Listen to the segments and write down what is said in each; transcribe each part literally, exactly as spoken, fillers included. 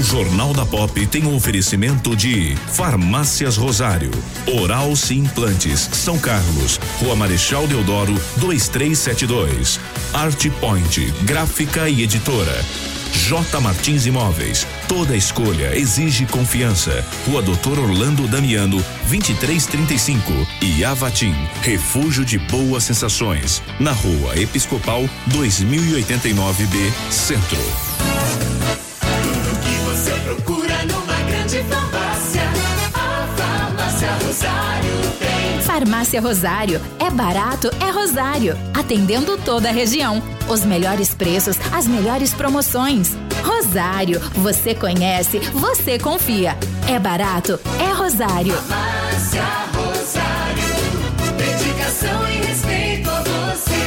Jornal da Pop tem um oferecimento de Farmácias Rosário, Oral Sim Implantes, São Carlos, Rua Marechal Deodoro, dois três sete dois. Art Point, gráfica e editora. J. Martins Imóveis, toda escolha exige confiança. Rua Doutor Orlando Damiano, vinte e três trinta e cinco. E Avatim, refúgio de boas sensações, na Rua Episcopal dois mil e oitenta e nove B, Centro. Tudo que você procura numa grande farmácia, a Farmácia Rosário tem. Farmácia Rosário, é barato, é Rosário, atendendo toda a região. Os melhores preços, as melhores promoções. Rosário, você conhece, você confia. É barato, é Rosário. Farmácia Rosário, dedicação e respeito a você.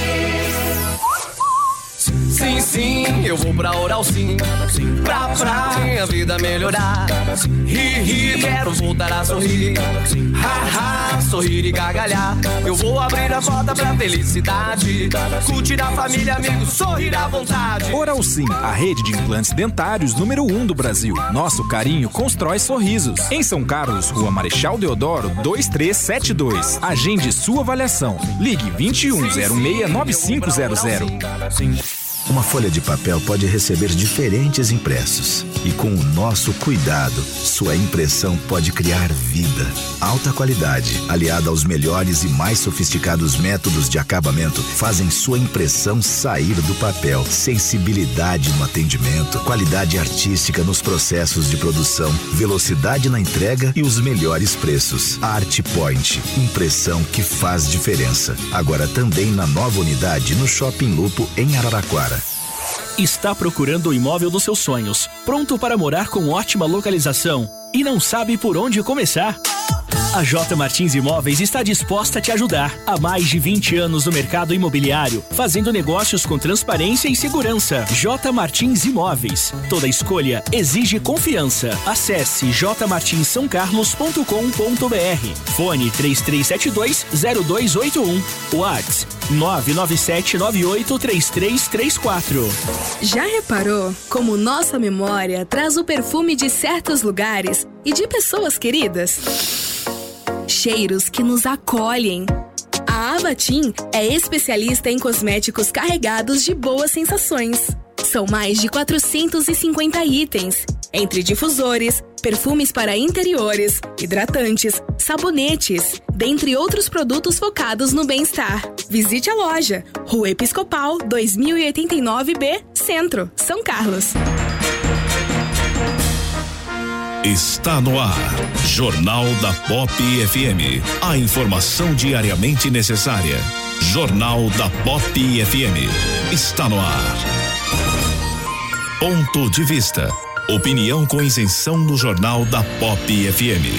Sim, sim, eu vou pra Oral Sim, pra, pra minha vida melhorar. Ri, ri, quero voltar a sorrir. Ha, ha, sorrir e gargalhar. Eu vou abrir a porta pra felicidade. Curtir a família, amigos, sorrir à vontade. Oral Sim, a rede de implantes dentários número um do Brasil. Nosso carinho constrói sorrisos. Em São Carlos, Rua Marechal Deodoro, dois três sete dois. Agende sua avaliação. Ligue vinte e um zero seis nove cinco zero zero. Uma folha de papel pode receber diferentes impressos. E com o nosso cuidado, sua impressão pode criar vida. Alta qualidade, aliada aos melhores e mais sofisticados métodos de acabamento, fazem sua impressão sair do papel. Sensibilidade no atendimento, qualidade artística nos processos de produção, velocidade na entrega e os melhores preços. Art Point, impressão que faz diferença. Agora também na nova unidade no Shopping Lupo, em Araraquara. Está procurando o imóvel dos seus sonhos, pronto para morar com ótima localização e não sabe por onde começar? A J. Martins Imóveis está disposta a te ajudar. Há mais de vinte anos no mercado imobiliário, fazendo negócios com transparência e segurança. J. Martins Imóveis. Toda escolha exige confiança. Acesse j martins são carlos ponto com ponto b r. Fone três três sete dois zero dois oito um. WhatsApp nove nove sete nove oito três três três quatro. Já reparou como nossa memória traz o perfume de certos lugares e de pessoas queridas? Cheiros que nos acolhem. A Avatim é especialista em cosméticos carregados de boas sensações. São mais de quatrocentos e cinquenta itens, entre difusores, perfumes para interiores, hidratantes, sabonetes, dentre outros produtos focados no bem-estar. Visite a loja, Rua Episcopal dois mil e oitenta e nove B, Centro, São Carlos. Está no ar, Jornal da Pop F M. A informação diariamente necessária. Jornal da Pop F M. Está no ar. Ponto de vista. Opinião com isenção no Jornal da Pop F M.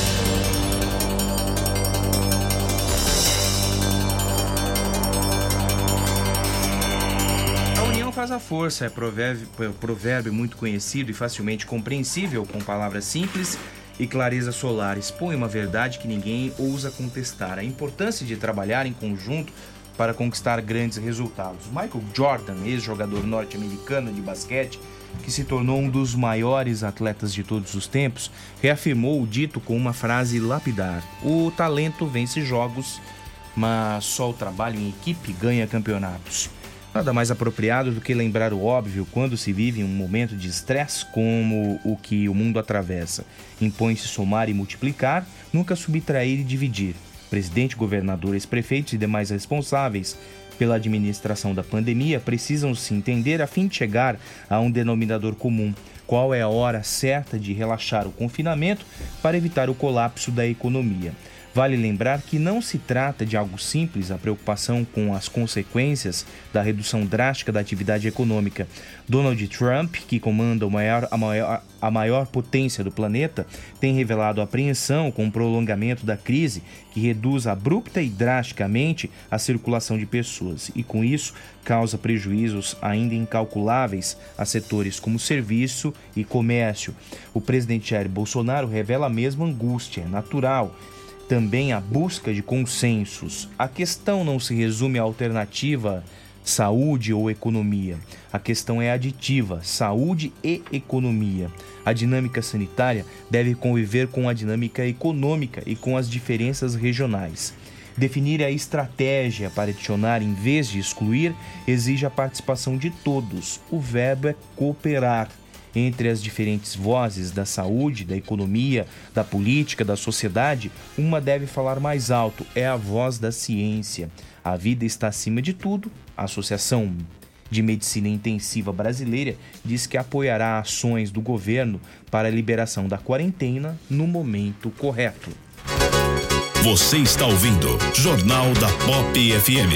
Faz a força, é provérbio, provérbio muito conhecido e facilmente compreensível, com palavras simples e clareza solar. Expõe uma verdade que ninguém ousa contestar: a importância de trabalhar em conjunto para conquistar grandes resultados. Michael Jordan, ex-jogador norte-americano de basquete, que se tornou um dos maiores atletas de todos os tempos, reafirmou o dito com uma frase lapidar: o talento vence jogos, mas só o trabalho em equipe ganha campeonatos. Nada mais apropriado do que lembrar o óbvio quando se vive um momento de estresse como o que o mundo atravessa. Impõe-se somar e multiplicar, nunca subtrair e dividir. Presidente, governadores, prefeitos e demais responsáveis pela administração da pandemia precisam se entender a fim de chegar a um denominador comum. Qual é a hora certa de relaxar o confinamento para evitar o colapso da economia? Vale lembrar que não se trata de algo simples a preocupação com as consequências da redução drástica da atividade econômica. Donald Trump, que comanda o maior, a, maior, a maior potência do planeta, tem revelado apreensão com o prolongamento da crise, que reduz abrupta e drasticamente a circulação de pessoas e, com isso, causa prejuízos ainda incalculáveis a setores como serviço e comércio. O presidente Jair Bolsonaro revela a mesma angústia natural. Também a busca de consensos. A questão não se resume à alternativa saúde ou economia. A questão é aditiva, saúde e economia. A dinâmica sanitária deve conviver com a dinâmica econômica e com as diferenças regionais. Definir a estratégia para adicionar em vez de excluir exige a participação de todos. O verbo é cooperar. Entre as diferentes vozes da saúde, da economia, da política, da sociedade, uma deve falar mais alto, é a voz da ciência. A vida está acima de tudo. A Associação de Medicina Intensiva Brasileira diz que apoiará ações do governo para a liberação da quarentena no momento correto. Você está ouvindo Jornal da Pop F M.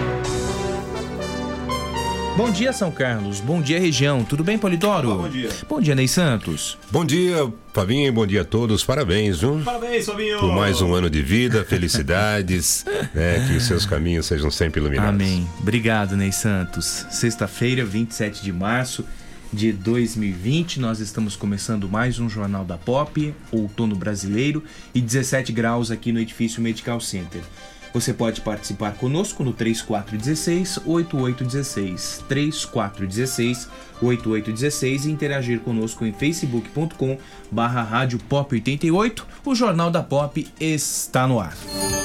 Bom dia, São Carlos. Bom dia, região. Tudo bem, Polidoro? Bom dia. Bom dia, Ney Santos. Bom dia, Fabinho. Bom dia a todos. Parabéns, viu? Parabéns, Fabinho. Por mais um ano de vida, felicidades, né? Que os seus caminhos sejam sempre iluminados. Amém. Obrigado, Ney Santos. Sexta-feira, vinte e sete de março de dois mil e vinte, nós estamos começando mais um Jornal da Pop, outono brasileiro, e dezessete graus aqui no edifício Medical Center. Você pode participar conosco no três quatro um seis, oito oito um seis, três quatro um seis, oito oito um seis e interagir conosco em facebook ponto com barra rádio pop oitenta e oito. O Jornal da Pop está no ar.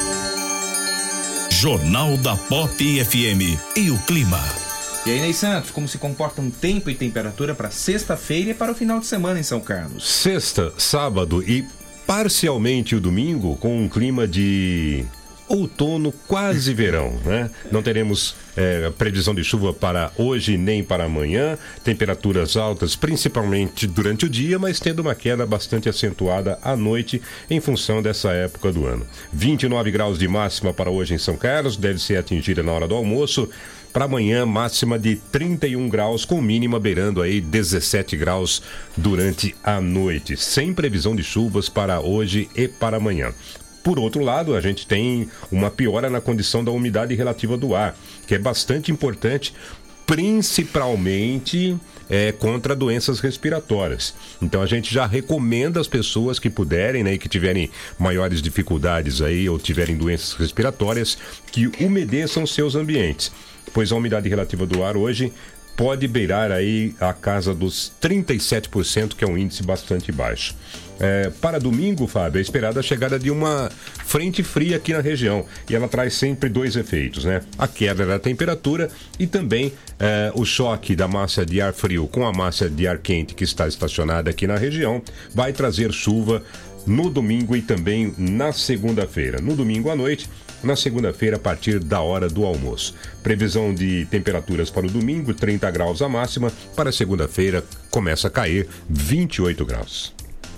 Jornal da Pop F M e o clima. E aí, Ney Santos, como se comportam tempo e temperatura para sexta-feira e para o final de semana em São Carlos? Sexta, sábado e parcialmente o domingo com um clima de outono, quase verão, né? Não teremos é, previsão de chuva para hoje nem para amanhã. Temperaturas altas, principalmente durante o dia, mas tendo uma queda bastante acentuada à noite em função dessa época do ano. vinte e nove graus de máxima para hoje em São Carlos, deve ser atingida na hora do almoço. Para amanhã, máxima de trinta e um graus, com mínima beirando aí dezessete graus durante a noite. Sem previsão de chuvas para hoje e para amanhã. Por outro lado, a gente tem uma piora na condição da umidade relativa do ar, que é bastante importante, principalmente é, contra doenças respiratórias. Então a gente já recomenda às pessoas que puderem, né, e que tiverem maiores dificuldades aí ou tiverem doenças respiratórias, que umedeçam seus ambientes, pois a umidade relativa do ar hoje pode beirar aí a casa dos trinta e sete por cento, que é um índice bastante baixo. É, para domingo, Fábio, é esperada a chegada de uma frente fria aqui na região, e ela traz sempre dois efeitos, né? A queda da temperatura e também é, o choque da massa de ar frio com a massa de ar quente que está estacionada aqui na região vai trazer chuva no domingo e também na segunda-feira. No domingo à noite, na segunda-feira a partir da hora do almoço. Previsão de temperaturas para o domingo, trinta graus a máxima. Para a segunda-feira começa a cair vinte e oito graus.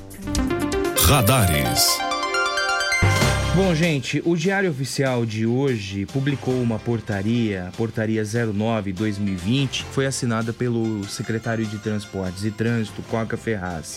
Radares. Bom, gente, o Diário Oficial de hoje publicou uma portaria, a portaria zero nove barra dois mil e vinte, que foi assinada pelo secretário de Transportes e Trânsito, Coca Ferraz.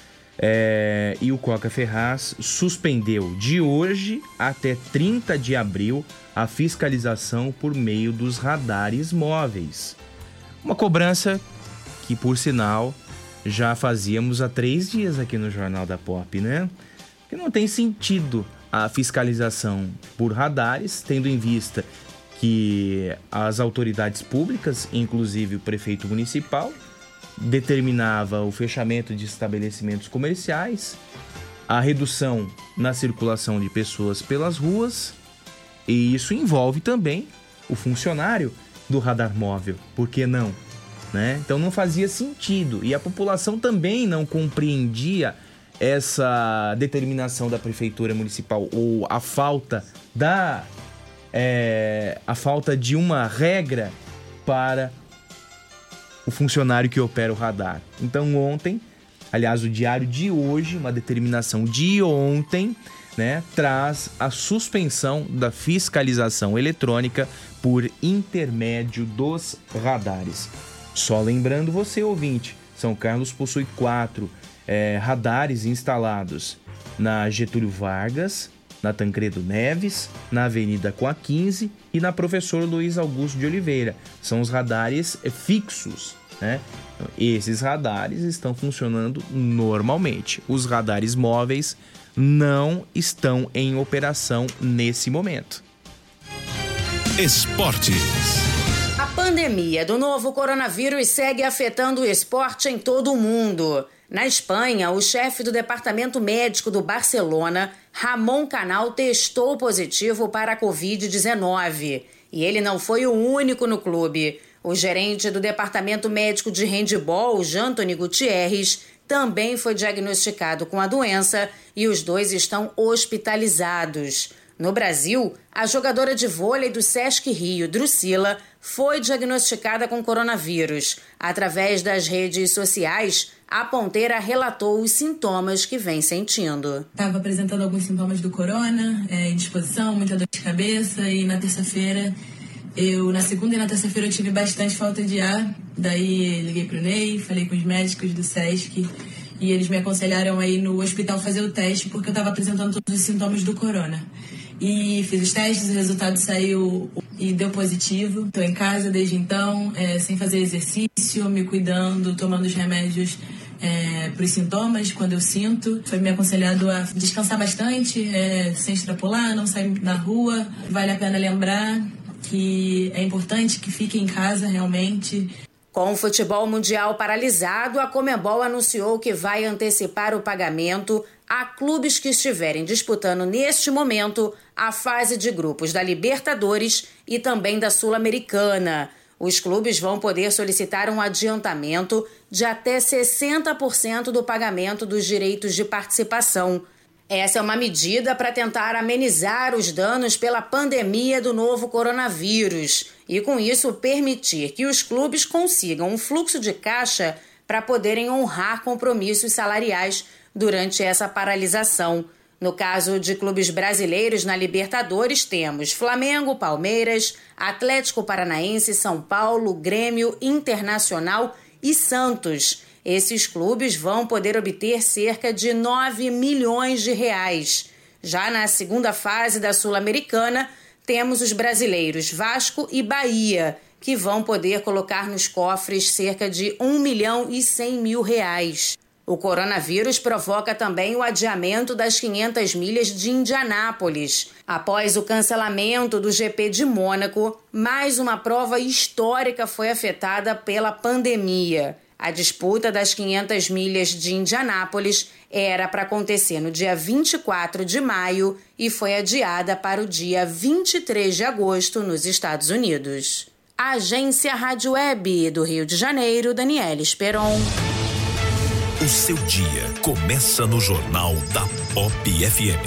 É, e o Coca Ferraz suspendeu de hoje até trinta de abril a fiscalização por meio dos radares móveis. Uma cobrança que, por sinal, já fazíamos há três dias aqui no Jornal da Pop, né? Que não tem sentido a fiscalização por radares, tendo em vista que as autoridades públicas, inclusive o prefeito municipal, determinava o fechamento de estabelecimentos comerciais, a redução na circulação de pessoas pelas ruas, e isso envolve também o funcionário do radar móvel, por que não? Né? Então não fazia sentido, e a população também não compreendia essa determinação da prefeitura municipal, ou a falta da é, a falta de uma regra para o funcionário que opera o radar. Então ontem, aliás, o diário de hoje, uma determinação de ontem, né, traz a suspensão da fiscalização eletrônica por intermédio dos radares. Só lembrando você, ouvinte, São Carlos possui quatro é, radares instalados na Getúlio Vargas, na Tancredo Neves, na Avenida Coa quinze e na Professor Luiz Augusto de Oliveira. São os radares fixos, né? Esses radares estão funcionando normalmente. Os radares móveis não estão em operação nesse momento. Esportes. A A pandemia do novo coronavírus segue afetando o esporte em todo o mundo. Na Espanha, o chefe do departamento médico do Barcelona, Ramon Canal, testou positivo para a covid dezenove. E ele não foi o único no clube. O gerente do departamento médico de handebol, Jantoni Gutierrez, também foi diagnosticado com a doença e os dois estão hospitalizados. No Brasil, a jogadora de vôlei do Sesc Rio, Drusila, foi diagnosticada com coronavírus. Através das redes sociais, a ponteira relatou os sintomas que vem sentindo. Estava apresentando alguns sintomas do corona, é, indisposição, muita dor de cabeça, e na terça-feira, eu na segunda e na terça-feira eu tive bastante falta de ar. Daí liguei pro Ney, falei com os médicos do Sesc e eles me aconselharam a ir no hospital fazer o teste porque eu estava apresentando todos os sintomas do corona. E fiz os testes, o resultado saiu e deu positivo. Estou em casa desde então, é, sem fazer exercício, me cuidando, tomando os remédios é, para os sintomas quando eu sinto. Foi me aconselhado a descansar bastante, é, sem extrapolar, não sair na rua. Vale a pena lembrar que é importante que fique em casa realmente. Com o futebol mundial paralisado, a Conmebol anunciou que vai antecipar o pagamento a clubes que estiverem disputando neste momento a fase de grupos da Libertadores e também da Sul-Americana. Os clubes vão poder solicitar um adiantamento de até sessenta por cento do pagamento dos direitos de participação. Essa é uma medida para tentar amenizar os danos pela pandemia do novo coronavírus e, com isso, permitir que os clubes consigam um fluxo de caixa para poderem honrar compromissos salariais durante essa paralisação. No caso de clubes brasileiros na Libertadores, temos Flamengo, Palmeiras, Atlético Paranaense, São Paulo, Grêmio, Internacional e Santos. Esses clubes vão poder obter cerca de nove milhões de reais. Já na segunda fase da Sul-Americana, temos os brasileiros Vasco e Bahia, que vão poder colocar nos cofres cerca de um milhão e cem mil reais. O coronavírus provoca também o adiamento das quinhentas milhas de Indianápolis. Após o cancelamento do G P de Mônaco, mais uma prova histórica foi afetada pela pandemia. A disputa das quinhentas milhas de Indianápolis era para acontecer no dia vinte e quatro de maio e foi adiada para o dia vinte e três de agosto nos Estados Unidos. A Agência Rádio Web do Rio de Janeiro, Daniela Esperon. O seu dia começa no Jornal da Pop F M.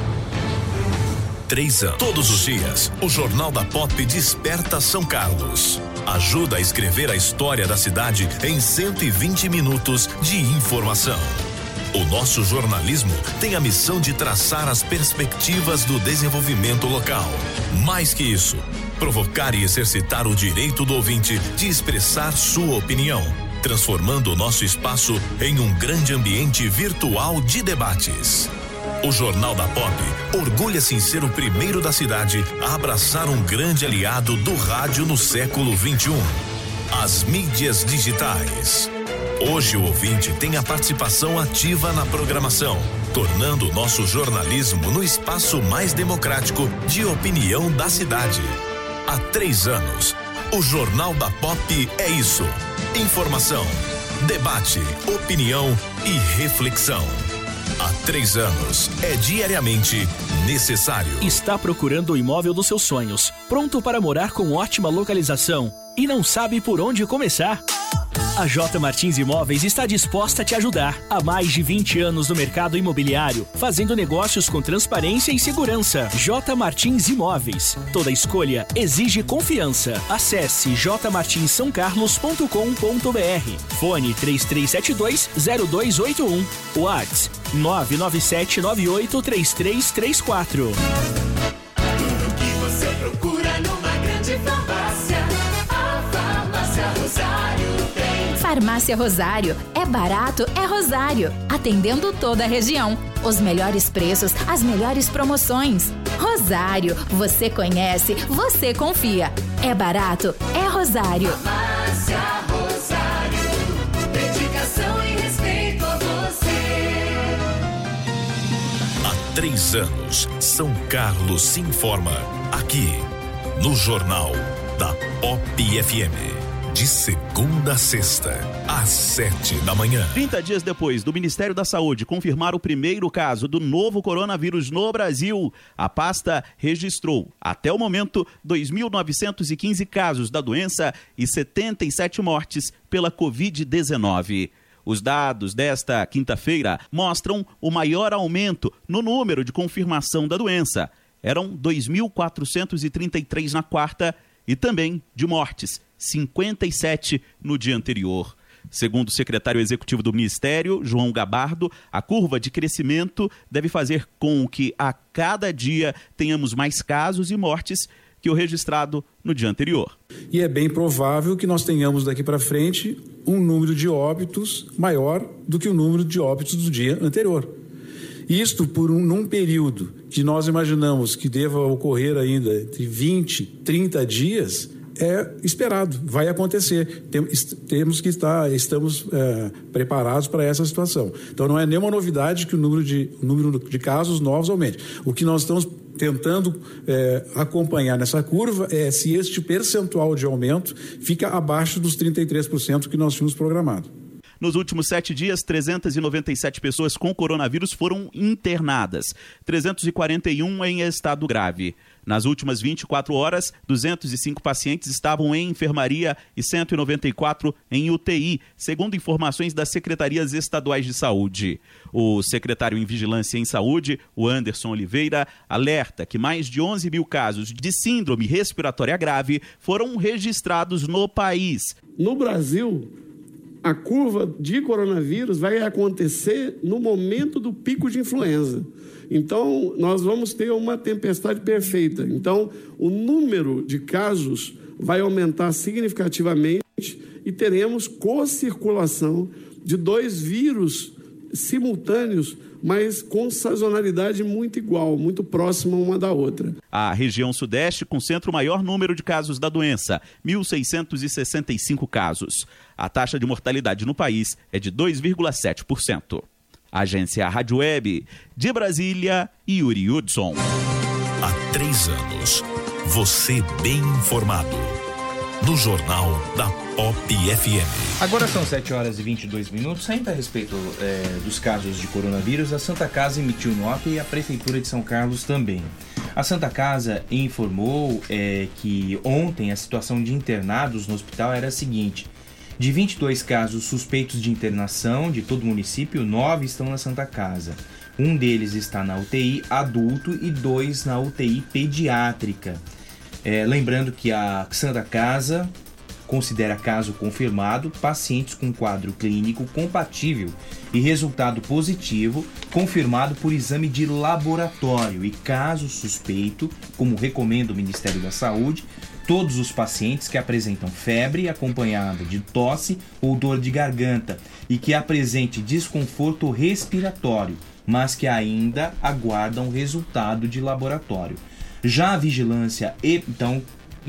Três anos. Todos os dias, o Jornal da Pop desperta São Carlos. Ajuda a escrever a história da cidade em cento e vinte minutos de informação. O nosso jornalismo tem a missão de traçar as perspectivas do desenvolvimento local. Mais que isso, provocar e exercitar o direito do ouvinte de expressar sua opinião, transformando o nosso espaço em um grande ambiente virtual de debates. O Jornal da Pop orgulha-se em ser o primeiro da cidade a abraçar um grande aliado do rádio no século vinte e um, as mídias digitais. Hoje o ouvinte tem a participação ativa na programação, tornando o nosso jornalismo no espaço mais democrático de opinião da cidade. Há três anos, o Jornal da Pop é isso: informação, debate, opinião e reflexão. Há três anos, é diariamente necessário. Está procurando o imóvel dos seus sonhos, pronto para morar com ótima localização e não sabe por onde começar? A J Martins Imóveis está disposta a te ajudar. Há mais de vinte anos no mercado imobiliário, fazendo negócios com transparência e segurança. J Martins Imóveis. Toda escolha exige confiança. Acesse j martins são carlos ponto com ponto b r. Fone três três sete dois zero dois oito um. WhatsApp nove nove sete nove oito três três três quatro. Tudo que você procura numa grande farmácia. A Farmácia Rosário tem. Farmácia Rosário. É barato, é Rosário. Atendendo toda a região. Os melhores preços, as melhores promoções. Rosário. Você conhece, você confia. É barato, é Rosário. Farmácia Rosário. Dedicação e respeito a você. Há três anos, São Carlos se informa aqui no Jornal da Pop F M. De segunda a sexta, às sete da manhã. trinta dias depois do Ministério da Saúde confirmar o primeiro caso do novo coronavírus no Brasil, a pasta registrou, até o momento, dois mil novecentos e quinze casos da doença e setenta e sete mortes pela covid dezenove. Os dados desta quinta-feira mostram o maior aumento no número de confirmação da doença. Eram dois mil quatrocentos e trinta e três na quarta e também de mortes, cinquenta e sete no dia anterior. Segundo o secretário executivo do Ministério, João Gabardo, a curva de crescimento deve fazer com que a cada dia tenhamos mais casos e mortes que o registrado no dia anterior. E é bem provável que nós tenhamos daqui para frente um número de óbitos maior do que o número de óbitos do dia anterior. Isto por um, num período que nós imaginamos que deva ocorrer ainda entre vinte, trinta dias, é esperado, vai acontecer. Tem, temos que estar, estamos é, preparados para essa situação. Então não é nenhuma novidade que o número de, o número de casos novos aumente. O que nós estamos tentando é, acompanhar nessa curva é se este percentual de aumento fica abaixo dos trinta e três por cento que nós tínhamos programado. Nos últimos sete dias, trezentas e noventa e sete pessoas com coronavírus foram internadas, trezentos e quarenta e um em estado grave. Nas últimas vinte e quatro horas, duzentos e cinco pacientes estavam em enfermaria e cento e noventa e quatro em U T I, segundo informações das secretarias estaduais de saúde. O secretário em Vigilância em Saúde, o Anderson Oliveira, alerta que mais de onze mil casos de síndrome respiratória grave foram registrados no país. No Brasil, a curva de coronavírus vai acontecer no momento do pico de influenza. Então, nós vamos ter uma tempestade perfeita. Então, o número de casos vai aumentar significativamente e teremos co-circulação de dois vírus simultâneos, mas com sazonalidade muito igual, muito próxima uma da outra. A região sudeste concentra o maior número de casos da doença, mil seiscentos e sessenta e cinco casos. A taxa de mortalidade no país é de dois vírgula sete por cento. Agência Rádio Web, de Brasília, Yuri Hudson. Há três anos, você bem informado. No Jornal da Pop F M. Agora são sete horas e vinte e dois minutos. Ainda a respeito é, dos casos de coronavírus, a Santa Casa emitiu nota e a Prefeitura de São Carlos também. A Santa Casa informou é, que ontem a situação de internados no hospital era a seguinte: de vinte e dois casos suspeitos de internação de todo o município, nove estão na Santa Casa. Um deles está na U T I adulto e dois na U T I pediátrica. É, lembrando que a Santa Casa considera caso confirmado pacientes com quadro clínico compatível e resultado positivo confirmado por exame de laboratório e caso suspeito, como recomenda o Ministério da Saúde, todos os pacientes que apresentam febre acompanhada de tosse ou dor de garganta e que apresente desconforto respiratório, mas que ainda aguardam resultado de laboratório. Já a vigilância, então,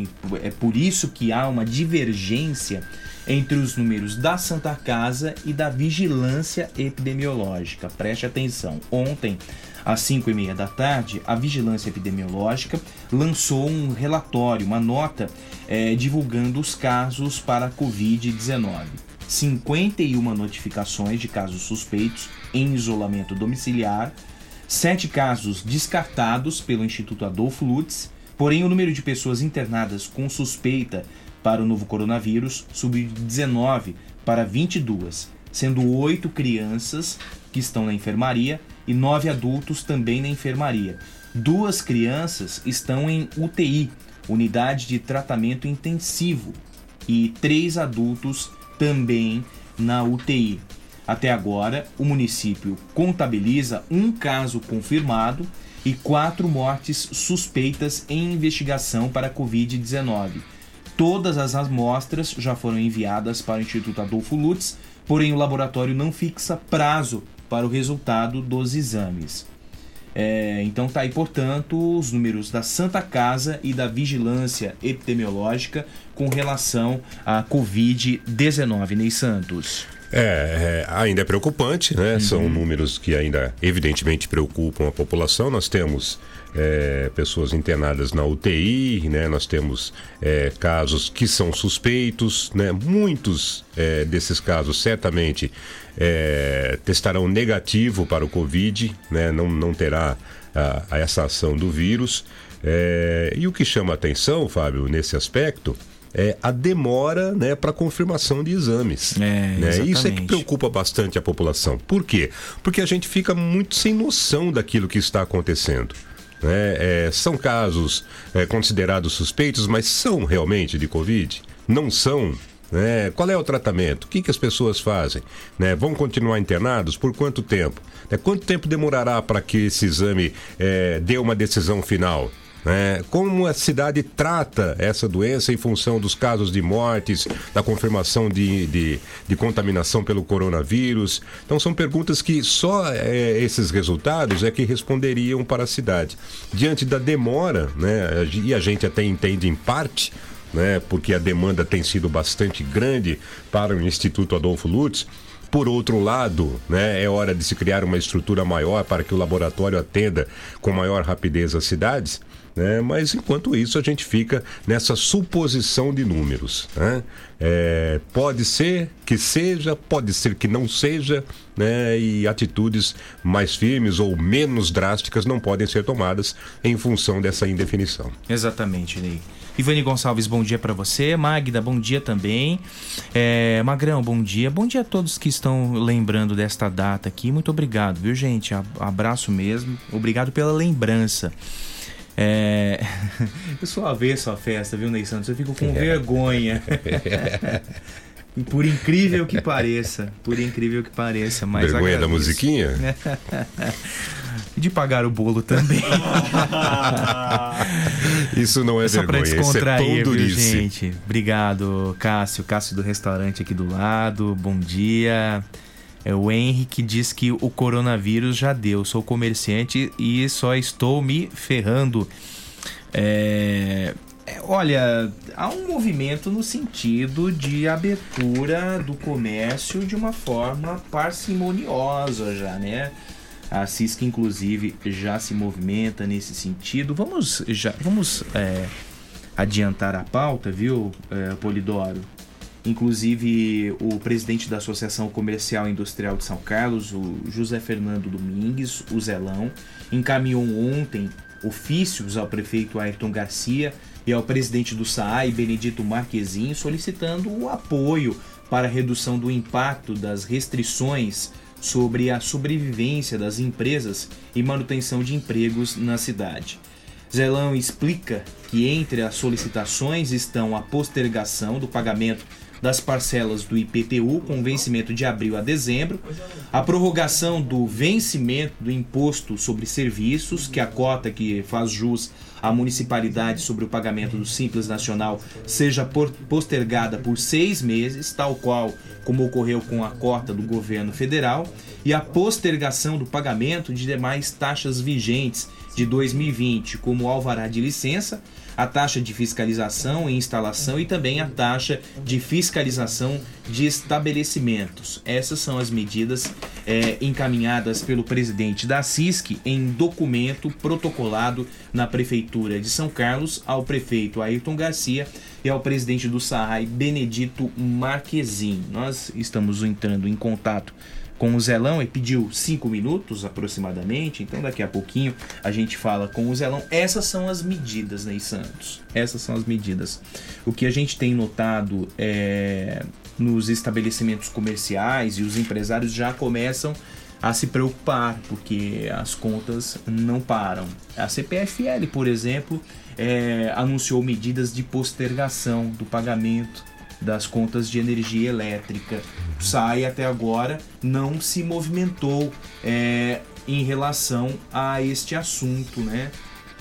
é por isso que há uma divergência entre os números da Santa Casa e da vigilância epidemiológica. Preste atenção. Ontem, às cinco e meia da tarde, a vigilância epidemiológica lançou um relatório, uma nota, é, divulgando os casos para a covid dezenove. cinquenta e uma notificações de casos suspeitos em isolamento domiciliar, sete casos descartados pelo Instituto Adolfo Lutz, porém o número de pessoas internadas com suspeita para o novo coronavírus subiu de dezenove para vinte e duas, sendo oito crianças que estão na enfermaria e nove adultos também na enfermaria. Duas crianças estão em U T I, unidade de tratamento intensivo, e três adultos também na U T I. Até agora, o município contabiliza um caso confirmado e quatro mortes suspeitas em investigação para a covid dezenove. Todas as amostras já foram enviadas para o Instituto Adolfo Lutz, porém o laboratório não fixa prazo para o resultado dos exames. É, então tá aí, portanto, os números da Santa Casa e da Vigilância Epidemiológica com relação à covid dezenove. Ney Santos. É, é, ainda é preocupante, né? Uhum. São números que ainda evidentemente preocupam a população. Nós temos é, pessoas internadas na U T I, né? Nós temos é, casos que são suspeitos, né? Muitos é, desses casos certamente é, testarão negativo para o Covid, né? Não, não terá a, a essa ação do vírus. É, e o que chama a atenção, Fábio, nesse aspecto, é a demora, né, para confirmação de exames. É, né? Isso é que preocupa bastante a população. Por quê? Porque a gente fica muito sem noção daquilo que está acontecendo. Né? É, são casos é, considerados suspeitos, mas são realmente de Covid? Não são? Né? Qual é o tratamento? O que, que as pessoas fazem? Né? Vão continuar internados? Por quanto tempo? Né? Quanto tempo demorará para que esse exame é, dê uma decisão final? É, como a cidade trata essa doença em função dos casos de mortes, da confirmação de, de, de contaminação pelo coronavírus? Então são perguntas que só é, esses resultados é que responderiam para a cidade. Diante da demora, né, e a gente até entende em parte, né, porque a demanda tem sido bastante grande para o Instituto Adolfo Lutz. Por outro lado, né, é hora de se criar uma estrutura maior para que o laboratório atenda com maior rapidez as cidades. Né? Mas enquanto isso a gente fica nessa suposição de números, né? É, pode ser que seja, pode ser que não seja, né? E atitudes mais firmes ou menos drásticas não podem ser tomadas em função dessa indefinição. Exatamente, Ney. Ivani Gonçalves, bom dia para você. Magda, bom dia também. É, Magrão, bom dia. Bom dia a todos que estão lembrando desta data aqui. Muito obrigado, viu, gente? Abraço mesmo. Obrigado pela lembrança. É... Eu sou avesso à festa, viu, Ney Santos? Eu fico com vergonha. Por incrível que pareça. Por incrível que pareça. Mas vergonha agradeço. Da musiquinha? De pagar o bolo também. Isso não é, é só vergonha, pra descontrair, isso é viu, gente? Obrigado, Cássio. Cássio do restaurante aqui do lado. Bom dia. É o Henrique diz que o coronavírus já deu. Sou comerciante e só estou me ferrando. É... Olha, há um movimento no sentido de abertura do comércio de uma forma parcimoniosa já, né? A CISC, inclusive, já se movimenta nesse sentido. Vamos, já, vamos é, adiantar a pauta, viu, é, Polidoro? Inclusive, o presidente da Associação Comercial e Industrial de São Carlos, o José Fernando Domingues, o Zelão, encaminhou ontem ofícios ao prefeito Ayrton Garcia e ao presidente do S A A I, Benedito Marquezin, solicitando o apoio para a redução do impacto das restrições sobre a sobrevivência das empresas e manutenção de empregos na cidade. Zelão explica que entre as solicitações estão a postergação do pagamento das parcelas do I P T U com vencimento de abril a dezembro, a prorrogação do vencimento do imposto sobre serviços, que a cota que faz jus à municipalidade sobre o pagamento do Simples Nacional seja postergada por seis meses, tal qual como ocorreu com a cota do governo federal, e a postergação do pagamento de demais taxas vigentes de dois mil e vinte, como o alvará de licença, a taxa de fiscalização e instalação e também a taxa de fiscalização de estabelecimentos. Essas são as medidas é, encaminhadas pelo presidente da CISC em documento protocolado na Prefeitura de São Carlos ao prefeito Ayrton Garcia e ao presidente do S A A I, Benedito Marquezin. Nós estamos entrando em contato com o Zelão e pediu cinco minutos aproximadamente, então daqui a pouquinho a gente fala com o Zelão. Essas são as medidas, Ney Santos. Essas são as medidas. O que a gente tem notado é, nos estabelecimentos comerciais, e os empresários já começam a se preocupar, porque as contas não param. A C P F L, por exemplo, é, anunciou medidas de postergação do pagamento das contas de energia elétrica. O S A A I até agora não se movimentou é, em relação a este assunto, né?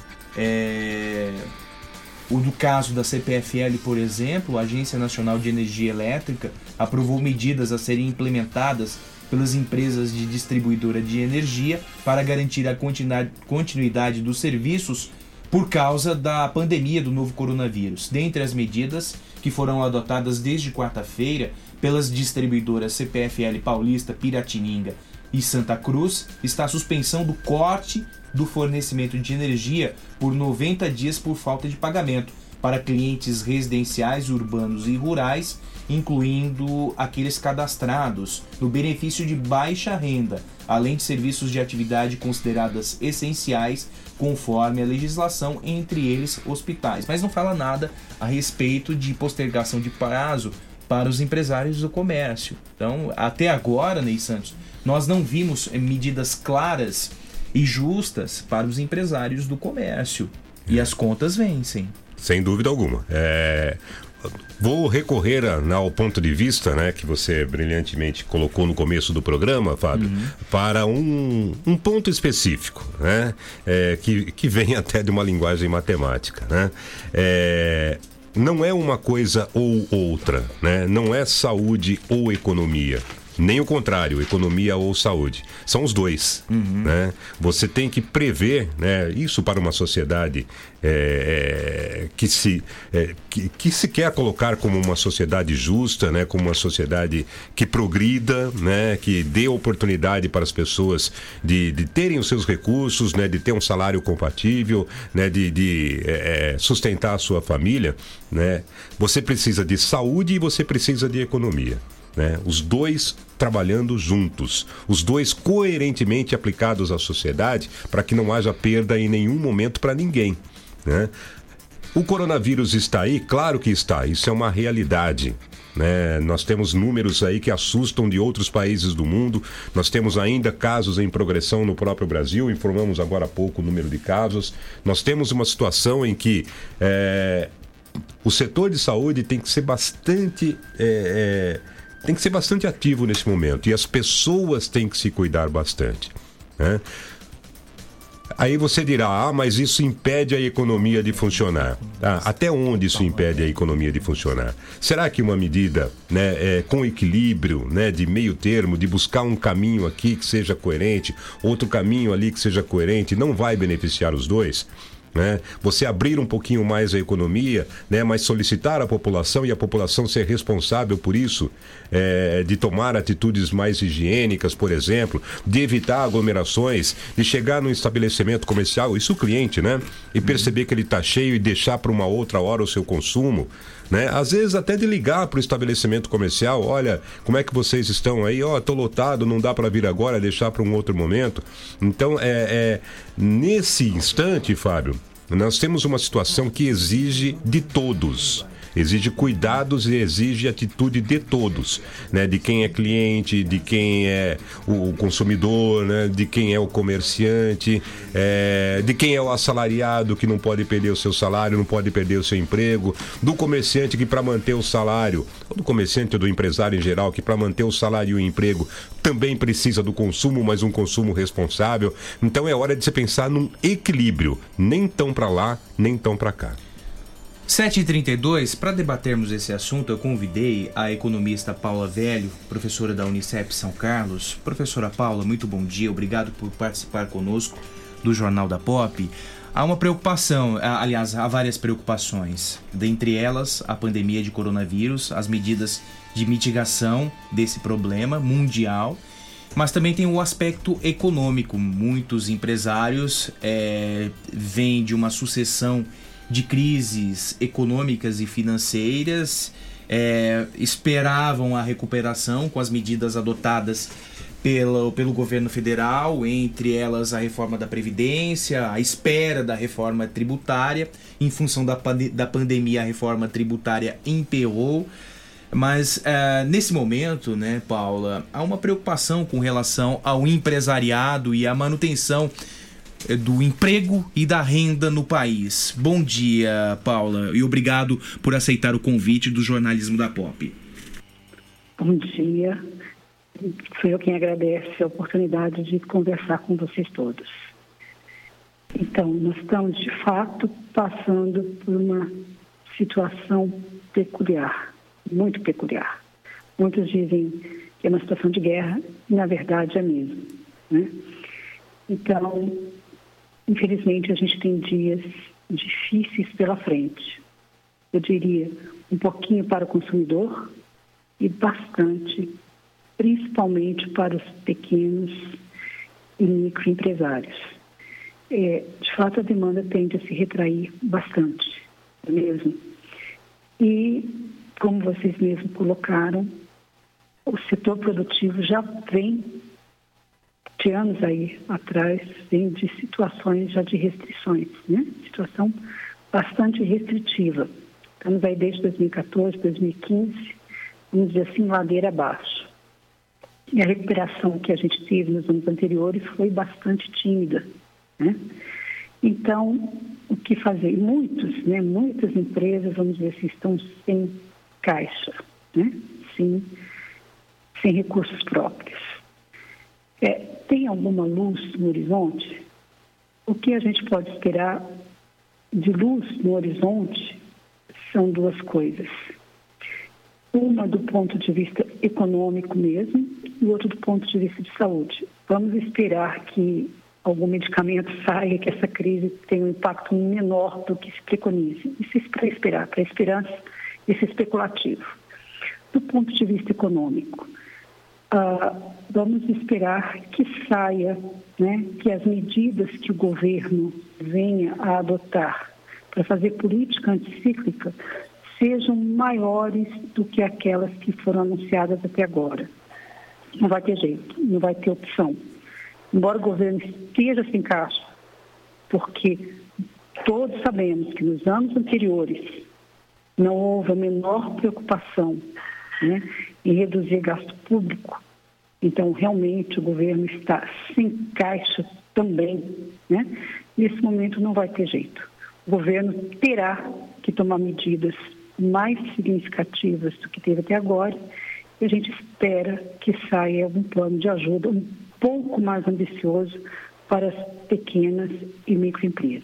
É, o do caso da C P F L, por exemplo, a Agência Nacional de Energia Elétrica aprovou medidas a serem implementadas pelas empresas de distribuidora de energia para garantir a continuidade dos serviços por causa da pandemia do novo coronavírus. Dentre as medidas que foram adotadas desde quarta-feira pelas distribuidoras C P F L Paulista, Piratininga e Santa Cruz, está a suspensão do corte do fornecimento de energia por noventa dias por falta de pagamento para clientes residenciais, urbanos e rurais, incluindo aqueles cadastrados no benefício de baixa renda, além de serviços de atividade consideradas essenciais conforme a legislação, entre eles hospitais. Mas não fala nada a respeito de postergação de prazo para os empresários do comércio. Então, até agora, Ney Santos, nós não vimos medidas claras e justas para os empresários do comércio. E as contas vencem. Sem dúvida alguma. É... Vou recorrer a, ao ponto de vista, né, que você brilhantemente colocou no começo do programa, Fábio, uhum. para um, um ponto específico, né, é, que, que vem até de uma linguagem matemática, né? É, não é uma coisa ou outra, né? Não é saúde ou economia. Nem o contrário, economia ou saúde. São os dois. Uhum. Né? Você tem que prever, né, isso para uma sociedade é, é, que, se, é, que, que se quer colocar como uma sociedade justa, né, como uma sociedade que progrida, né, que dê oportunidade para as pessoas de, de terem os seus recursos, né, de ter um salário compatível, né, de, de é, sustentar a sua família. Né? Você precisa de saúde e você precisa de economia. Né? Os dois trabalhando juntos, os dois coerentemente aplicados à sociedade para que não haja perda em nenhum momento para ninguém. Né? O coronavírus está aí? Claro que está, isso é uma realidade. Né? Nós temos números aí que assustam de outros países do mundo, nós temos ainda casos em progressão no próprio Brasil, informamos agora há pouco o número de casos. Nós temos uma situação em que é, o setor de saúde tem que ser bastante... É, é, tem que ser bastante ativo nesse momento e as pessoas têm que se cuidar bastante, né? Aí você dirá, ah, mas isso impede a economia de funcionar. Ah, até onde isso impede a economia de funcionar? Será que uma medida, né, é, com equilíbrio, né, de meio termo, de buscar um caminho aqui que seja coerente, outro caminho ali que seja coerente, não vai beneficiar os dois? Né? Você abrir um pouquinho mais a economia, né? Mas solicitar à população e a população ser responsável por isso, é, de tomar atitudes mais higiênicas, por exemplo, de evitar aglomerações, de chegar num estabelecimento comercial, isso o cliente, né? E perceber que ele está cheio e deixar para uma outra hora o seu consumo. Né? Às vezes até de ligar para o estabelecimento comercial, olha, como é que vocês estão aí? Ó, oh, tô lotado, não dá para vir agora, deixar para um outro momento. Então, é, é nesse instante, Fábio, nós temos uma situação que exige de todos. Exige cuidados e exige atitude de todos, né? De quem é cliente, de quem é o consumidor, né? De quem é o comerciante, é... de quem é o assalariado que não pode perder o seu salário, não pode perder o seu emprego, do comerciante que para manter o salário, ou do comerciante ou do empresário em geral, que para manter o salário e o emprego também precisa do consumo, mas um consumo responsável. Então é hora de você pensar num equilíbrio, nem tão para lá, nem tão para cá. sete e trinta e dois, para debatermos esse assunto, eu convidei a economista Paula Velho, professora da Unicep São Carlos. Professora Paula, muito bom dia, obrigado por participar conosco do Jornal da Pop. Há uma preocupação, aliás, há várias preocupações, dentre elas a pandemia de coronavírus, as medidas de mitigação desse problema mundial, mas também tem o aspecto econômico. Muitos empresários é, vêm de uma sucessão de crises econômicas e financeiras, é, esperavam a recuperação com as medidas adotadas pelo, pelo governo federal, entre elas a reforma da Previdência, a espera da reforma tributária. Em função da, pande- da pandemia, a reforma tributária emperrou. Mas é, nesse momento, né, Paula, há uma preocupação com relação ao empresariado e à manutenção do emprego e da renda no país. Bom dia, Paula, e obrigado por aceitar o convite do Jornalismo da Pop. Bom dia. Sou eu quem agradece a oportunidade de conversar com vocês todos. Então, nós estamos, de fato, passando por uma situação peculiar, muito peculiar. Muitos dizem que é uma situação de guerra, e, na verdade, é mesmo, né? Então, infelizmente, a gente tem dias difíceis pela frente. Eu diria, um pouquinho para o consumidor, e bastante, principalmente para os pequenos e microempresários. É, de fato, a demanda tende a se retrair bastante, mesmo. E, como vocês mesmos colocaram, o setor produtivo já vem, de anos aí atrás, vem de situações já de restrições, né? Situação bastante restritiva. Estamos aí desde dois mil e quatorze, dois mil e quinze, vamos dizer assim, ladeira abaixo. E a recuperação que a gente teve nos anos anteriores foi bastante tímida, né? Então, o que fazer? Muitos, né, muitas empresas, vamos dizer assim, estão sem caixa, né? sem, sem recursos próprios. É, tem alguma luz no horizonte? O que a gente pode esperar de luz no horizonte são duas coisas. Uma do ponto de vista econômico mesmo e outra do ponto de vista de saúde. Vamos esperar que algum medicamento saia, que essa crise tenha um impacto menor do que se preconize. Isso é para esperar, para a esperança, isso é especulativo. Do ponto de vista econômico, uh, vamos esperar que saia, né, que as medidas que o governo venha a adotar para fazer política anticíclica sejam maiores do que aquelas que foram anunciadas até agora. Não vai ter jeito, não vai ter opção. Embora o governo esteja sem caixa, porque todos sabemos que nos anos anteriores não houve a menor preocupação, né, em reduzir gasto público, então realmente o governo está sem caixa também, né? Nesse momento não vai ter jeito. O governo terá que tomar medidas mais significativas do que teve até agora e a gente espera que saia algum plano de ajuda um pouco mais ambicioso para as pequenas e microempresas.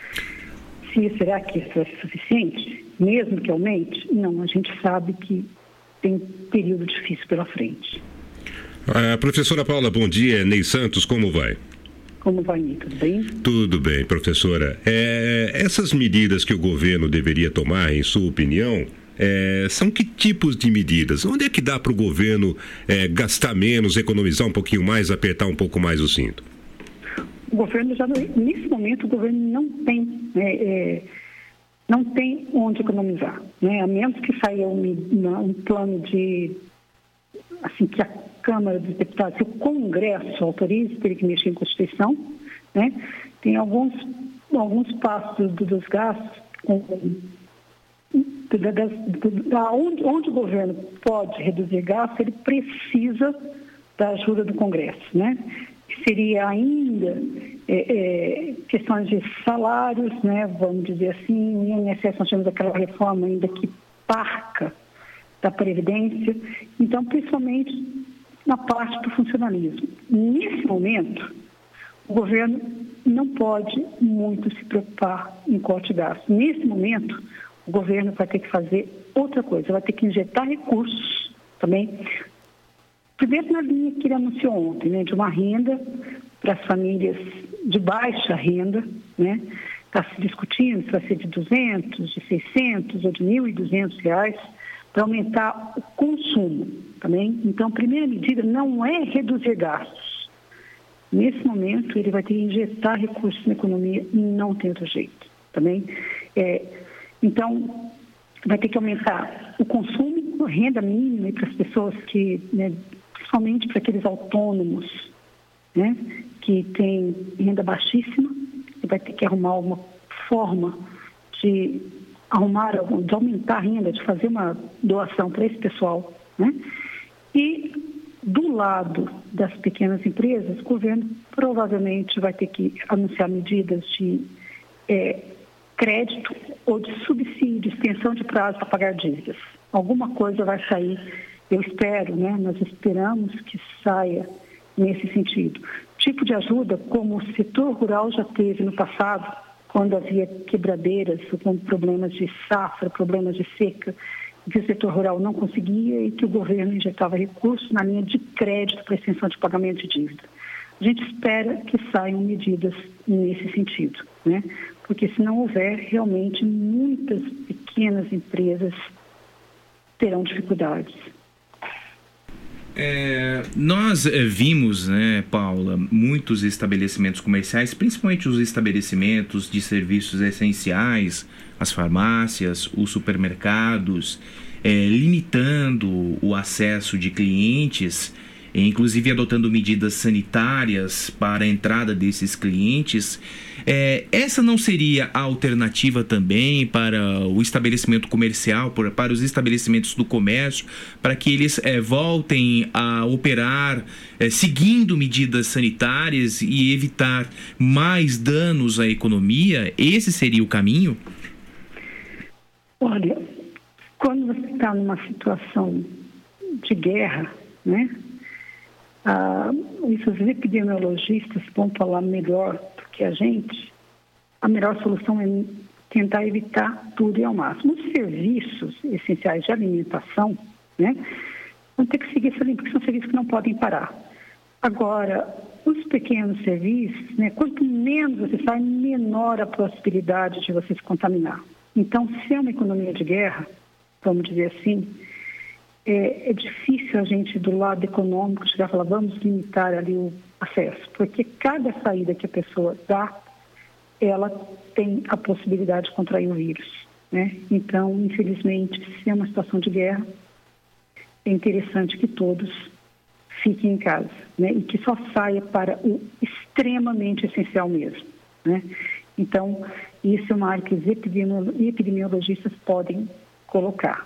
Se, será que isso é suficiente? Mesmo que aumente? Não, a gente sabe que tem um período difícil pela frente. Ah, professora Paula, bom dia. Ney Santos, como vai? Como vai, Ney? Tudo bem? Tudo bem, professora. É, essas medidas que o governo deveria tomar, em sua opinião, é, são que tipos de medidas? Onde é que dá para o governo é, gastar menos, economizar um pouquinho mais, apertar um pouco mais o cinto? O governo já, nesse momento, o governo não tem, é, é, não tem onde economizar, né? A menos que saia um, um plano de, assim, que a Câmara dos Deputados, se o Congresso autorize, teria que mexer em Constituição, né? Tem alguns, alguns passos do, dos gastos, com, da, da, da onde, onde o governo pode reduzir gastos, ele precisa da ajuda do Congresso, né? Seria ainda é, é, questões de salários, né? Vamos dizer assim, no I N S S nós temos aquela reforma ainda que parca da Previdência, então principalmente na parte do funcionalismo. Nesse momento, o governo não pode muito se preocupar em corte de gastos. Nesse momento, o governo vai ter que fazer outra coisa, vai ter que injetar recursos também. Primeiro na linha que ele anunciou ontem, né, de uma renda para as famílias de baixa renda, né? Está se discutindo se vai ser de duzentos, de seiscentos ou de mil e duzentos reais, para aumentar o consumo também. Então, a primeira medida não é reduzir gastos. Nesse momento, ele vai ter que injetar recursos na economia e não tem outro jeito também. É, então, vai ter que aumentar o consumo, a renda mínima para as pessoas que, né, principalmente para aqueles autônomos, né, que têm renda baixíssima, ele vai ter que arrumar uma forma de arrumar, de aumentar a renda, de fazer uma doação para esse pessoal, né? E do lado das pequenas empresas, o governo provavelmente vai ter que anunciar medidas de é, crédito ou de subsídio, extensão de prazo para pagar dívidas. Alguma coisa vai sair, eu espero, né? Nós esperamos que saia nesse sentido. Tipo de ajuda, como o setor rural já teve no passado, quando havia quebradeiras, com problemas de safra, problemas de seca, que o setor rural não conseguia e que o governo injetava recursos na linha de crédito para extensão de pagamento de dívida. A gente espera que saiam medidas nesse sentido, né? Porque se não houver, realmente muitas pequenas empresas terão dificuldades. É, nós é, vimos, né, Paula, muitos estabelecimentos comerciais, principalmente os estabelecimentos de serviços essenciais, as farmácias, os supermercados, é, limitando o acesso de clientes, inclusive adotando medidas sanitárias para a entrada desses clientes. É, essa não seria a alternativa também para o estabelecimento comercial, para os estabelecimentos do comércio, para que eles é, voltem a operar é, seguindo medidas sanitárias e evitar mais danos à economia? Esse seria o caminho? Olha, quando você está numa situação de guerra, né? Ah, isso os epidemiologistas vão falar melhor do que a gente. A melhor solução é tentar evitar tudo e ao máximo. Os serviços essenciais de alimentação, né, vão ter que seguir essa linha, porque são serviços que não podem parar. Agora, os pequenos serviços, né, quanto menos você sai, menor a possibilidade de você se contaminar. Então, se é uma economia de guerra, vamos dizer assim, É, é difícil a gente, do lado econômico, chegar e falar, vamos limitar ali o acesso, porque cada saída que a pessoa dá, ela tem a possibilidade de contrair o vírus, né? Então, infelizmente, se é uma situação de guerra, é interessante que todos fiquem em casa, né? E que só saia para o extremamente essencial mesmo, né? Então, isso é uma área que os epidemiologistas podem colocar.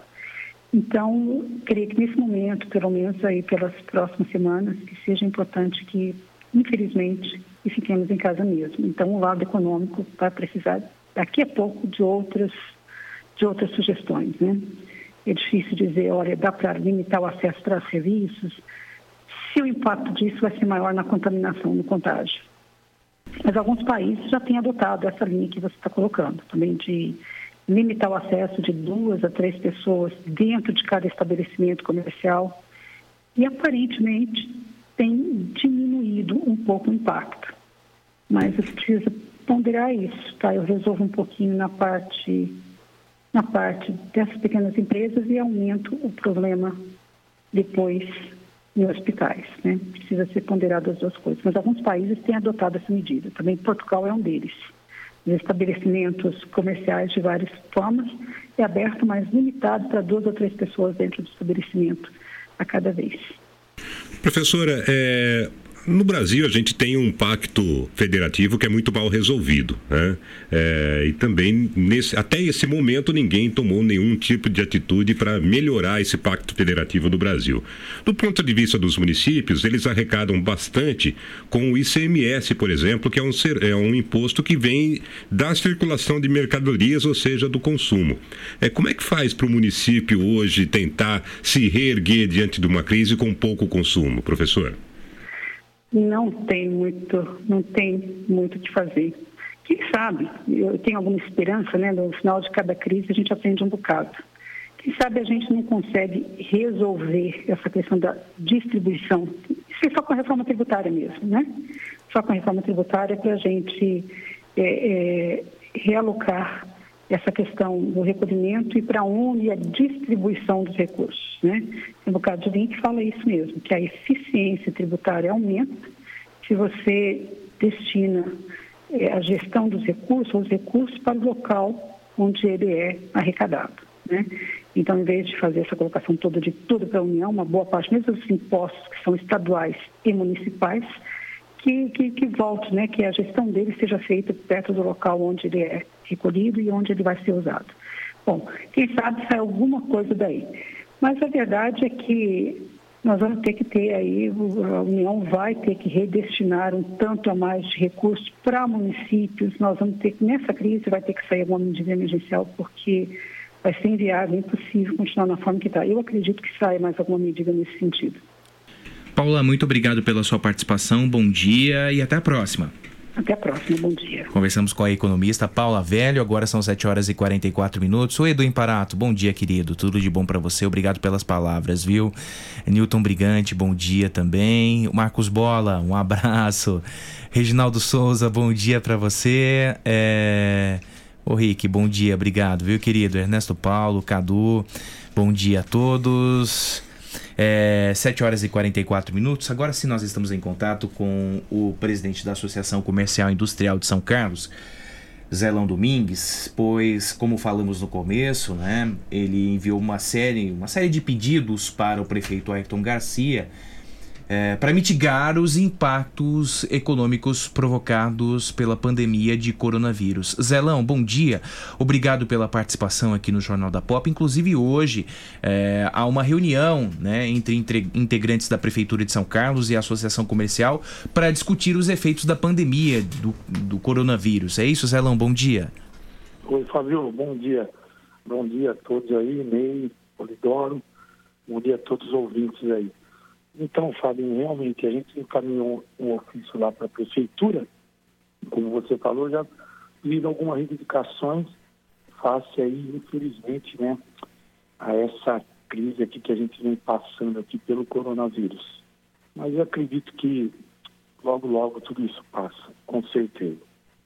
Então, creio que nesse momento, pelo menos aí pelas próximas semanas, que seja importante que, infelizmente, e fiquemos em casa mesmo. Então, o lado econômico vai precisar, daqui a pouco, de outras, de outras sugestões, né? É difícil dizer, olha, dá para limitar o acesso para serviços, se o impacto disso vai ser maior na contaminação, no contágio. Mas alguns países já têm adotado essa linha que você está colocando, também de limitar o acesso de duas a três pessoas dentro de cada estabelecimento comercial e, aparentemente, tem diminuído um pouco o impacto. Mas você precisa ponderar isso, tá? Eu resolvo um pouquinho na parte, na parte dessas pequenas empresas e aumento o problema depois em hospitais, né? Precisa ser ponderado as duas coisas. Mas alguns países têm adotado essa medida. Também Portugal é um deles. Os estabelecimentos comerciais de várias formas é aberto, mas limitado para duas ou três pessoas dentro do estabelecimento a cada vez. Professora, é, no Brasil a gente tem um pacto federativo que é muito mal resolvido, né? É, e também, nesse, até esse momento, ninguém tomou nenhum tipo de atitude para melhorar esse pacto federativo do Brasil. Do ponto de vista dos municípios, eles arrecadam bastante com o I C M S, por exemplo, que é um, é um imposto que vem da circulação de mercadorias, ou seja, do consumo. É, como é que faz para o município hoje tentar se reerguer diante de uma crise com pouco consumo, professor? Não tem muito, não tem muito o que fazer. Quem sabe, eu tenho alguma esperança, né? No final de cada crise a gente aprende um bocado. Quem sabe a gente não consegue resolver essa questão da distribuição. Isso é só com a reforma tributária mesmo, né? Só com a reforma tributária para a gente é, é, realocar essa questão do recolhimento e para onde a distribuição dos recursos, né? Tem um bocado de linha que fala isso mesmo, que a eficiência tributária aumenta se você destina é, a gestão dos recursos, os recursos para o local onde ele é arrecadado, né? Então, em vez de fazer essa colocação toda de tudo para a União, uma boa parte, mesmo dos impostos que são estaduais e municipais, que, que, que volte, né? Que a gestão dele seja feita perto do local onde ele é recolhido e onde ele vai ser usado. Bom, quem sabe sai alguma coisa daí. Mas a verdade é que nós vamos ter que ter aí, a União vai ter que redestinar um tanto a mais de recursos para municípios. Nós vamos ter que, nessa crise, vai ter que sair alguma medida emergencial, porque vai ser inviável, impossível continuar na forma que está. Eu acredito que saia mais alguma medida nesse sentido. Paula, muito obrigado pela sua participação, bom dia e até a próxima. Até a próxima, bom dia. Conversamos com a economista Paula Velho, agora são sete horas e quarenta e quatro minutos. Oi, Edu Imparato, bom dia, querido, tudo de bom para você, obrigado pelas palavras, viu? Newton Brigante, bom dia também. Marcos Bola, um abraço. Reginaldo Souza, bom dia para você. É... Ô Rick, bom dia, obrigado, viu, querido? Ernesto Paulo, Cadu, bom dia a todos. É, sete horas e quarenta e quatro minutos. Agora sim nós estamos em contato com o presidente da Associação Comercial e Industrial de São Carlos, Zelão Domingues, pois, como falamos no começo, né, ele enviou uma série, uma série de pedidos para o prefeito Ayrton Garcia é, para mitigar os impactos econômicos provocados pela pandemia de coronavírus. Zelão, bom dia. Obrigado pela participação aqui no Jornal da Pop. Inclusive hoje é, há uma reunião, né, entre integrantes da Prefeitura de São Carlos e a Associação Comercial para discutir os efeitos da pandemia do, do coronavírus. É isso, Zelão? Bom dia. Oi, Fabio. Bom dia. Bom dia a todos aí, Ney, Polidoro. Bom dia a todos os ouvintes aí. Então, Fábio, realmente a gente encaminhou um ofício lá para a prefeitura, como você falou, já devido a algumas reivindicações face aí, infelizmente, né, a essa crise aqui que a gente vem passando aqui pelo coronavírus. Mas eu acredito que logo, logo tudo isso passa, com certeza.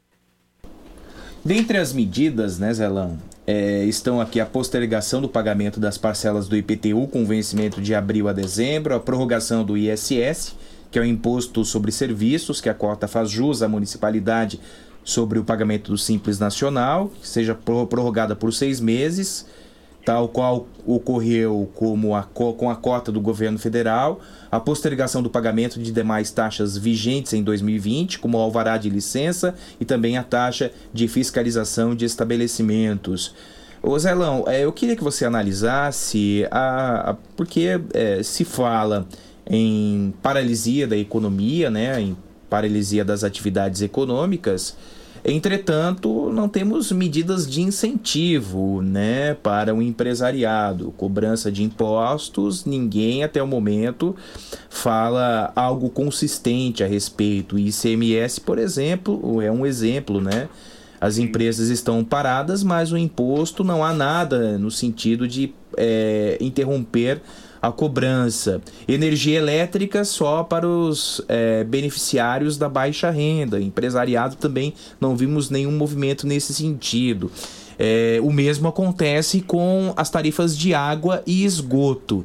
Dentre as medidas, né, Zelão, é, estão aqui a postergação do pagamento das parcelas do I P T U com vencimento de abril a dezembro, a prorrogação do I S S, que é o Imposto sobre Serviços, que a cota faz jus à municipalidade sobre o pagamento do Simples Nacional, que seja prorrogada por seis meses, tal qual ocorreu como a, com a cota do governo federal, a postergação do pagamento de demais taxas vigentes em dois mil e vinte, como o alvará de licença e também a taxa de fiscalização de estabelecimentos. Ô Zelão, eu queria que você analisasse, a, a, porque é, se fala em paralisia da economia, né, em paralisia das atividades econômicas. Entretanto, não temos medidas de incentivo, né, para o empresariado, cobrança de impostos, ninguém até o momento fala algo consistente a respeito. O I C M S, por exemplo, é um exemplo, né? As empresas estão paradas, mas o imposto não há nada no sentido de é, interromper a cobrança. Energia elétrica só para os é, beneficiários da baixa renda. Empresariado também não vimos nenhum movimento nesse sentido. É, o mesmo acontece com as tarifas de água e esgoto.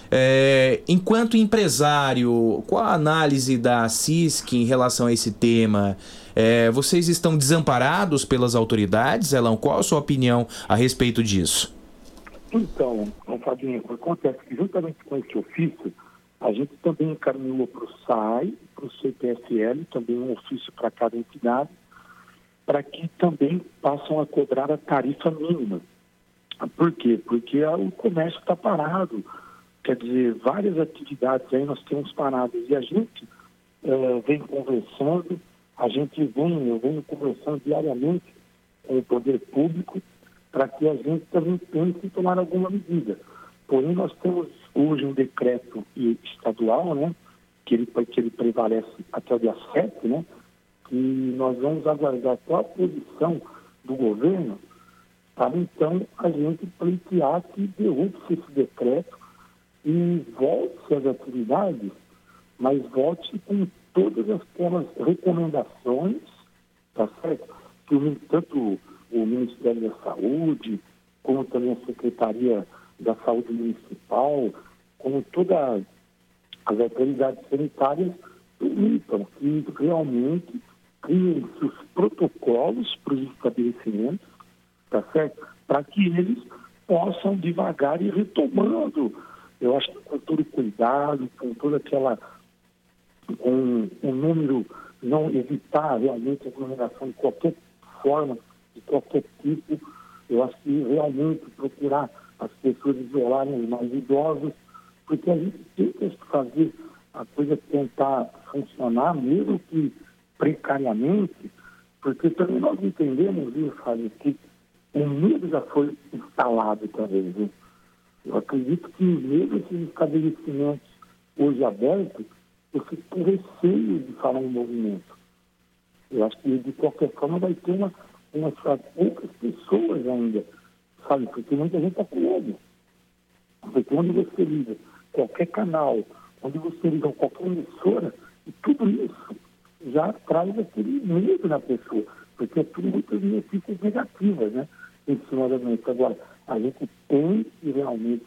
É, enquanto empresário, qual a análise da C I S C em relação a esse tema? É, vocês estão desamparados pelas autoridades, Zelão? Qual a sua opinião a respeito disso? Então, Fabinho, acontece que juntamente com esse ofício, a gente também encaminhou para o S A I, para o C P S L, também um ofício para cada entidade, para que também passem a cobrar a tarifa mínima. Por quê? Porque o comércio está parado, quer dizer, várias atividades aí nós temos paradas e a gente uh, vem conversando, a gente vem, eu venho conversando diariamente com o poder público, para que a gente também pense em tomar alguma medida. Porém, nós temos hoje um decreto estadual, né, que ele, que ele prevalece até o dia sete, né, e nós vamos aguardar qual a posição do governo para então a gente pleitear que derrube-se esse decreto e volte-se às atividades, mas volte com todas aquelas recomendações, tá certo? Que tanto o Ministério da Saúde, como também a Secretaria da Saúde Municipal, como todas as autoridades sanitárias permitam que realmente criem os protocolos para os estabelecimentos, tá certo? Para que eles possam devagar ir retomando. Eu acho que com todo cuidado, com toda aquela, com um número, não evitar realmente a aglomeração de qualquer forma, de qualquer tipo. Eu acho que realmente procurar as pessoas isolarem os mais idosos, porque a gente tem que fazer a coisa tentar funcionar, mesmo que precariamente, porque também nós entendemos, viu, Fábio, que o medo já foi instalado também, viu? Eu acredito que mesmo esses estabelecimentos hoje abertos, eu fico com receio de falar em movimento. Eu acho que de qualquer forma vai ter uma umas poucas pessoas ainda, sabe? Porque muita gente está com medo. Porque onde você liga qualquer canal, onde você liga qualquer emissora, e tudo isso já traz aquele medo na pessoa, porque é tudo muitas notícias negativas, né? Em cima da doença. Agora, a gente tem que realmente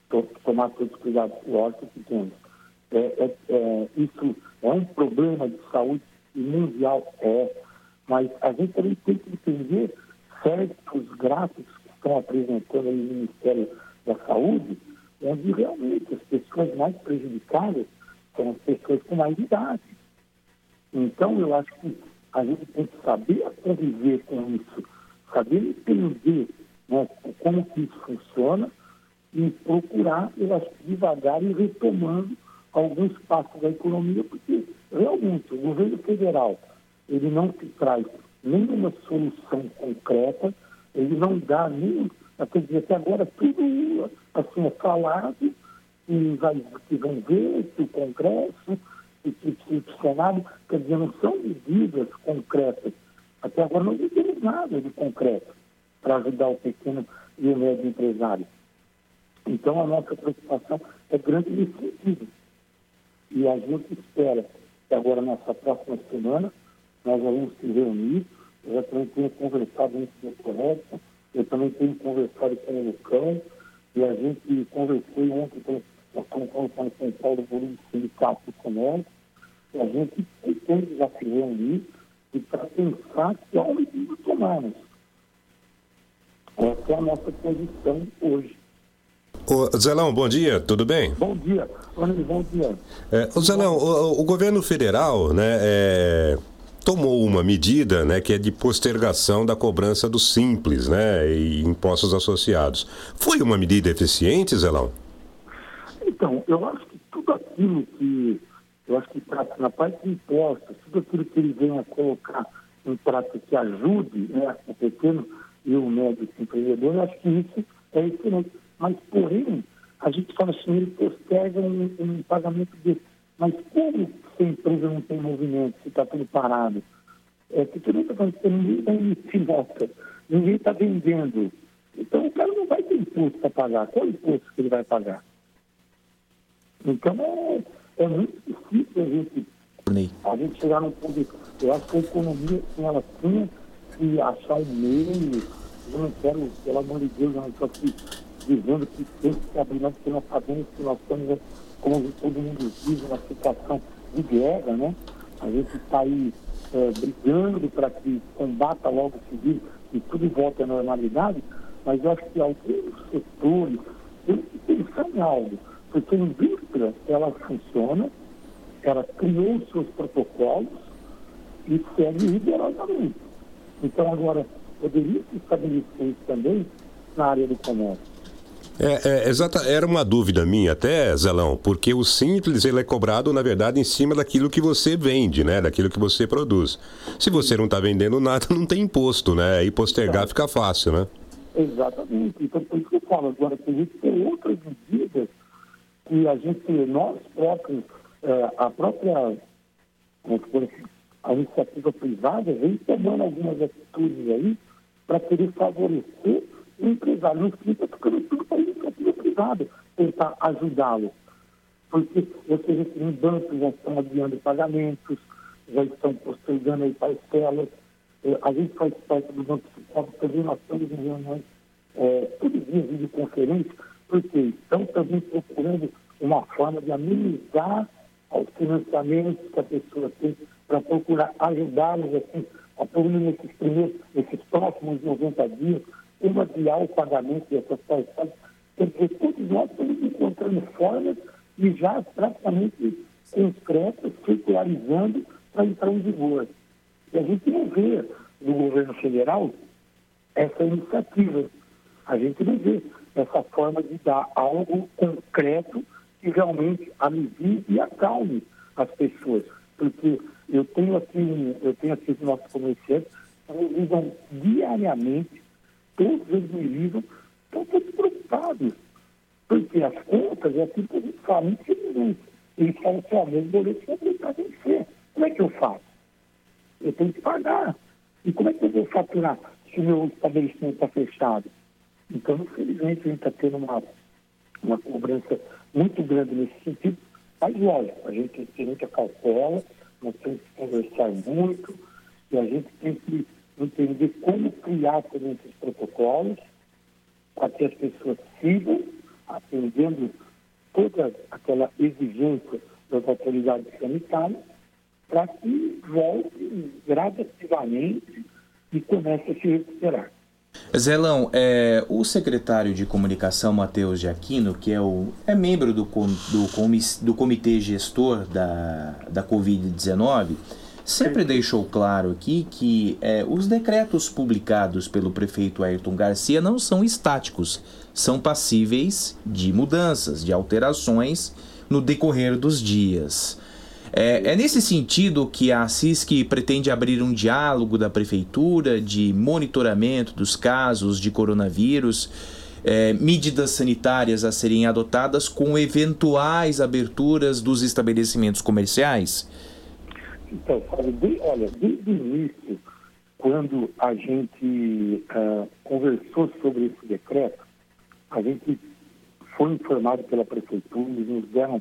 to- tomar todos os cuidados, lógico que temos. É, é, é, isso é um problema de saúde mundial, é, mas a gente também tem que entender certos gráficos que estão apresentando aí no Ministério da Saúde, onde realmente as pessoas mais prejudicadas são as pessoas com mais idade. Então, eu acho que a gente tem que saber conviver com isso, saber entender, né, como que isso funciona e procurar, eu acho que devagar e retomando alguns passos da economia, porque realmente o governo federal, ele não se traz nenhuma solução concreta, ele não dá nem, quer dizer, até agora tudo assim, é falado, e vai, que vão ver, que o Congresso, e que, que o Senado, quer dizer, não são medidas concretas. Até agora não temos nada de concreto para ajudar o pequeno e o médio empresário. Então a nossa preocupação é grande nesse sentido. E a gente espera que agora, nessa próxima semana, nós vamos se reunir. Eu já também tenho conversado com o doutor Edson, eu também tenho conversado com o Lucão, e a gente conversou ontem com nós estamos conversando com o Paulo Volume do Sindicato do Comércio, e a gente pretende já se reunir e para pensar que há medida tomarmos. Essa é a nossa posição hoje. Ô, Zelão, bom dia, tudo bem? Bom dia, Rony, bom dia. É, ô, Zelão, o, o governo federal, né, é, tomou uma medida, né, que é de postergação da cobrança do Simples, né, e impostos associados. Foi uma medida eficiente, Zelão? Então, eu acho que tudo aquilo que, eu acho que pra, na parte de impostos, tudo aquilo que ele vem a colocar em prática que ajude, né, o pequeno e o médio empreendedor, eu acho que isso é excelente. Mas, porém, a gente fala assim, ele posterga um, um pagamento desse. Mas como se a empresa não tem movimento, se está tudo parado? É porque não está acontecendo, ninguém está emitir nota, ninguém está vendendo. Então, o cara não vai ter imposto para pagar. Qual é o imposto que ele vai pagar? Então, é, é muito difícil a gente, a gente chegar num ponto de... Eu acho que a economia, assim, ela tinha que achar um meio. Eu não quero, pelo amor de Deus, eu não estou aqui dizendo que tem que se abrir, não, porque nós sabemos que nós estamos, como todo mundo diz, uma situação de guerra, né? A gente está aí é, brigando para que combata logo o civil e tudo volte à normalidade, mas eu acho que alguns setores têm que pensar em algo. Porque a indústria, ela funciona, ela criou os seus protocolos e segue rigorosamente. Então, agora, poderia se estabelecer isso também na área do comércio. É, é, exata, era uma dúvida minha até, Zelão, porque o Simples ele é cobrado, na verdade, em cima daquilo que você vende, né? Daquilo que você produz. Se você não está vendendo nada, não tem imposto, né? E postergar fica fácil, né? Exatamente. Então, por isso que eu falo agora, que a gente tem outras medidas que a gente, nós próprios, é, a própria a iniciativa privada vem tomando algumas atitudes aí para querer favorecer o empresário. No fim, está ficando tudo para a iniciativa privada, tentar ajudá-lo. Porque você vê que em bancos já estão adiando pagamentos, já estão postergando aí parcelas. É, a gente faz parte do Banco Central, também nós estamos em reuniões é, todos os dias de videoconferência, porque estão também procurando uma forma de amenizar os financiamentos que a pessoa tem para procurar ajudá-los assim, a pelo menos nesses primeiros, nesses próximos noventa dias, como adiar o pagamento dessas parcelas. Quer dizer, todos nós estamos encontrando formas e já praticamente concretas, circularizando para entrar em vigor. E a gente não vê no governo federal essa iniciativa. A gente não vê essa forma de dar algo concreto que realmente alivie e acalme as pessoas. Porque eu tenho aqui, eu tenho aqui os nossos comerciantes que me ligam diariamente, todos eles me ligam, estão todos preocupados. Porque as contas é assim que a gente fala, infelizmente. Eles falam assim, ó, meus boletos vão voltar a vencer. Como é que eu faço? Eu tenho que pagar. E como é que eu vou faturar se o meu estabelecimento está fechado? Então, infelizmente, a gente está tendo uma, uma cobrança muito grande nesse sentido. Mas, lógico, a gente tem muita cautela, nós temos que conversar muito, e a gente tem que entender como criar também esses protocolos para que as pessoas sigam atendendo toda aquela exigência das autoridades sanitárias para que volte gradativamente e comece a se recuperar. Zelão, é, o secretário de Comunicação, Matheus de Aquino, que é, o, é membro do, com, do, comi, do comitê gestor da, da covid dezenove, sempre deixou claro aqui que é, os decretos publicados pelo prefeito Ayrton Garcia não são estáticos, são passíveis de mudanças, de alterações no decorrer dos dias. É, é nesse sentido que a CISC pretende abrir um diálogo da Prefeitura de monitoramento dos casos de coronavírus, é, medidas sanitárias a serem adotadas com eventuais aberturas dos estabelecimentos comerciais? Então, Fábio, de, olha, desde o início, quando a gente uh, conversou sobre esse decreto, a gente foi informado pela Prefeitura, eles nos deram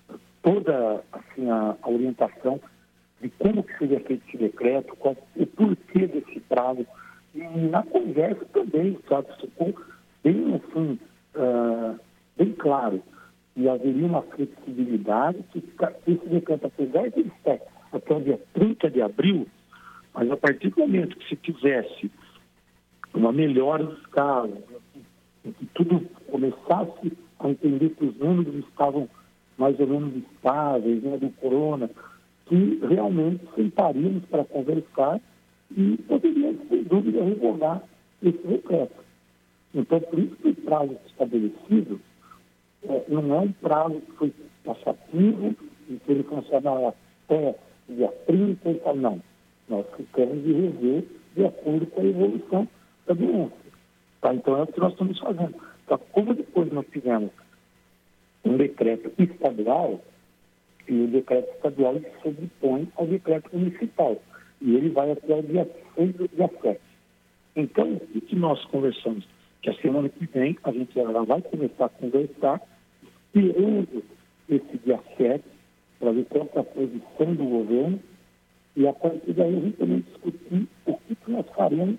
toda assim, a, a orientação de como que seria feito esse decreto, qual o porquê desse prazo. E na conversa também, sabe, ficou bem, assim, uh, bem claro. E haveria uma flexibilidade que esse decreto, apesar de estar até o dia trinta de abril, mas a partir do momento que se tivesse uma melhora dos casos, em que tudo começasse a entender que os números estavam mais ou menos estáveis, né, do corona, que realmente sentaríamos para conversar e poderíamos, sem dúvida, revogar esse decreto. Então, por isso que o prazo estabelecido é, não é um prazo que foi taxativo, e que ele funciona até dia trinta e tal, não. Nós ficamos de rever de acordo com a evolução da doença. Tá? Então, é o que nós estamos fazendo. Então, como depois nós tivemos um decreto estadual, e o decreto estadual se sobrepõe ao decreto municipal. E ele vai até o dia seis do dia sete. Então, o que nós conversamos? Que a semana que vem a gente já vai começar a conversar, esperando esse dia sete, para ver qual é a posição do governo, e a partir daí a gente também discutir o que, que nós faremos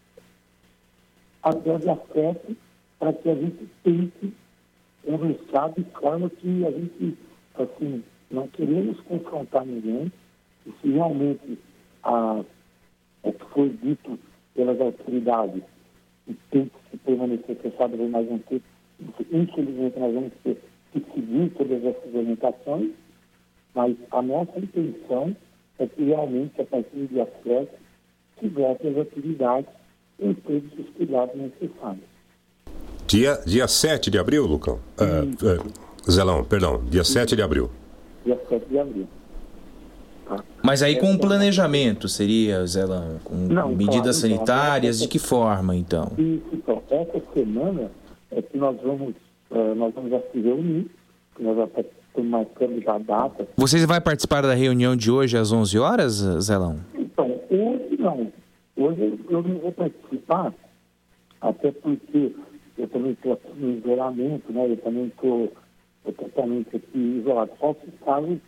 até o dia sete, para que a gente tente conversar de forma que a gente, assim, não queremos confrontar ninguém, e se realmente a, o que foi dito pelas autoridades e tem que permanecer fechado por mais um tempo, infelizmente nós vamos ter que seguir todas essas orientações, mas a nossa intenção é que realmente, a partir do dia sete, se volte às atividades com todos os cuidados necessários. Dia, dia sete de abril, Lucão? Uh, uh, Zelão, perdão, dia sete de abril. Dia sete de abril. Tá. Mas aí com o planejamento seria, Zelão, com Não, medidas claro, sanitárias, então, de que forma, então? Isso, então, essa semana é que nós vamos, uh, nós vamos já se reunir, nós já estamos marcando já a data. Você vai participar da reunião de hoje às onze horas, Zelão? Então, hoje não. Hoje eu não vou participar, até porque eu também estou aqui no isolamento, né? Eu também estou totalmente aqui isolado. Só se caso...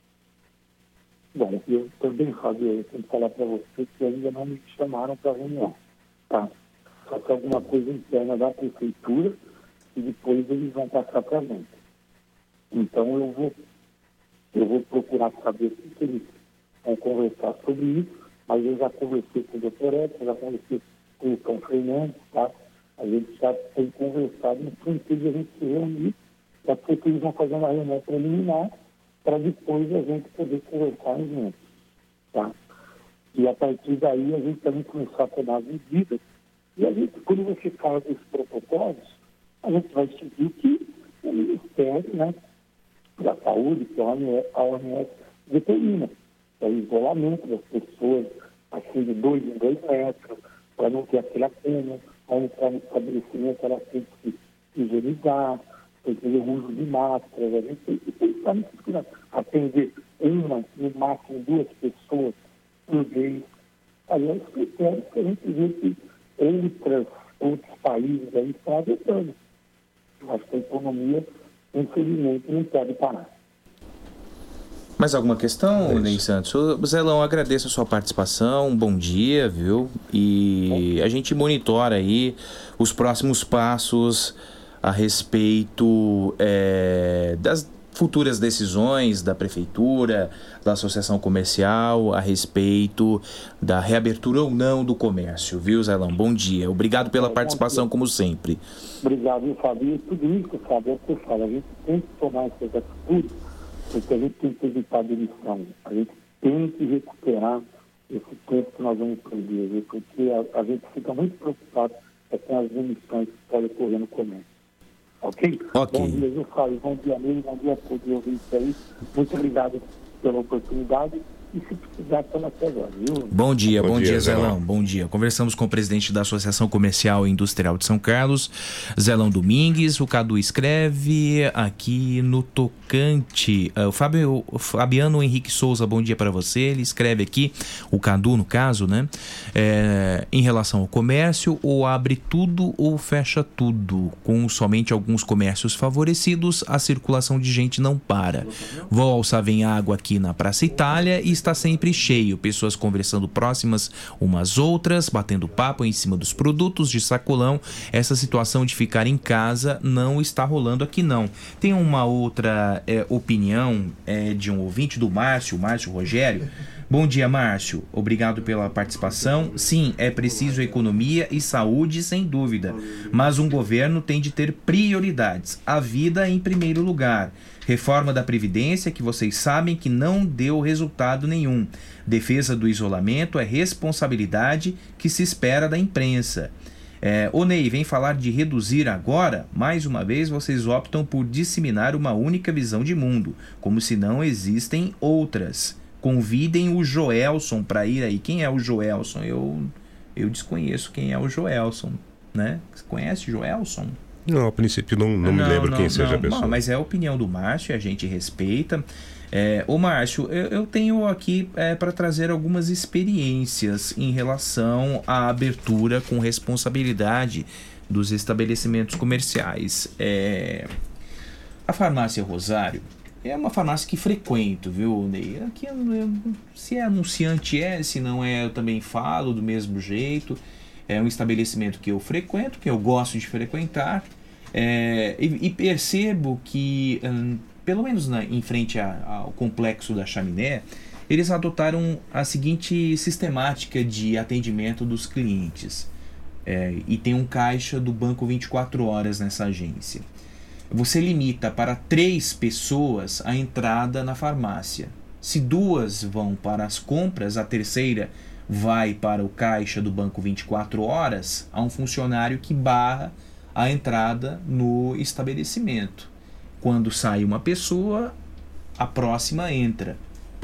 Bom, eu também, Fábio, eu tenho que falar para você que ainda não me chamaram para a reunião, tá? Só que alguma coisa interna da prefeitura e depois eles vão passar para a gente. Então eu vou, eu vou procurar saber o que eles vão conversar sobre isso, mas eu já conversei com o doutor Edson, já conversei com o Cão Fernandes, tá? A gente já tem conversado no sentido de a gente se reunir, para que eles vão fazer uma reunião preliminar, para depois a gente poder conversar juntos, tá? E a partir daí a gente também começar a tomar as medidas. E a gente, quando você faz esses protocolos, a gente vai seguir o que o Ministério, né, da Saúde, que a O M S determina. É o isolamento das pessoas, assim, de dois em dois metros, para não ter aquele acúmulo, para entrar no estabelecimento, ela tem que se higienizar, tem que ter o uso de máscaras, a gente tem que pensar nisso, né? Atender uma, no máximo duas pessoas por vez. Aí é os critérios que a gente vê que outras, outros países aí estão adotando. Mas que a economia, infelizmente, não pode parar. Mais alguma questão, Ney Santos? Zelão, agradeço a sua participação, bom dia, viu? E a gente monitora aí os próximos passos a respeito é, das futuras decisões da Prefeitura, da Associação Comercial, a respeito da reabertura ou não do comércio, viu, Zelão? Bom dia. Obrigado pela participação, como sempre. Obrigado, viu, Fabio? Tudo isso, Fábio, é o que eu falo. A gente tem que tomar essas atitudes, porque a gente tem que evitar a demissão. A gente tem que recuperar esse tempo que nós vamos perder, viu? Porque a, a gente fica muito preocupado com as demissões que podem ocorrer no comércio. Ok? Ok. Bom dia, viu, Fábio? Bom dia, amigo. Bom dia a todos os ouvintes aí. Muito obrigado pela oportunidade. E se precisar, estamos até agora, viu? Bom dia, bom, Bom dia, dia, Zelão. Zelão. Bom dia. Conversamos com o presidente da Associação Comercial e Industrial de São Carlos, Zelão Domingues. O Cadu escreve aqui no tocante. Uh, o, Fábio, o Fabiano Henrique Souza, bom dia para você. Ele escreve aqui, o Cadu no caso, né? É, em relação ao comércio, ou abre tudo ou fecha tudo. Com somente alguns comércios favorecidos, a circulação de gente não para. Vou alçar em água aqui na Praça Itália e está sempre cheio, pessoas conversando próximas umas outras, batendo papo em cima dos produtos de sacolão. Essa situação de ficar em casa não está rolando aqui não. Tem uma outra é, opinião é, de um ouvinte do Márcio, Márcio Rogério. Bom dia, Márcio. Obrigado pela participação. Sim, é preciso economia e saúde, sem dúvida. Mas um governo tem de ter prioridades. A vida em primeiro lugar. Reforma da Previdência, que vocês sabem que não deu resultado nenhum. Defesa do isolamento é responsabilidade que se espera da imprensa. É, ô Ney, vem falar de reduzir agora? Mais uma vez, vocês optam por disseminar uma única visão de mundo, como se não existem outras. Convidem o Joelson para ir aí. Quem é o Joelson? Eu, eu desconheço quem é o Joelson, né? Você conhece o Joelson? Não, a princípio não, não, não me lembro não, quem não, seja a pessoa. Não, mas é a opinião do Márcio, a gente respeita. É, ô Márcio, eu, eu tenho aqui é, para trazer algumas experiências em relação à abertura com responsabilidade dos estabelecimentos comerciais. É, a farmácia Rosário é uma farmácia que frequento, viu, Ney? Aqui, eu, eu, se é anunciante é, se não é, eu também falo do mesmo jeito. É um estabelecimento que eu frequento, que eu gosto de frequentar, é, e, e percebo que, hum, pelo menos na, em frente a, ao complexo da Chaminé, eles adotaram a seguinte sistemática de atendimento dos clientes. É, e tem um caixa do banco vinte e quatro horas nessa agência. Você limita para três pessoas a entrada na farmácia. Se duas vão para as compras, a terceira vai para o caixa do banco vinte e quatro horas, há um funcionário que barra a entrada no estabelecimento. Quando sai uma pessoa, a próxima entra.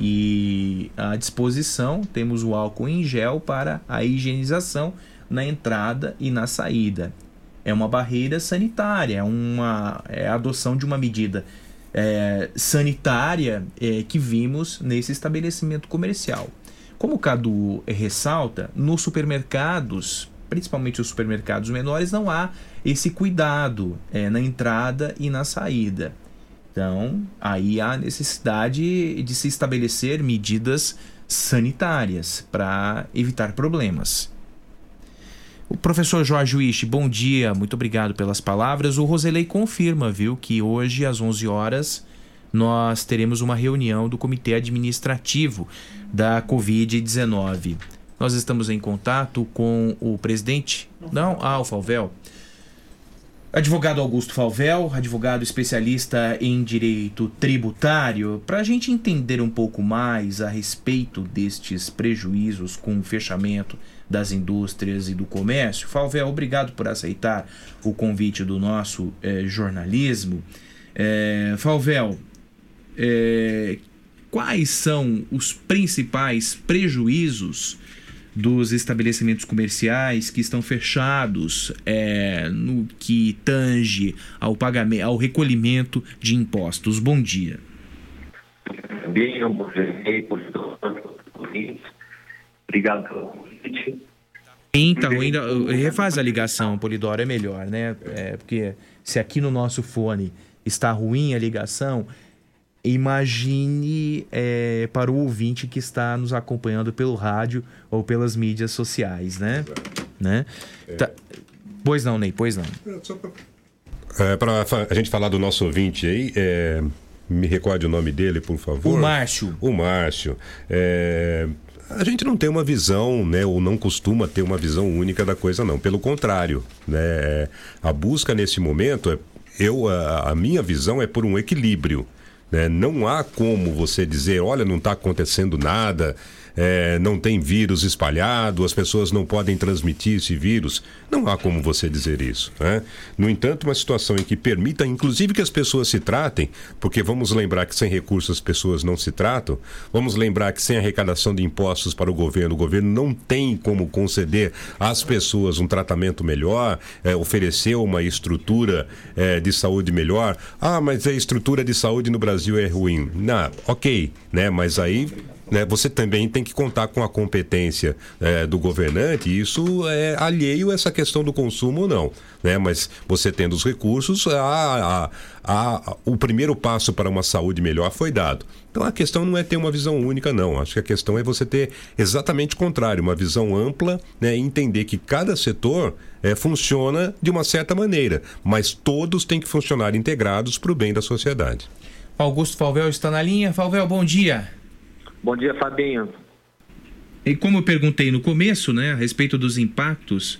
E à disposição temos o álcool em gel para a higienização na entrada e na saída. É uma barreira sanitária, é, uma, é a adoção de uma medida é, sanitária é, que vimos nesse estabelecimento comercial. Como o Cadu ressalta, nos supermercados, principalmente os supermercados menores, não há esse cuidado é, na entrada e na saída. Então, aí há necessidade de se estabelecer medidas sanitárias para evitar problemas. O professor Jorge Wish, bom dia, muito obrigado pelas palavras. O Roselei confirma, viu, que hoje às onze horas nós teremos uma reunião do Comitê Administrativo da covid dezenove. Nós estamos em contato com o presidente, não, ah, o Falvel, advogado Augusto Falvel, advogado especialista em direito tributário, para a gente entender um pouco mais a respeito destes prejuízos com o fechamento das indústrias e do comércio. Falvel, obrigado por aceitar o convite do nosso eh, jornalismo. Eh, Falvel, eh, quais são os principais prejuízos dos estabelecimentos comerciais que estão fechados é, no que tange ao pagamento, ao recolhimento de impostos? Bom dia. Bem, eu gostei por obrigado pelo convite. Então, ainda refaz a ligação, Polidoro, é melhor, né? É, porque se aqui no nosso fone está ruim a ligação, imagine é, para o ouvinte que está nos acompanhando pelo rádio ou pelas mídias sociais, né? né? É. Tá. Pois não, Ney, pois não. Só pra É, para a gente falar do nosso ouvinte aí, é, me recorde o nome dele, por favor. O Márcio. O Márcio. É, a gente não tem uma visão, né, ou não costuma ter uma visão única da coisa, não. Pelo contrário, né, a busca nesse momento, é, eu, a, a minha visão é por um equilíbrio. Né? Não há como você dizer, olha, não está acontecendo nada, é, não tem vírus espalhado, as pessoas não podem transmitir esse vírus. Não há como você dizer isso. Né? No entanto, uma situação em que permita, inclusive, que as pessoas se tratem, porque vamos lembrar que sem recursos as pessoas não se tratam, vamos lembrar que sem arrecadação de impostos para o governo, o governo não tem como conceder às pessoas um tratamento melhor, é, oferecer uma estrutura é, de saúde melhor. Ah, mas a estrutura de saúde no Brasil é ruim. Não, ok, né? Mas aí... Né, você também tem que contar com a competência é, do governante, e isso é alheio a essa questão do consumo ou não. Né, mas você tendo os recursos, a, a, a, o primeiro passo para uma saúde melhor foi dado. Então a questão não é ter uma visão única, não. Acho que a questão é você ter exatamente o contrário, uma visão ampla, né, e entender que cada setor é, funciona de uma certa maneira, mas todos têm que funcionar integrados para o bem da sociedade. Augusto Falvel está na linha. Falvel, bom dia. Bom dia, Fabinho. E como eu perguntei no começo, né, a respeito dos impactos,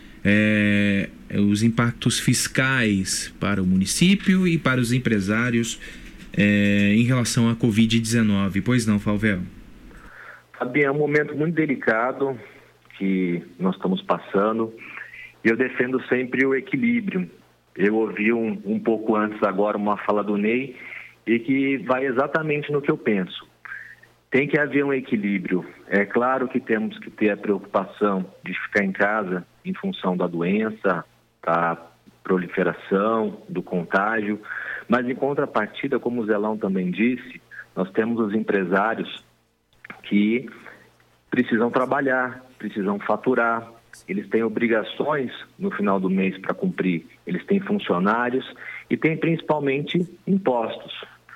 é, os impactos fiscais para o município e para os empresários é, em relação à covid dezenove. Pois não, Falvel? Fabinho, é um momento muito delicado que nós estamos passando e eu defendo sempre o equilíbrio. Eu ouvi um, um pouco antes agora uma fala do Ney e que vai exatamente no que eu penso. Tem que haver um equilíbrio. É claro que temos que ter a preocupação de ficar em casa em função da doença, da proliferação, do contágio, mas em contrapartida, como o Zelão também disse, nós temos os empresários que precisam trabalhar, precisam faturar, eles têm obrigações no final do mês para cumprir, eles têm funcionários e têm principalmente impostos.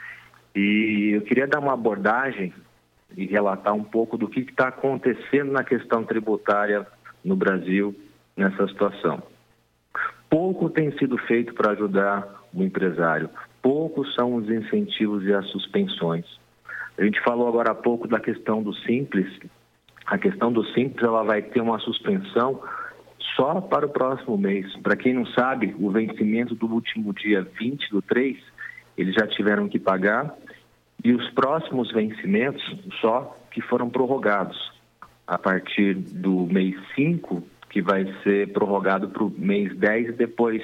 E eu queria dar uma abordagem e relatar um pouco do que está acontecendo na questão tributária no Brasil nessa situação. Pouco tem sido feito para ajudar o empresário, poucos são os incentivos e as suspensões. A gente falou agora há pouco da questão do Simples. A questão do Simples, ela vai ter uma suspensão só para o próximo mês. Para quem não sabe, o vencimento do último dia vinte do três, eles já tiveram que pagar. E os próximos vencimentos só que foram prorrogados a partir do mês cinco, que vai ser prorrogado para o mês dez e depois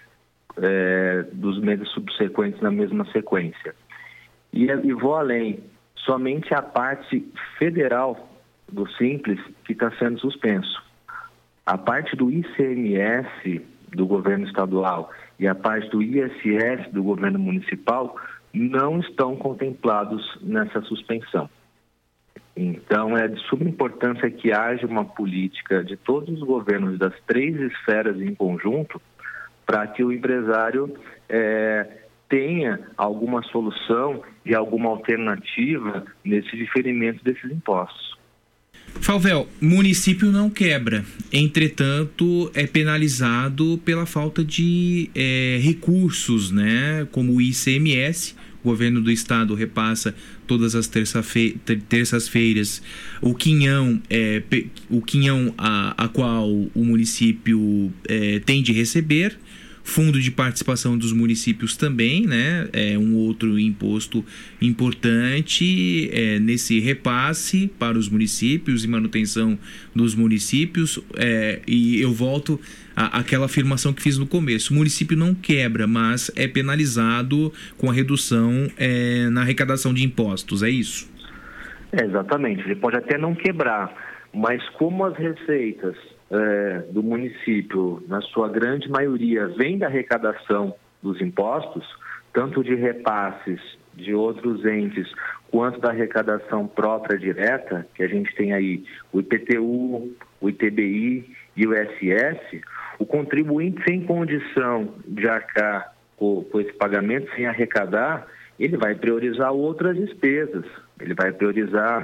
é, dos meses subsequentes na mesma sequência. E, e vou além, somente a parte federal do Simples que está sendo suspenso. A parte do I C M S do governo estadual e a parte do I S S do governo municipal não estão contemplados nessa suspensão. Então, é de suma importância que haja uma política de todos os governos das três esferas em conjunto para que o empresário é, tenha alguma solução e alguma alternativa nesse diferimento desses impostos. Falvel, município não quebra, entretanto é penalizado pela falta de é, recursos, né? Como o I C M S, o governo do estado repassa todas as terça-fe- terças-feiras o quinhão, é, o quinhão a, a qual o município é, tem de receber. Fundo de participação dos municípios também, né? É um outro imposto importante é, nesse repasse para os municípios e manutenção dos municípios. É, e eu volto à, àquela afirmação que fiz no começo: o município não quebra, mas é penalizado com a redução é, na arrecadação de impostos, é isso? É, exatamente, ele pode até não quebrar, mas como as receitas É, do município, na sua grande maioria, vem da arrecadação dos impostos, tanto de repasses de outros entes, quanto da arrecadação própria direta, que a gente tem aí o I P T U, o I T B I e o I S S, o contribuinte sem condição de arcar com, com esse pagamento, sem arrecadar, ele vai priorizar outras despesas, ele vai priorizar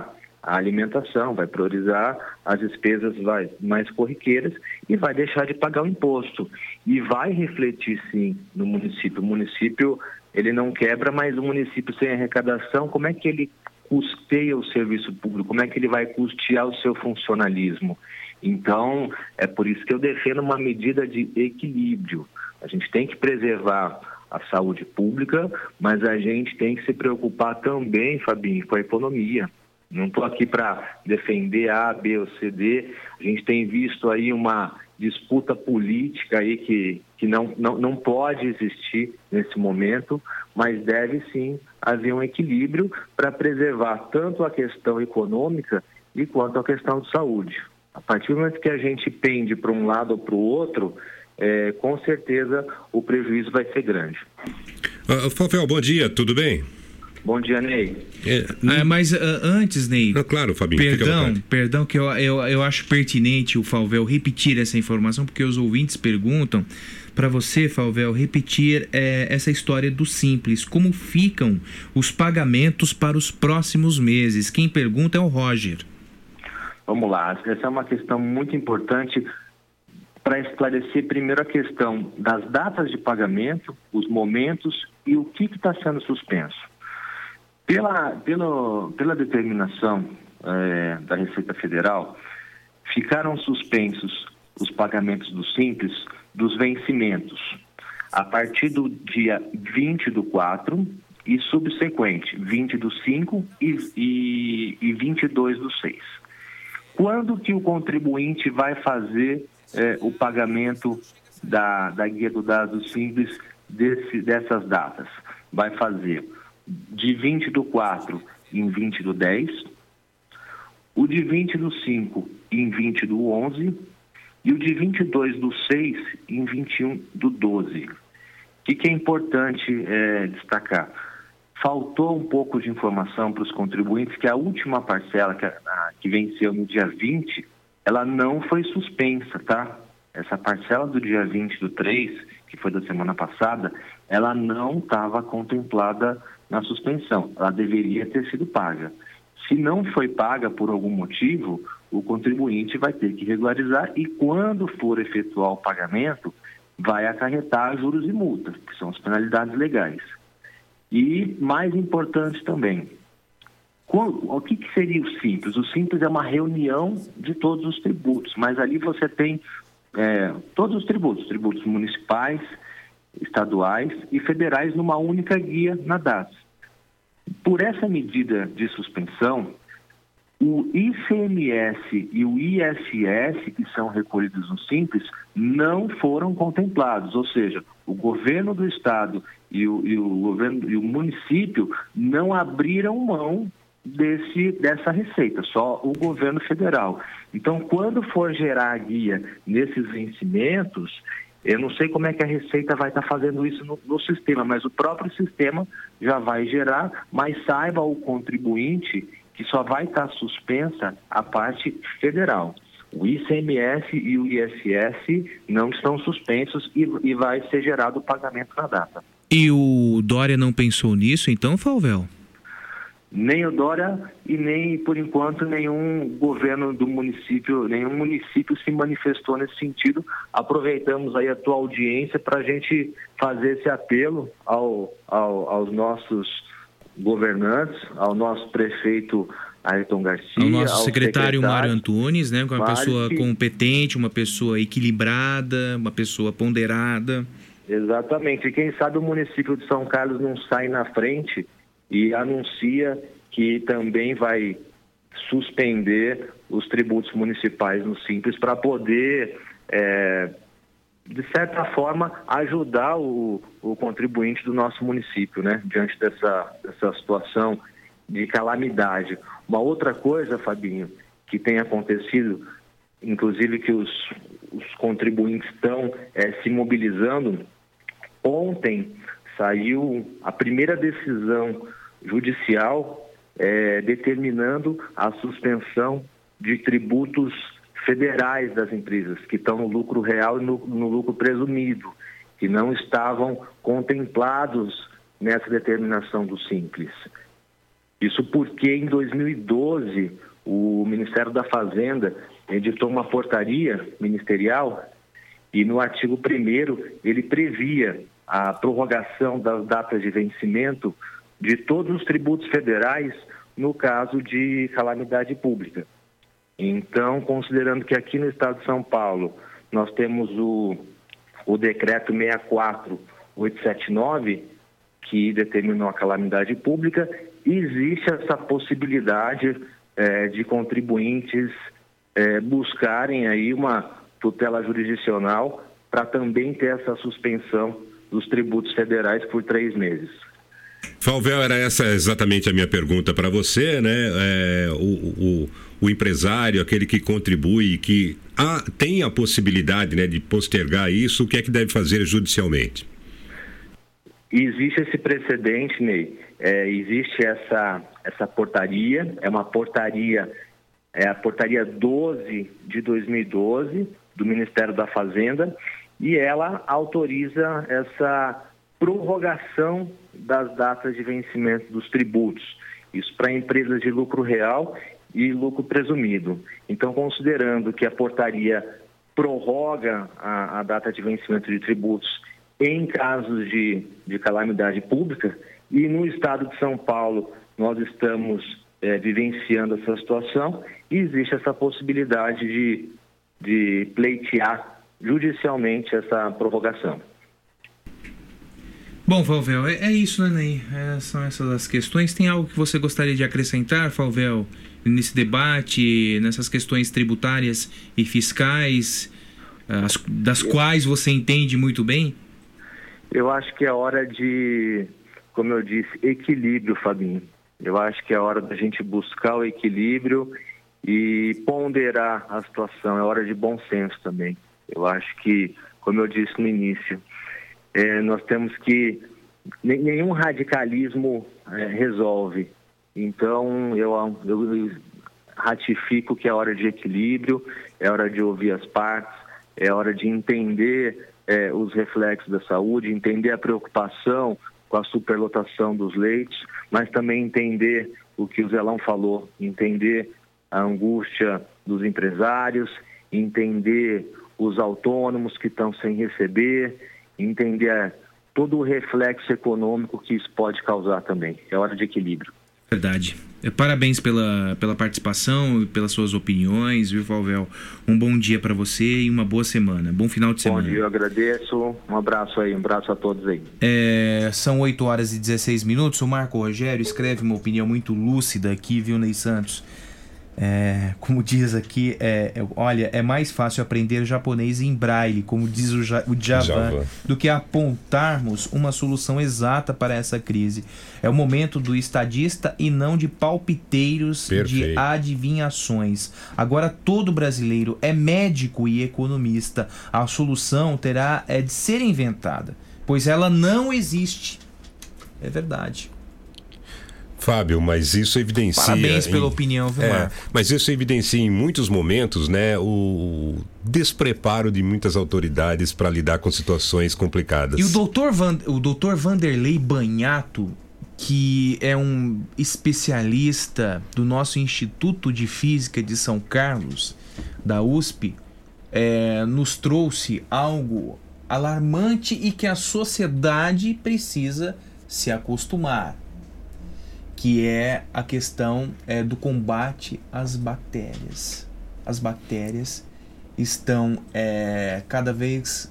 a alimentação, vai priorizar as despesas vai, mais corriqueiras e vai deixar de pagar o imposto. E vai refletir, sim, no município. O município, ele não quebra, mas o município sem arrecadação, como é que ele custeia o serviço público? Como é que ele vai custear o seu funcionalismo? Então, é por isso que eu defendo uma medida de equilíbrio. A gente tem que preservar a saúde pública, mas a gente tem que se preocupar também, Fabinho, com a economia. Não estou aqui para defender A, B ou C, D. A gente tem visto aí uma disputa política aí que, que não, não, não pode existir nesse momento, mas deve sim haver um equilíbrio para preservar tanto a questão econômica e quanto a questão de saúde. A partir do momento que a gente pende para um lado ou para o outro, é, com certeza o prejuízo vai ser grande. Uh, Favel, bom dia, tudo bem? Bom dia, Ney. É, ah, mas uh, antes, Ney... Ah, claro, Fabinho, Perdão, perdão que eu, eu, eu acho pertinente o Falvel repetir essa informação, porque os ouvintes perguntam para você, Falvel, repetir é, essa história do Simples. Como ficam os pagamentos para os próximos meses? Quem pergunta é o Roger. Vamos lá, essa é uma questão muito importante para esclarecer primeiro a questão das datas de pagamento, os momentos e o que está sendo suspenso. Pela, pela, pela determinação é, da Receita Federal, ficaram suspensos os pagamentos do Simples dos vencimentos a partir do dia vinte do quatro e subsequente, vinte do cinco e, e, e vinte e dois do seis. Quando que o contribuinte vai fazer é, o pagamento da, da guia do dado Simples desse, dessas datas? Vai fazer de vinte do quatro em vinte do dez, o de vinte do cinco em vinte do onze e o de vinte e dois do seis em vinte e um do doze. O que, que é importante é, destacar? Faltou um pouco de informação para os contribuintes que a última parcela, que, a, que venceu no dia vinte, ela não foi suspensa, tá? Essa parcela do dia vinte do três, que foi da semana passada, ela não estava contemplada na suspensão. Ela deveria ter sido paga. Se não foi paga por algum motivo, o contribuinte vai ter que regularizar e, quando for efetuar o pagamento, vai acarretar juros e multas, que são as penalidades legais. E, mais importante também, o que, que seria o Simples? O Simples é uma reunião de todos os tributos, mas ali você tem é, todos os tributos, tributos municipais, estaduais e federais numa única guia na D A S. Por essa medida de suspensão, o I C M S e o I S S, que são recolhidos no Simples, não foram contemplados, ou seja, o governo do estado e o, e o, governo, e o município não abriram mão desse, dessa receita, só o governo federal. Então, quando for gerar a guia nesses vencimentos, eu não sei como é que a Receita vai estar fazendo isso no, no sistema, mas o próprio sistema já vai gerar, mas saiba o contribuinte que só vai estar suspensa a parte federal. O I C M S e o I S S não estão suspensos e, e vai ser gerado o pagamento na data. E o Dória não pensou nisso, então, Falvel? Nem o Dória e nem, por enquanto, nenhum governo do município, nenhum município se manifestou nesse sentido. Aproveitamos aí a tua audiência para a gente fazer esse apelo ao, ao, aos nossos governantes, ao nosso prefeito Ayrton Garcia, ao nosso ao secretário, secretário Mário Antunes, né, uma Mário, pessoa que... competente, uma pessoa equilibrada, uma pessoa ponderada. Exatamente. E quem sabe o município de São Carlos não sai na frente e anuncia que também vai suspender os tributos municipais no Simples para poder, é, de certa forma, ajudar o, o contribuinte do nosso município, né, diante dessa, dessa situação de calamidade. Uma outra coisa, Fabinho, que tem acontecido, inclusive que os, os contribuintes estão é, se mobilizando, ontem saiu a primeira decisão judicial é, determinando a suspensão de tributos federais das empresas que estão no lucro real e no, no lucro presumido, que não estavam contemplados nessa determinação do Simples. Isso porque em dois mil e doze Ministério da Fazenda editou uma portaria ministerial e no artigo primeiro ele previa a prorrogação das datas de vencimento de todos os tributos federais no caso de calamidade pública. Então, considerando que aqui no estado de São Paulo nós temos o, o decreto seis quatro mil oitocentos e setenta e nove, que determinou a calamidade pública, existe essa possibilidade eh, de contribuintes eh, buscarem aí uma tutela jurisdicional para também ter essa suspensão dos tributos federais por três meses. Falvel, era essa exatamente a minha pergunta para você, né? É, o, o, o empresário, aquele que contribui, que há, tem a possibilidade, né, de postergar isso, o que é que deve fazer judicialmente? Existe esse precedente, Ney. É, existe essa, essa portaria, é uma portaria, é a portaria doze de dois mil e doze, do Ministério da Fazenda, e ela autoriza essa prorrogação das datas de vencimento dos tributos. Isso para empresas de lucro real e lucro presumido. Então, considerando que a portaria prorroga a, a data de vencimento de tributos em casos de, de calamidade pública, e no estado de São Paulo nós estamos é, vivenciando essa situação, e existe essa possibilidade de, de pleitear judicialmente essa prorrogação. Bom, Falvel, é, é isso, né, Ney? É, são essas as questões. Tem algo que você gostaria de acrescentar, Falvel, nesse debate, nessas questões tributárias e fiscais, as, das quais você entende muito bem? Eu acho que é hora de, como eu disse, equilíbrio, Fabinho. Eu acho que é hora da gente buscar o equilíbrio e ponderar a situação. É hora de bom senso também. Eu acho que, como eu disse no início, é, nós temos que... Nenhum radicalismo é, resolve. Então, eu, eu ratifico que é hora de equilíbrio, é hora de ouvir as partes, é hora de entender é, os reflexos da saúde, entender a preocupação com a superlotação dos leitos, mas também entender o que o Zelão falou, entender a angústia dos empresários, entender os autônomos que estão sem receber, entender todo o reflexo econômico que isso pode causar também. É hora de equilíbrio. Verdade. Parabéns pela, pela participação e pelas suas opiniões, viu, Falvel? Um bom dia para você e uma boa semana. Bom final de semana. Bom dia, eu agradeço. Um abraço aí, um abraço a todos aí. É, são oito horas e dezesseis minutos. O Marco Rogério escreve uma opinião muito lúcida aqui, viu, Ney Santos? É, como diz aqui, é, é, olha, é mais fácil aprender japonês em braille, como diz o, ja, o Djavan, Java. do que apontarmos uma solução exata para essa crise. É o momento do estadista e não de palpiteiros. Perfeito. De adivinhações. Agora todo brasileiro é médico e economista. A solução terá é de ser inventada, pois ela não existe. É verdade. Fábio, mas isso evidencia... Parabéns pela em, opinião, viu, é, Marco? Mas isso evidencia em muitos momentos, né, o despreparo de muitas autoridades para lidar com situações complicadas. E o doutor, Van, o doutor Vanderlei Banhato, que é um especialista do nosso Instituto de Física de São Carlos, da U S P, é, nos trouxe algo alarmante e que a sociedade precisa se acostumar, que é a questão é, do combate às bactérias. As bactérias estão é, cada vez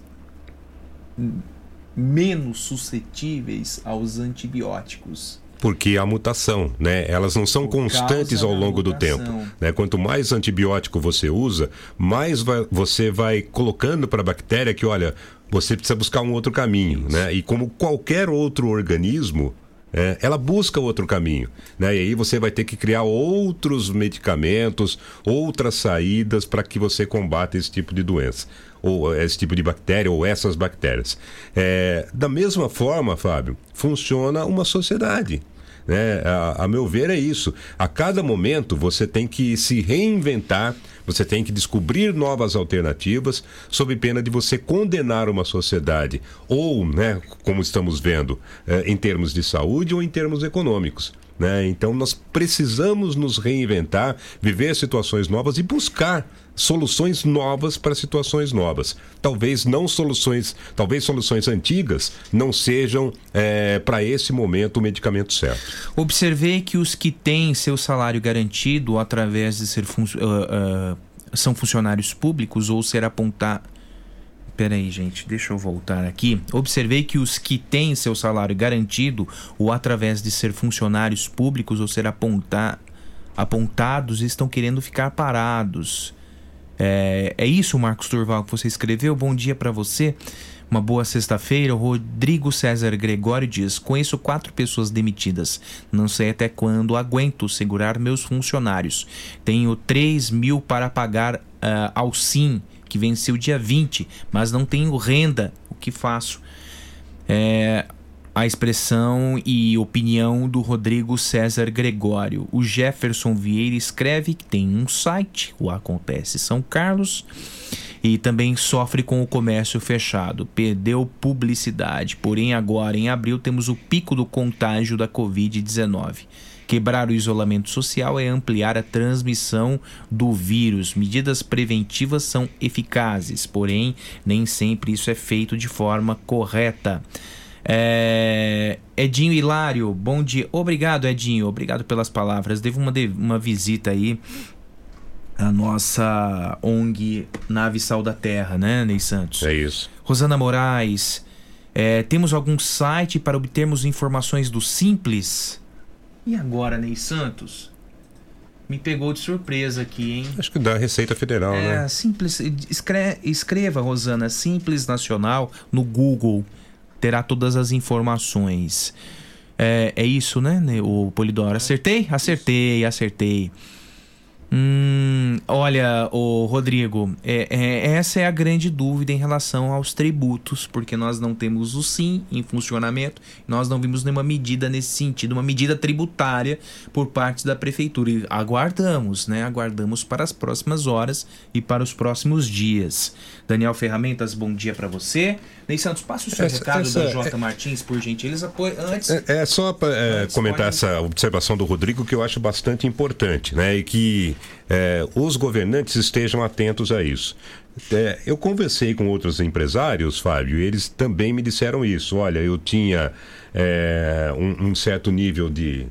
menos suscetíveis aos antibióticos. Porque a mutação, né? Elas não são Por constantes ao longo do tempo, né? Quanto mais antibiótico você usa, mais vai, você vai colocando para a bactéria que, olha, você precisa buscar um outro caminho, né? E como qualquer outro organismo, É, ela busca outro caminho, né? E aí você vai ter que criar outros medicamentos, outras saídas para que você combata esse tipo de doença, ou esse tipo de bactéria, ou essas bactérias. É, da mesma forma, Fábio, funciona uma sociedade. Né? A, a meu ver é isso. A cada momento você tem que se reinventar, você tem que descobrir novas alternativas, sob pena de você condenar uma sociedade, ou, né, como estamos vendo, eh, em termos de saúde ou em termos econômicos. né? Então nós precisamos nos reinventar, viver situações novas e buscar soluções novas para situações novas. Talvez não soluções, talvez soluções antigas não sejam é, para esse momento o medicamento certo. Observei que os que têm seu salário garantido através de ser fun- uh, uh, são funcionários públicos ou ser apontar. Peraí, gente, deixa eu voltar aqui. Observei que os que têm seu salário garantido ou através de ser funcionários públicos ou ser apontar, apontados estão querendo ficar parados. É, é isso, Marcos Turval, que você escreveu. Bom dia para você. Uma boa sexta-feira. O Rodrigo César Gregório diz: conheço quatro pessoas demitidas. Não sei até quando aguento segurar meus funcionários. Tenho três mil para pagar uh, ao Sim, que venceu dia vinte, mas não tenho renda. O que faço? É a expressão e opinião do Rodrigo César Gregório. O Jefferson Vieira escreve que tem um site, o Acontece São Carlos, e também sofre com o comércio fechado. Perdeu publicidade. Porém, agora, em abril, temos o pico do contágio da covid dezenove. Quebrar o isolamento social é ampliar a transmissão do vírus. Medidas preventivas são eficazes, porém, nem sempre isso é feito de forma correta. É... Edinho Hilário, bom dia. Obrigado, Edinho, obrigado pelas palavras. Devo uma, uma visita aí à nossa O N G Nave Sal da Terra, né, Ney Santos? É isso. Rosana Moraes, é, temos algum site para obtermos informações do Simples? E agora, Ney Santos? Me pegou de surpresa aqui, hein? Acho que da Receita Federal, é, né? Simples, escreva, escreva, Rosana, Simples Nacional no Google. Terá todas as informações. É, é isso, né, o Polidoro? Acertei? Acertei, acertei. Hum, olha, o Rodrigo, é, é, essa é a grande dúvida em relação aos tributos, porque nós não temos o Sim em funcionamento, nós não vimos nenhuma medida nesse sentido, uma medida tributária por parte da prefeitura. E aguardamos, né? Aguardamos para as próximas horas e para os próximos dias. Daniel Ferramentas, bom dia para você. Ney Santos, passa o seu essa, recado essa, da J. É, Martins, por gentileza. Antes, é, é só para é, comentar pode... essa observação do Rodrigo, que eu acho bastante importante, né? E que é, os governantes estejam atentos a isso. É, eu conversei com outros empresários, Fábio, e eles também me disseram isso. Olha, eu tinha é, um, um certo nível de,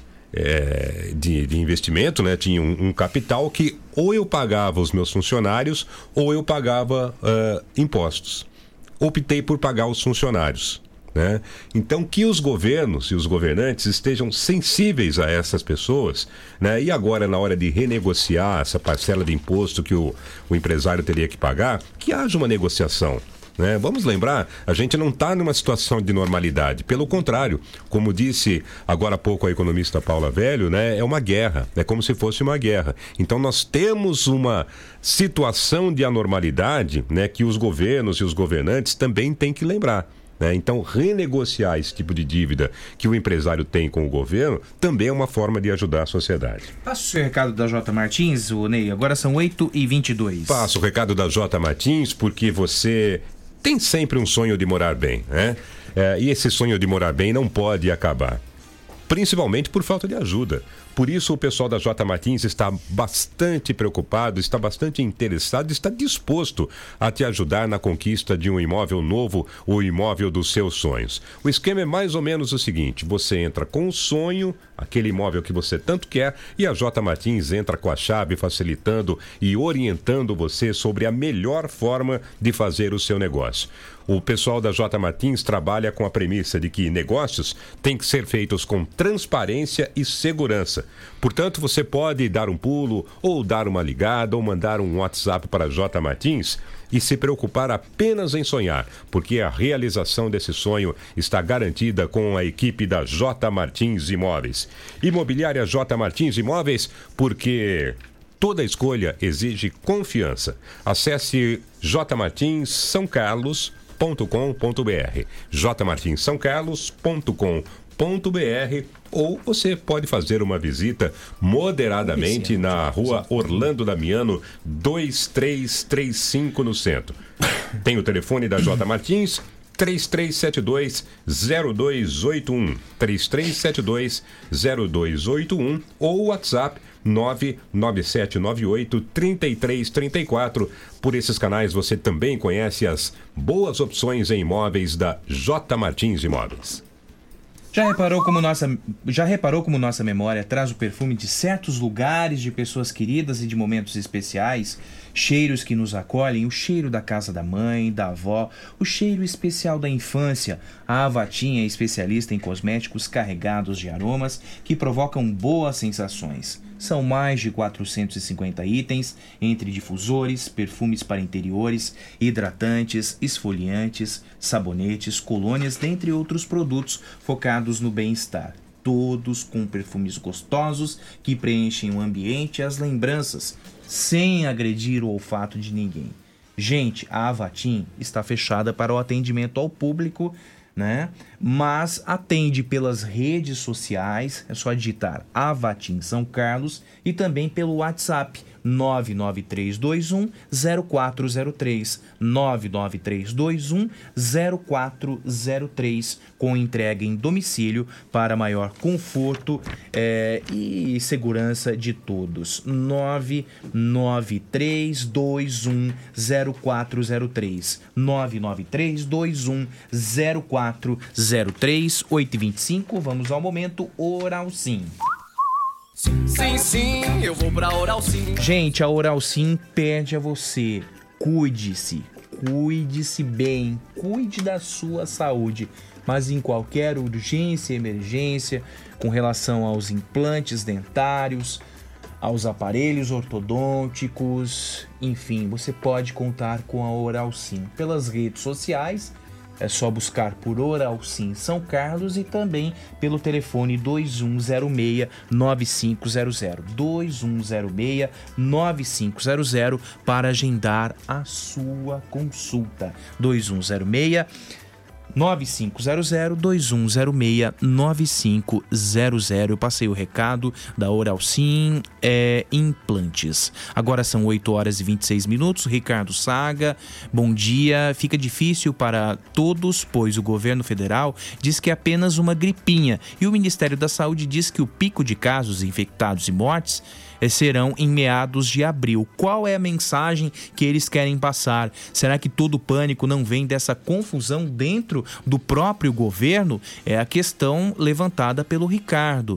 é, de, de investimento, né? Tinha um, um capital que ou eu pagava os meus funcionários ou eu pagava uh, impostos. Optei por pagar os funcionários, né? Então, que os governos e os governantes estejam sensíveis a essas pessoas, né? E agora, na hora de renegociar essa parcela de imposto que o, o empresário teria que pagar, que haja uma negociação, né? Vamos lembrar, a gente não está numa situação de normalidade. Pelo contrário, como disse agora há pouco a economista Paula Velho, né? É uma guerra, é como se fosse uma guerra. Então nós temos uma situação de anormalidade, né? Que os governos e os governantes também têm que lembrar, né? Então renegociar esse tipo de dívida que o empresário tem com o governo também é uma forma de ajudar a sociedade. Passa o seu recado da J. Martins, o Ney, agora são oito e vinte e dois. Passa o recado da J. Martins porque você tem sempre um sonho de morar bem, né? É, e esse sonho de morar bem não pode acabar, principalmente por falta de ajuda. Por isso o pessoal da J. Martins está bastante preocupado, está bastante interessado, está disposto a te ajudar na conquista de um imóvel novo, o imóvel dos seus sonhos. O esquema é mais ou menos o seguinte: você entra com o sonho, aquele imóvel que você tanto quer, e a J. Martins entra com a chave, facilitando e orientando você sobre a melhor forma de fazer o seu negócio. O pessoal da J. Martins trabalha com a premissa de que negócios têm que ser feitos com transparência e segurança. Portanto, você pode dar um pulo, ou dar uma ligada, ou mandar um WhatsApp para a J. Martins e se preocupar apenas em sonhar, porque a realização desse sonho está garantida com a equipe da J. Martins Imóveis. Imobiliária J. Martins Imóveis, porque toda escolha exige confiança. Acesse j martins são carlos ponto com ponto b r, j martins são carlos ponto com ponto b r, ou você pode fazer uma visita moderadamente na rua Orlando Damiano dois três três cinco no centro. Tem o telefone da J. Martins três três sete dois, zero dois oito um, três três sete dois, zero dois oito um ou WhatsApp nove nove sete nove oito, três três três quatro. Por esses canais você também conhece as boas opções em imóveis da J. Martins Imóveis. Já reparou como nossa, já reparou como nossa memória traz o perfume de certos lugares, de pessoas queridas e de momentos especiais? Cheiros que nos acolhem, o cheiro da casa da mãe, da avó, o cheiro especial da infância. A Avatim é especialista em cosméticos carregados de aromas que provocam boas sensações. São mais de quatrocentos e cinquenta itens, entre difusores, perfumes para interiores, hidratantes, esfoliantes, sabonetes, colônias, dentre outros produtos focados no bem-estar. Todos com perfumes gostosos que preenchem o ambiente e as lembranças, sem agredir o olfato de ninguém. Gente, a Avatim está fechada para o atendimento ao público, né? Mas atende pelas redes sociais, é só digitar Avatim São Carlos e também pelo WhatsApp nove nove três dois um, zero quatro zero três, nove nove três dois um, zero quatro zero três, com entrega em domicílio para maior conforto é, e segurança de todos. nove nove três dois um, zero quatro zero três, nove nove três dois um, zero quatro zero três, oito e vinte e cinco. Vamos ao momento Oral Sim. Sim, sim, eu vou pra Oral Sim. Gente, a Oral Sim pede a você, cuide-se, cuide-se bem, cuide da sua saúde, mas em qualquer urgência, emergência, com relação aos implantes dentários, aos aparelhos ortodônticos, enfim, você pode contar com a Oral Sim pelas redes sociais. É só buscar por Oral Sim São Carlos e também pelo telefone dois um zero seis, nove cinco zero zero, dois um zero seis, nove cinco zero zero para agendar a sua consulta. dois um zero seis, nove cinco zero zero, dois um zero seis, nove cinco zero zero. Eu passei o recado da Oral Sim é, Implantes. Agora são oito horas e vinte e seis minutos. Ricardo Saga, bom dia. Fica difícil para todos, pois o governo federal diz que é apenas uma gripinha e o Ministério da Saúde diz que o pico de casos infectados e mortes serão em meados de abril. Qual é a mensagem que eles querem passar? Será que todo o pânico não vem dessa confusão dentro do próprio governo? É a questão levantada pelo Ricardo.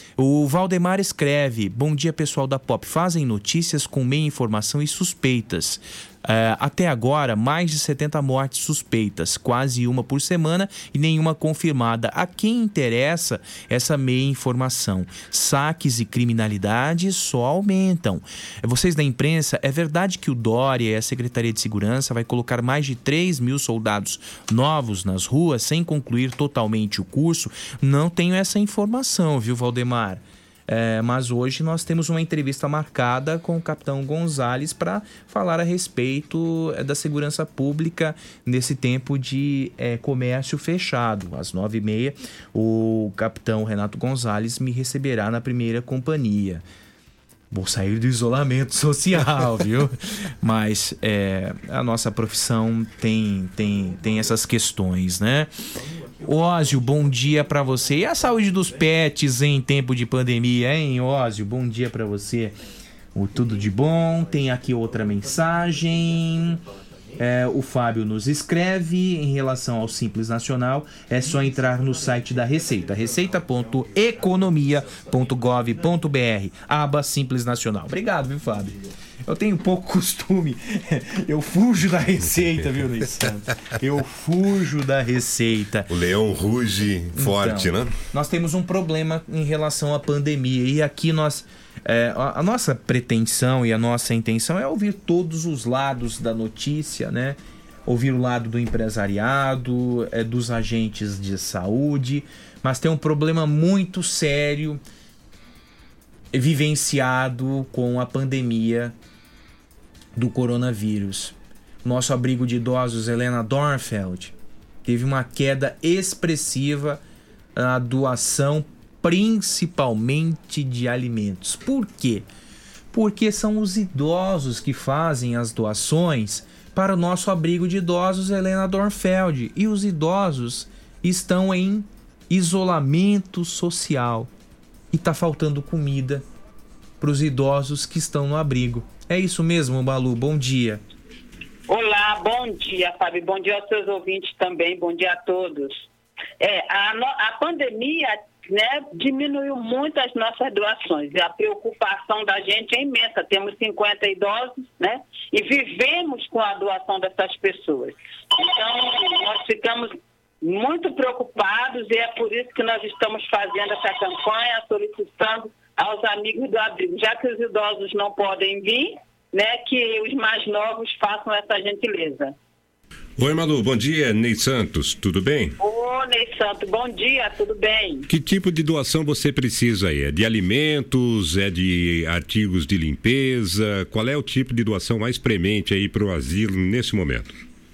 O Valdemar escreve: bom dia, pessoal da Pop, fazem notícias com meia informação e suspeitas. Uh, até agora, mais de setenta mortes suspeitas, quase uma por semana e nenhuma confirmada. A quem interessa essa meia informação? Saques e criminalidade só aumentam. Vocês da imprensa, é verdade que o Dória e a Secretaria de Segurança vai colocar mais de três mil soldados novos nas ruas sem concluir totalmente o curso? Não tenho essa informação, viu, Valdemar? É, mas hoje nós temos uma entrevista marcada com o capitão Gonzalez para falar a respeito da segurança pública nesse tempo de é, comércio fechado. Às nove e meia, o capitão Renato Gonzalez me receberá na primeira companhia. Vou sair do isolamento social, viu? Mas é, a nossa profissão tem, tem, tem essas questões, né? Ósio, bom dia pra você. E a saúde dos pets em tempo de pandemia, hein, Ósio? Bom dia pra você. O tudo de bom. Tem aqui outra mensagem. É, o Fábio nos escreve em relação ao Simples Nacional. É só entrar no site da Receita, receita ponto economia ponto gov ponto br, aba Simples Nacional. Obrigado, viu, Fábio? Eu tenho pouco costume, eu fujo da Receita, viu, Ney Santos? Eu fujo da Receita. O leão ruge forte, então, né? Nós temos um problema em relação à pandemia e aqui nós... É, a, a nossa pretensão e a nossa intenção é ouvir todos os lados da notícia, né? Ouvir o lado do empresariado, é, dos agentes de saúde, mas tem um problema muito sério vivenciado com a pandemia do coronavírus. Nosso abrigo de idosos, Helena Dornfeld, teve uma queda expressiva na doação, principalmente de alimentos. Por quê? Porque são os idosos que fazem as doações para o nosso abrigo de idosos Helena Dornfeld. E os idosos estão em isolamento social e está faltando comida para os idosos que estão no abrigo. É isso mesmo, Malu? Bom dia. Olá, bom dia, Fábio. Bom dia aos seus ouvintes também. Bom dia a todos. É, a, no, a pandemia, né, diminuiu muito as nossas doações. E a preocupação da gente é imensa. Temos cinquenta idosos, né? E vivemos com a doação dessas pessoas. Então, nós ficamos muito preocupados e é por isso que nós estamos fazendo essa campanha, solicitando aos amigos do abrigo, já que os idosos não podem vir, né, que os mais novos façam essa gentileza. Oi, Malu, bom dia, Ney Santos, tudo bem? Ô, Ney Santos, bom dia, tudo bem? Que tipo de doação você precisa aí? É de alimentos, é de artigos de limpeza? Qual é o tipo de doação mais premente aí para o asilo nesse momento?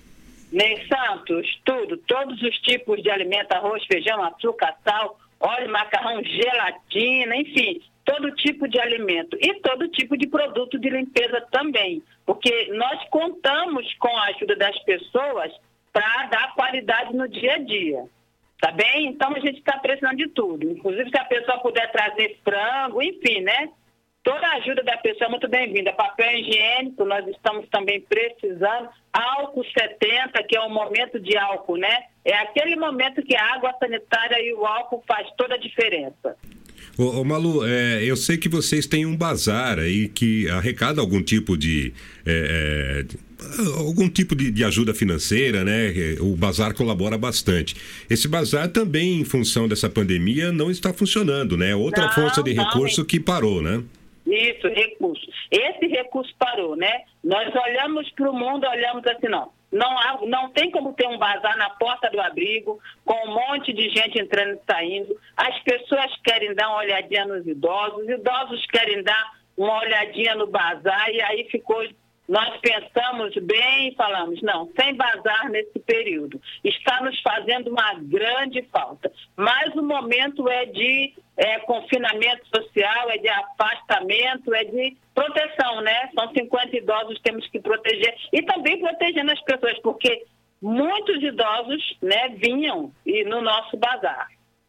Ney Santos, tudo, todos os tipos de alimento, arroz, feijão, açúcar, sal, óleo, macarrão, gelatina, enfim, todo tipo de alimento e todo tipo de produto de limpeza também, porque nós contamos com a ajuda das pessoas para dar qualidade no dia a dia, tá bem? Então a gente está precisando de tudo, inclusive se a pessoa puder trazer frango, enfim, né? Toda a ajuda da pessoa é muito bem-vinda. Papel higiênico, nós estamos também precisando. Álcool setenta, que é o momento de álcool, né? É aquele momento que a água sanitária e o álcool faz toda a diferença. Ô, ô Malu, é, eu sei que vocês têm um bazar aí que arrecada algum tipo de... É, é, algum tipo de, de ajuda financeira, né? O bazar colabora bastante. Esse bazar também, em função dessa pandemia, não está funcionando, né? Outra não, fonte de não, recurso que parou, né? Isso, recurso. Esse recurso parou, né? Nós olhamos para o mundo, olhamos assim, não. Não, há, não tem como ter um bazar na porta do abrigo, com um monte de gente entrando e saindo. As pessoas querem dar uma olhadinha nos idosos, os idosos querem dar uma olhadinha no bazar, e aí ficou... Nós pensamos bem e falamos, não, sem bazar nesse período. Está nos fazendo uma grande falta. Mas o momento é de é, confinamento social, é de afastamento, é de proteção, né? São cinquenta idosos, temos que proteger. E também protegendo as pessoas, porque muitos idosos, né, vinham e no nosso bazar.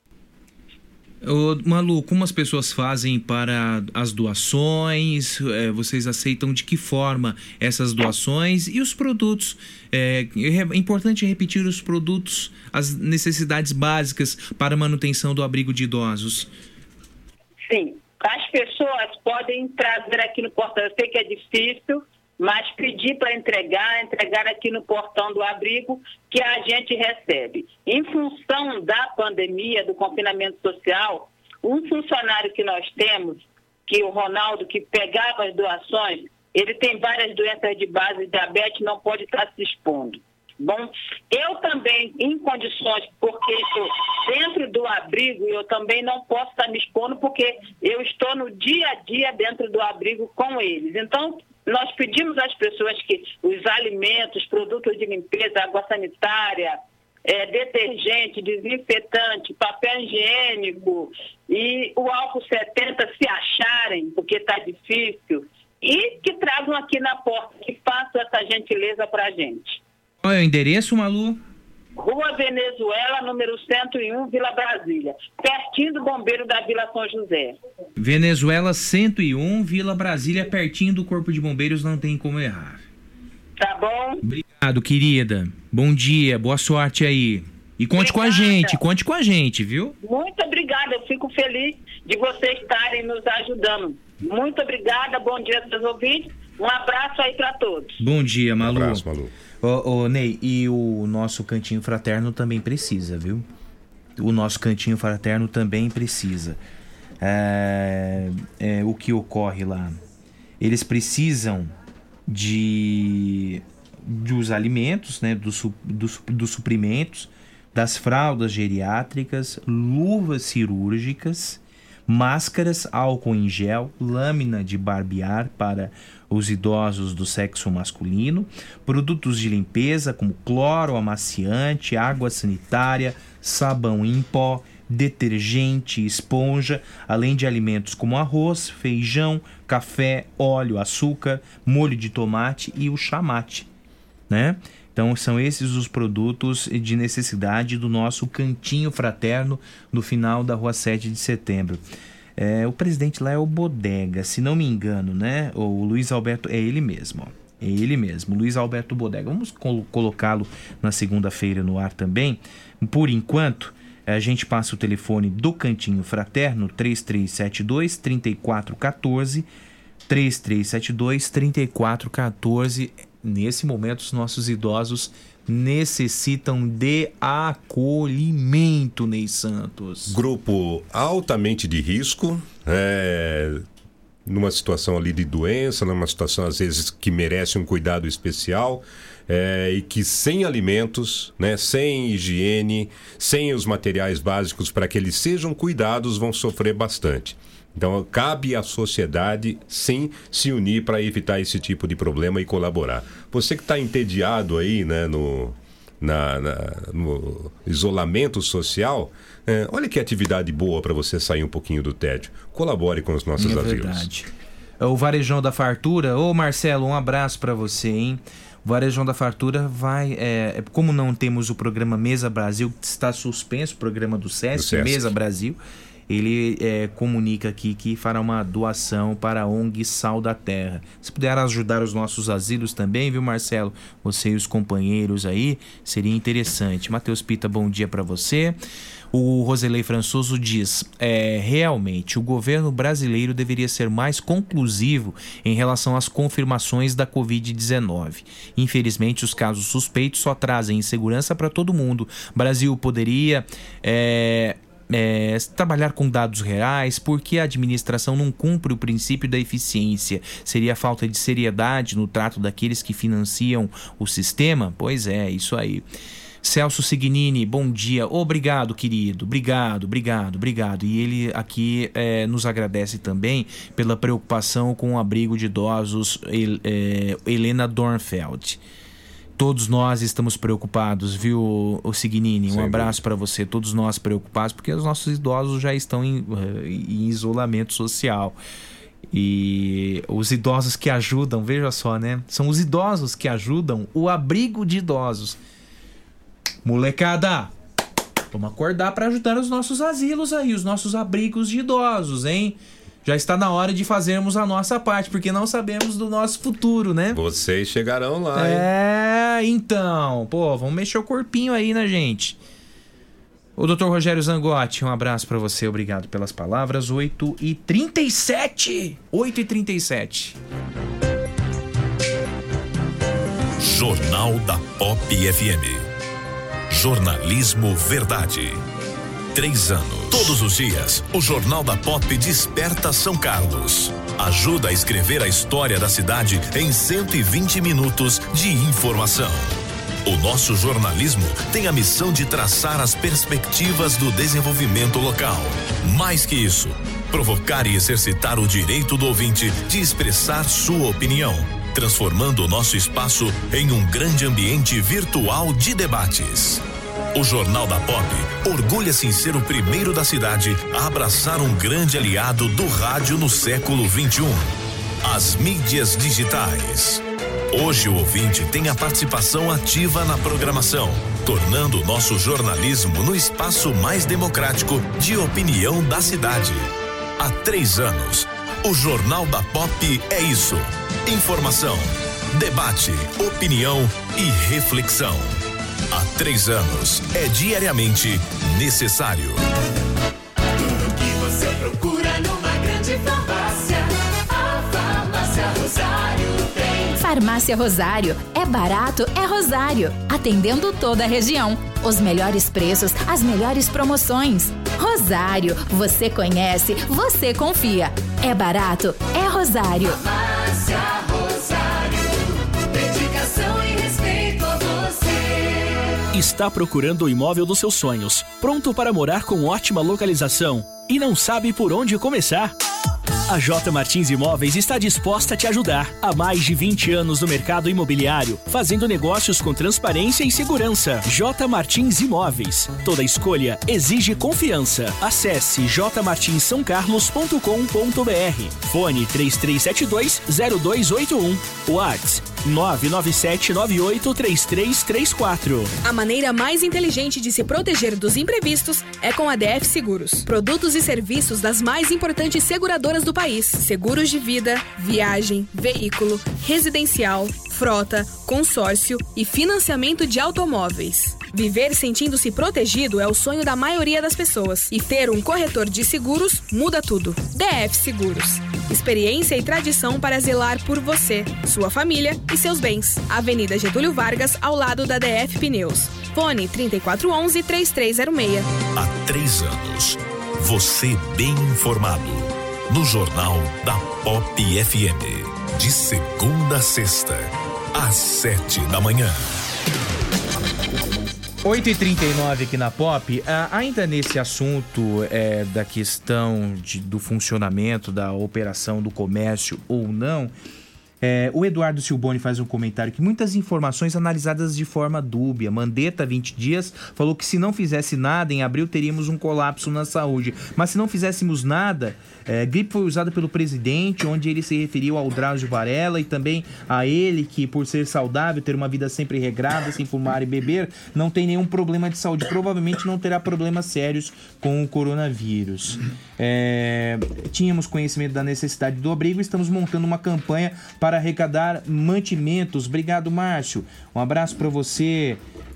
Ô, Malu, como as pessoas fazem para as doações? É, vocês aceitam de que forma essas doações? E os produtos? É, é importante repetir os produtos, as necessidades básicas para a manutenção do abrigo de idosos. Sim, as pessoas podem trazer aqui no portão. Eu sei que é difícil, mas pedir para entregar, entregar aqui no portão do abrigo, que a gente recebe. Em função da pandemia, do confinamento social, um funcionário que nós temos, que o Ronaldo, que pegava as doações, ele tem várias doenças de base, diabetes, não pode estar se expondo. Bom, eu também, em condições, porque estou dentro do abrigo, eu também não posso estar me expondo, porque eu estou no dia a dia dentro do abrigo com eles. Então, nós pedimos às pessoas que os alimentos, produtos de limpeza, água sanitária, é, detergente, desinfetante, papel higiênico e o álcool setenta se acharem, porque está difícil, e que tragam aqui na porta, que façam essa gentileza para a gente. Qual é o endereço, Malu? Rua Venezuela, número cento e um, Vila Brasília, pertinho do bombeiro da Vila São José. Venezuela cento e um, Vila Brasília, pertinho do Corpo de Bombeiros, não tem como errar. Tá bom? Obrigado, querida. Bom dia, boa sorte aí. E conte obrigada. com a gente, conte com a gente, viu? Muito obrigada, eu fico feliz de vocês estarem nos ajudando. Muito obrigada, bom dia, seus ouvintes. Um abraço aí para todos. Bom dia, Malu. Um abraço, Malu. Ô, ô, Ney, e o nosso cantinho fraterno também precisa, viu? O nosso cantinho fraterno também precisa. É, é, o que ocorre lá? Eles precisam de dos alimentos, né? Dos, dos, dos suprimentos, das fraldas geriátricas, luvas cirúrgicas, máscaras, álcool em gel, lâmina de barbear para os idosos do sexo masculino, produtos de limpeza como cloro, amaciante, água sanitária, sabão em pó, detergente, esponja, além de alimentos como arroz, feijão, café, óleo, açúcar, molho de tomate e o chamate. né? Então são esses os produtos de necessidade do nosso cantinho fraterno no final da rua sete de setembro. É, o presidente lá é o Bodega, se não me engano, né? O Luiz Alberto, é ele mesmo, ó. É ele mesmo, Luiz Alberto Bodega. Vamos col- colocá-lo na segunda-feira no ar também. Por enquanto, a gente passa o telefone do Cantinho Fraterno, três três sete dois, três quatro um quatro, três três sete dois, três quatro um quatro. Nesse momento, os nossos idosos necessitam de acolhimento, Ney Santos. Grupo altamente de risco, é... numa situação ali de doença, numa situação às vezes que merece um cuidado especial, é, e que sem alimentos, né, sem higiene, sem os materiais básicos para que eles sejam cuidados, vão sofrer bastante. Então cabe à sociedade sim se unir para evitar esse tipo de problema e colaborar. Você que está entediado aí, né, no, na, na, no isolamento social, é, olha que atividade boa para você sair um pouquinho do tédio. Colabore com os nossos é asilos. Verdade. O Varejão da Fartura, ô Marcelo, um abraço para você, hein? O Varejão da Fartura vai, é, como não temos o programa Mesa Brasil, está suspenso o programa do SESC, do SESC. Mesa Brasil, ele é, comunica aqui que fará uma doação para a O N G Sal da Terra. Se puder ajudar os nossos asilos também, viu, Marcelo? Você e os companheiros aí, seria interessante. Matheus Pita, bom dia para você. O Roselei Françoso diz, é, realmente, o governo brasileiro deveria ser mais conclusivo em relação às confirmações da covid dezenove. Infelizmente, os casos suspeitos só trazem insegurança para todo mundo. O Brasil poderia... É, É, trabalhar com dados reais, porque a administração não cumpre o princípio da eficiência. Seria falta de seriedade no trato daqueles que financiam o sistema? Pois é, isso aí. Celso Signini, bom dia. Obrigado, querido. Obrigado, obrigado, obrigado. E ele aqui é, nos agradece também pela preocupação com o abrigo de idosos, é, Helena Dornfeld. Todos nós estamos preocupados, viu, o Signini? Um Sim, abraço para você. Todos nós preocupados, porque os nossos idosos já estão em, em isolamento social. E os idosos que ajudam, veja só, né? São os idosos que ajudam o abrigo de idosos. Molecada, vamos acordar para ajudar os nossos asilos aí, os nossos abrigos de idosos, hein? Já está na hora de fazermos a nossa parte, porque não sabemos do nosso futuro, né? Vocês chegarão lá, hein? É, então. Pô, vamos mexer o corpinho aí, né, gente? O doutor Rogério Zangotti, um abraço para você. Obrigado pelas palavras. oito e trinta e sete. oito e trinta e sete. Jornal da Pop F M. Jornalismo Verdade. Três anos. Todos os dias, o Jornal da Pop desperta São Carlos. Ajuda a escrever a história da cidade em cento e vinte minutos de informação. O nosso jornalismo tem a missão de traçar as perspectivas do desenvolvimento local. Mais que isso, provocar e exercitar o direito do ouvinte de expressar sua opinião, transformando o nosso espaço em um grande ambiente virtual de debates. O Jornal da Pop orgulha-se em ser o primeiro da cidade a abraçar um grande aliado do rádio no século vinte e um, as mídias digitais. Hoje o ouvinte tem a participação ativa na programação, tornando o nosso jornalismo no espaço mais democrático de opinião da cidade. Há três anos, o Jornal da Pop é isso: informação, debate, opinião e reflexão. Há três anos, é diariamente necessário. Tudo que você procura numa grande farmácia, a Farmácia Rosário tem. Farmácia Rosário, é barato, é Rosário. Atendendo toda a região. Os melhores preços, as melhores promoções. Rosário, você conhece, você confia. É barato, é Rosário. Farmácia Rosário, dedicação e respeito a você. Está procurando o imóvel dos seus sonhos, pronto para morar com ótima localização e não sabe por onde começar? A J Martins Imóveis está disposta a te ajudar. Há mais de vinte anos no mercado imobiliário, fazendo negócios com transparência e segurança. J Martins Imóveis. Toda escolha exige confiança. Acesse j martins são carlos ponto com ponto b r. Fone três três sete dois zero dois oito um. WhatsApp nove nove sete nove oito três três três quatro. A maneira mais inteligente de se proteger dos imprevistos é com a D F Seguros. Produtos e serviços das mais importantes seguradoras do país. Seguros de vida, viagem, veículo, residencial, frota, consórcio e financiamento de automóveis. Viver sentindo-se protegido é o sonho da maioria das pessoas. E ter um corretor de seguros muda tudo. D F Seguros. Experiência e tradição para zelar por você, sua família e seus bens. Avenida Getúlio Vargas, ao lado da D F Pneus. Fone trinta e quatro onze, trinta e três zero seis. Há três anos, você bem informado. No Jornal da Pop F M. De segunda a sexta, às sete da manhã. oito e trinta e nove aqui na Pop, ah, ainda nesse assunto é, da questão de, do funcionamento da operação do comércio ou não, é, o Eduardo Silboni faz um comentário que muitas informações analisadas de forma dúbia. Mandetta, vinte dias, falou que se não fizesse nada, em abril teríamos um colapso na saúde. Mas se não fizéssemos nada, é, gripe foi usada pelo presidente, onde ele se referiu ao Drauzio Varela e também a ele, que por ser saudável, ter uma vida sempre regrada, sem fumar e beber, não tem nenhum problema de saúde. Provavelmente não terá problemas sérios com o coronavírus. É, tínhamos conhecimento da necessidade do abrigo e estamos montando uma campanha para arrecadar mantimentos. Obrigado, Márcio. Um abraço para você.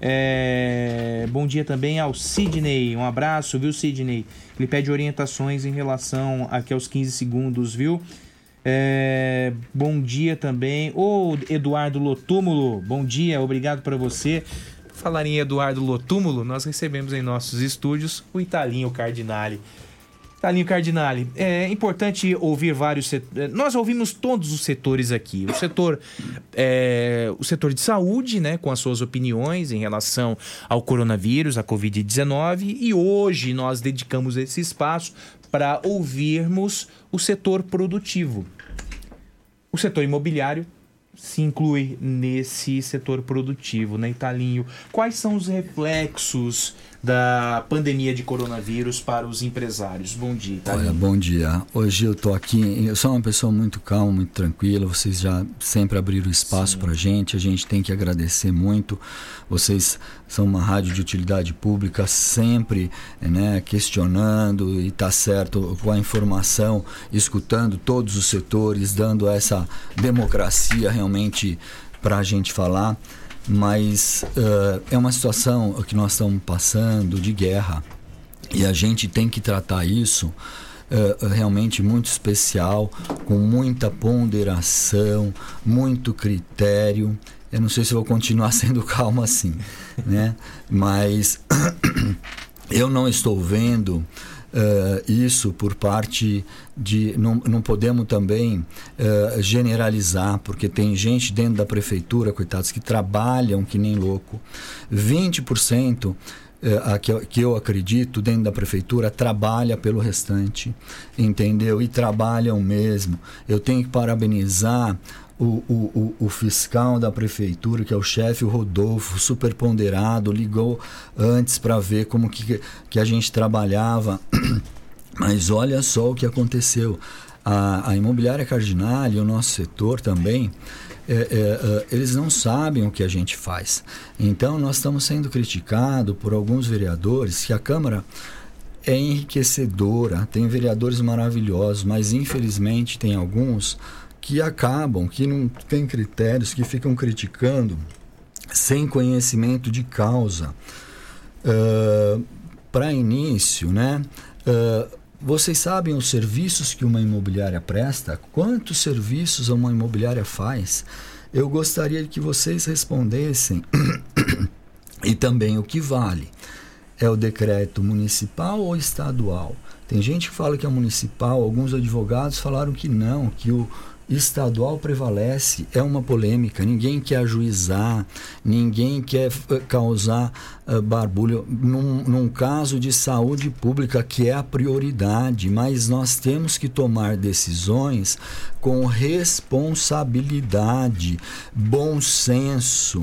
É... Bom dia também ao Sidney. Um abraço, viu, Sidney? Ele pede orientações em relação aqui aos quinze segundos, viu? É... Bom dia também. Ô, Eduardo Lotúmulo, bom dia, obrigado para você. Por falar em Eduardo Lotúmulo, nós recebemos em nossos estúdios o Italinho Cardinale. Italinho Cardinale, é importante ouvir vários setores. Nós ouvimos todos os setores aqui. O setor, é, o setor de saúde, né, com as suas opiniões em relação ao coronavírus, a covid dezenove. E hoje nós dedicamos esse espaço para ouvirmos o setor produtivo. O setor imobiliário se inclui nesse setor produtivo, né, Italinho? Quais são os reflexos da pandemia de coronavírus para os empresários? Bom dia, Italinho. Olha, bom dia. Hoje eu tô aqui, eu sou uma pessoa muito calma, muito tranquila, vocês já sempre abriram espaço pra gente, a gente tem que agradecer muito. Vocês são uma rádio de utilidade pública, sempre, né, questionando e tá certo com a informação, escutando todos os setores, dando essa democracia realmente pra gente falar. Mas uh, é uma situação que nós estamos passando de guerra e a gente tem que tratar isso uh, realmente muito especial, com muita ponderação, muito critério. Eu não sei se eu vou continuar sendo calmo assim, né? Mas eu não estou vendo Uh, isso por parte de... Não, não podemos também uh, generalizar, porque tem gente dentro da prefeitura, coitados, que trabalham que nem louco. vinte por cento uh, que, eu, que eu acredito dentro da prefeitura trabalha pelo restante, entendeu? E trabalham mesmo. Eu tenho que parabenizar O, o, o fiscal da prefeitura, que é o chefe, o Rodolfo, super ponderado, ligou antes para ver como que, que a gente trabalhava. Mas olha só o que aconteceu. A, a Imobiliária Cardinale e o nosso setor também, é, é, é, eles não sabem o que a gente faz. Então nós estamos sendo criticados por alguns vereadores que a Câmara é enriquecedora, tem vereadores maravilhosos, mas infelizmente tem alguns que acabam, que não têm critérios, que ficam criticando sem conhecimento de causa. Uh, para início, né? Uh, vocês sabem os serviços que uma imobiliária presta? Quantos serviços uma imobiliária faz? Eu gostaria que vocês respondessem. E também o que vale? É o decreto municipal ou estadual? Tem gente que fala que é municipal, alguns advogados falaram que não, que o estadual prevalece. É uma polêmica, ninguém quer ajuizar, ninguém quer uh, causar uh, barbulho num, num caso de saúde pública, que é a prioridade, mas nós temos que tomar decisões com responsabilidade, bom senso.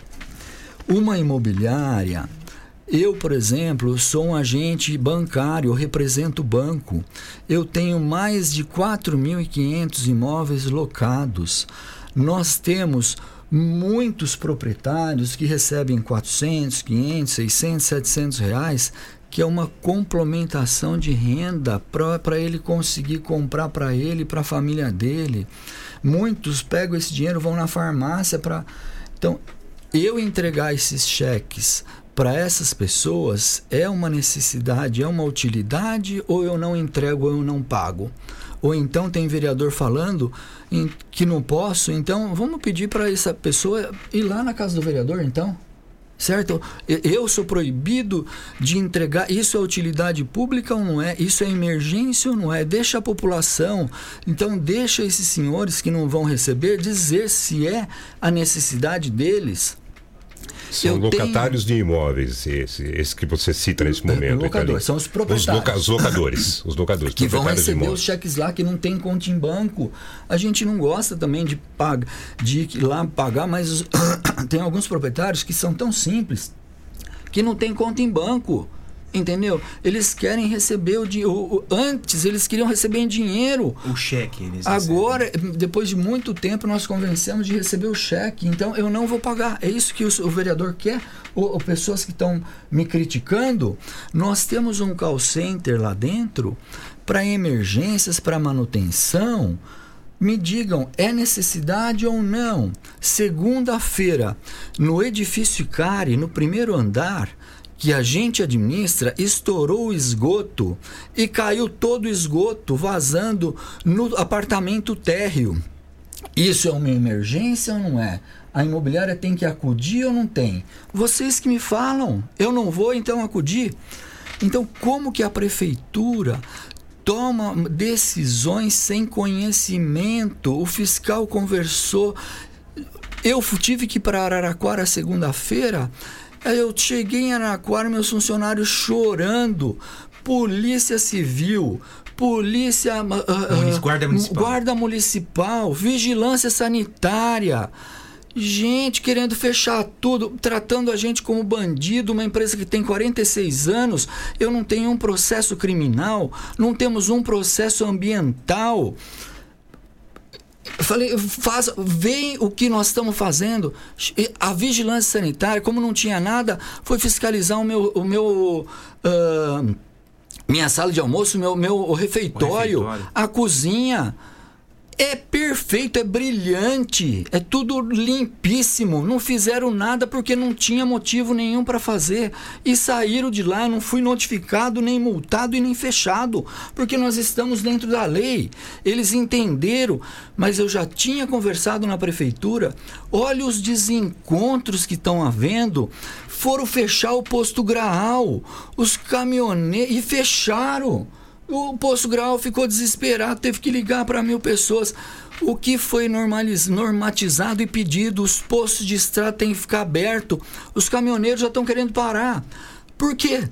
Uma imobiliária, eu, por exemplo, sou um agente bancário, eu represento o banco. Eu tenho mais de quatro mil e quinhentos imóveis locados. nós temos muitos proprietários que recebem quatrocentos, quinhentos, seiscentos, setecentos reais, que é uma complementação de renda para ele conseguir comprar para ele e para a família dele. Muitos pegam esse dinheiro, vão na farmácia para... Então, eu entregar esses cheques para essas pessoas é uma necessidade, é uma utilidade, ou eu não entrego ou eu não pago? Ou então tem vereador falando em, que não posso, então vamos pedir para essa pessoa ir lá na casa do vereador, então? Certo? Eu sou proibido de entregar. Isso é utilidade pública ou não é? Isso é emergência ou não é? Deixa a população, então deixa esses senhores que não vão receber dizer se é a necessidade deles. São eu locatários tenho... de imóveis, esse, esse que você cita nesse momento. Locadores, são os proprietários. Os, loca, os locadores, os locadores. Que vão receber os cheques lá que não tem conta em banco. A gente não gosta também de, pagar, de ir lá pagar, mas tem alguns proprietários que são tão simples que não tem conta em banco. Entendeu? Eles querem receber o dinheiro. Antes eles queriam receber em dinheiro. O cheque. Eles Agora, recebem. Depois de muito tempo, nós convencemos de receber o cheque. Então eu não vou pagar. É isso que o, o vereador quer. Ou, ou pessoas que estão me criticando. Nós temos um call center lá dentro para emergências, para manutenção. Me digam, é necessidade ou não? Segunda-feira, no edifício Icari, no primeiro andar, que a gente administra, estourou o esgoto e caiu todo o esgoto vazando no apartamento térreo. Isso é uma emergência ou não é? A imobiliária tem que acudir ou não tem? Vocês que me falam, eu não vou então acudir? Então, como que a prefeitura toma decisões sem conhecimento? O fiscal conversou. Eu tive que ir para Araraquara segunda-feira. Eu cheguei em Araraquara, meus funcionários chorando, polícia civil, polícia, uh, guarda municipal. guarda municipal, vigilância sanitária, gente querendo fechar tudo, tratando a gente como bandido, uma empresa que tem quarenta e seis anos, eu não tenho um processo criminal, não temos um processo ambiental. Falei, faz, veem o que nós estamos fazendo. A vigilância sanitária, como não tinha nada, foi fiscalizar o meu, o meu uh, minha sala de almoço, o meu, meu refeitório, refeitório, a cozinha. É perfeito, é brilhante, é tudo limpíssimo. Não fizeram nada porque não tinha motivo nenhum para fazer. E saíram de lá, não fui notificado, nem multado e nem fechado. Porque nós estamos dentro da lei. Eles entenderam, mas eu já tinha conversado na prefeitura. Olha os desencontros que estão havendo. Foram fechar o posto Graal. Os caminhoneiros... E fecharam. O posto Graal ficou desesperado, teve que ligar para mil pessoas. O que foi normaliz... normatizado e pedido, os postos de estrada têm que ficar abertos. Os caminhoneiros já estão querendo parar. Por quê?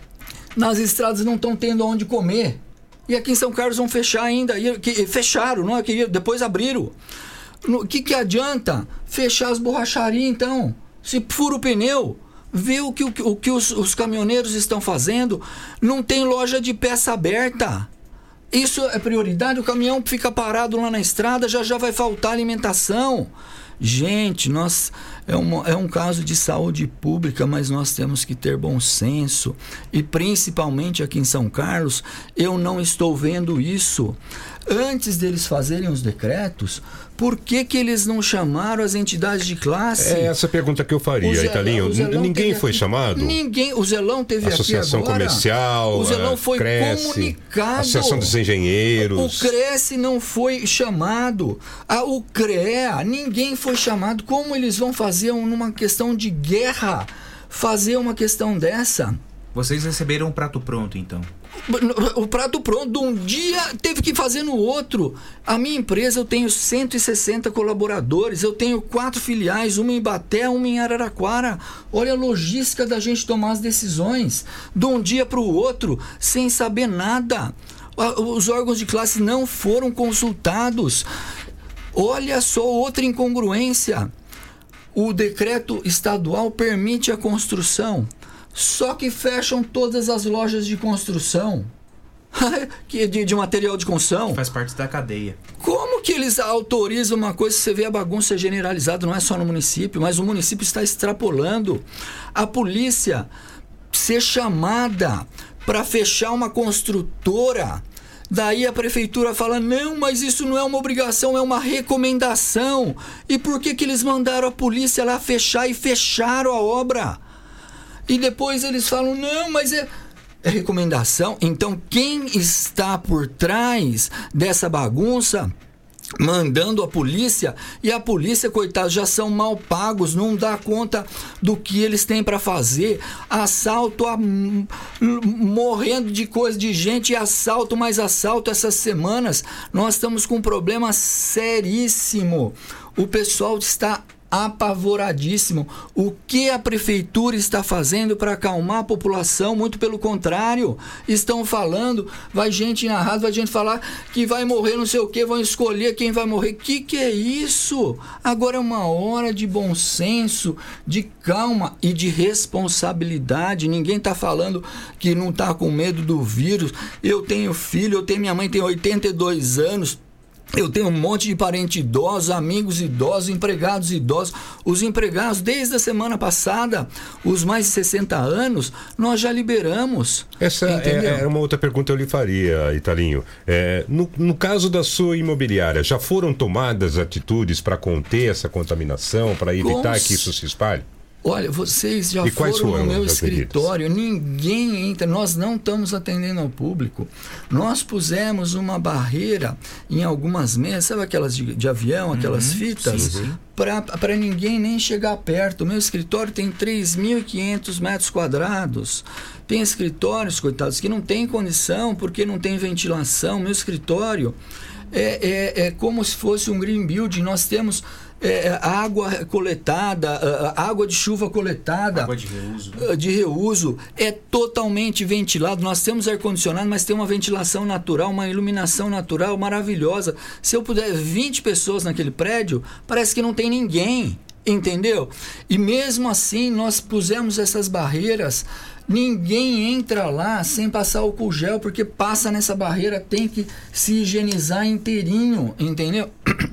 Nas estradas não estão tendo onde comer. E aqui em São Carlos vão fechar ainda. E, que, fecharam, não é? Que, depois abriram. O que, que adianta fechar as borracharias então? Se fura o pneu... Vê o que, o, o que os, os caminhoneiros estão fazendo. Não tem loja de peça aberta. Isso é prioridade. O caminhão fica parado lá na estrada, já já vai faltar alimentação. Gente, nós é, uma, é um caso de saúde pública, mas nós temos que ter bom senso. E principalmente aqui em São Carlos, eu não estou vendo isso. Antes deles fazerem os decretos, por que que eles não chamaram as entidades de classe? É essa pergunta que eu faria, Zelão, Italinho. Ninguém foi aqui, chamado? Ninguém. O Zelão teve Associação aqui agora. Comercial, o Zelão foi Cresce, comunicado. Associação dos Engenheiros. O Cresce não foi chamado. A, o CREA, ninguém foi chamado. Como eles vão fazer numa questão de guerra, fazer uma questão dessa? Vocês receberam um prato pronto, então? O prato pronto, de um dia teve que fazer no outro. A minha empresa, eu tenho cento e sessenta colaboradores, eu tenho quatro filiais, uma em Ibaté, uma em Araraquara. Olha a logística da gente tomar as decisões de um dia para o outro, sem saber nada. Os órgãos de classe não foram consultados. Olha só outra incongruência. O decreto estadual permite a construção, só que fecham todas as lojas de construção. que de, de material de construção. Faz parte da cadeia. Como que eles autorizam uma coisa que você vê a bagunça generalizada, não é só no município, mas o município está extrapolando. A polícia ser chamada para fechar uma construtora, daí a prefeitura fala, não, mas isso não é uma obrigação, é uma recomendação. E por que que eles mandaram a polícia lá fechar e fecharam a obra? E depois eles falam, não, mas é... É recomendação. Então, quem está por trás dessa bagunça, mandando a polícia, e a polícia, coitados, já são mal pagos, não dá conta do que eles têm para fazer. Assalto, a, morrendo de coisa de gente, e assalto mais assalto essas semanas. Nós estamos com um problema seríssimo. O pessoal está apavoradíssimo. O que a prefeitura está fazendo para acalmar a população? Muito pelo contrário, estão falando, vai gente na rádio, vai gente falar que vai morrer não sei o que, vão escolher quem vai morrer. Que que é isso? Agora é uma hora de bom senso, de calma e de responsabilidade. Ninguém está falando que não está com medo do vírus. Eu tenho filho, eu tenho, minha mãe tem oitenta e dois anos, eu tenho um monte de parentes idosos, amigos idosos, empregados idosos. Os empregados, desde a semana passada, os mais de sessenta anos, nós já liberamos. Essa é, é uma outra pergunta que eu lhe faria, Italinho. É, no, no caso da sua imobiliária, já foram tomadas atitudes para conter essa contaminação, para evitar Com... que isso se espalhe? Olha, vocês já foram, foram no meu escritório, ninguém entra, nós não estamos atendendo ao público. Nós pusemos uma barreira em algumas mesas, sabe aquelas de, de avião, aquelas uhum, fitas, para ninguém nem chegar perto. O meu escritório tem três mil e quinhentos metros quadrados. Tem escritórios, coitados, que não tem condição porque não tem ventilação. Meu escritório é, é, é como se fosse um green building. Nós temos... É, água coletada, água de chuva coletada, água de reuso. de reuso, é totalmente ventilado. Nós temos ar-condicionado, mas tem uma ventilação natural, uma iluminação natural maravilhosa. Se eu puder vinte pessoas naquele prédio, parece que não tem ninguém, entendeu? E mesmo assim nós pusemos essas barreiras. Ninguém entra lá sem passar álcool gel, porque passa nessa barreira, tem que se higienizar inteirinho, entendeu?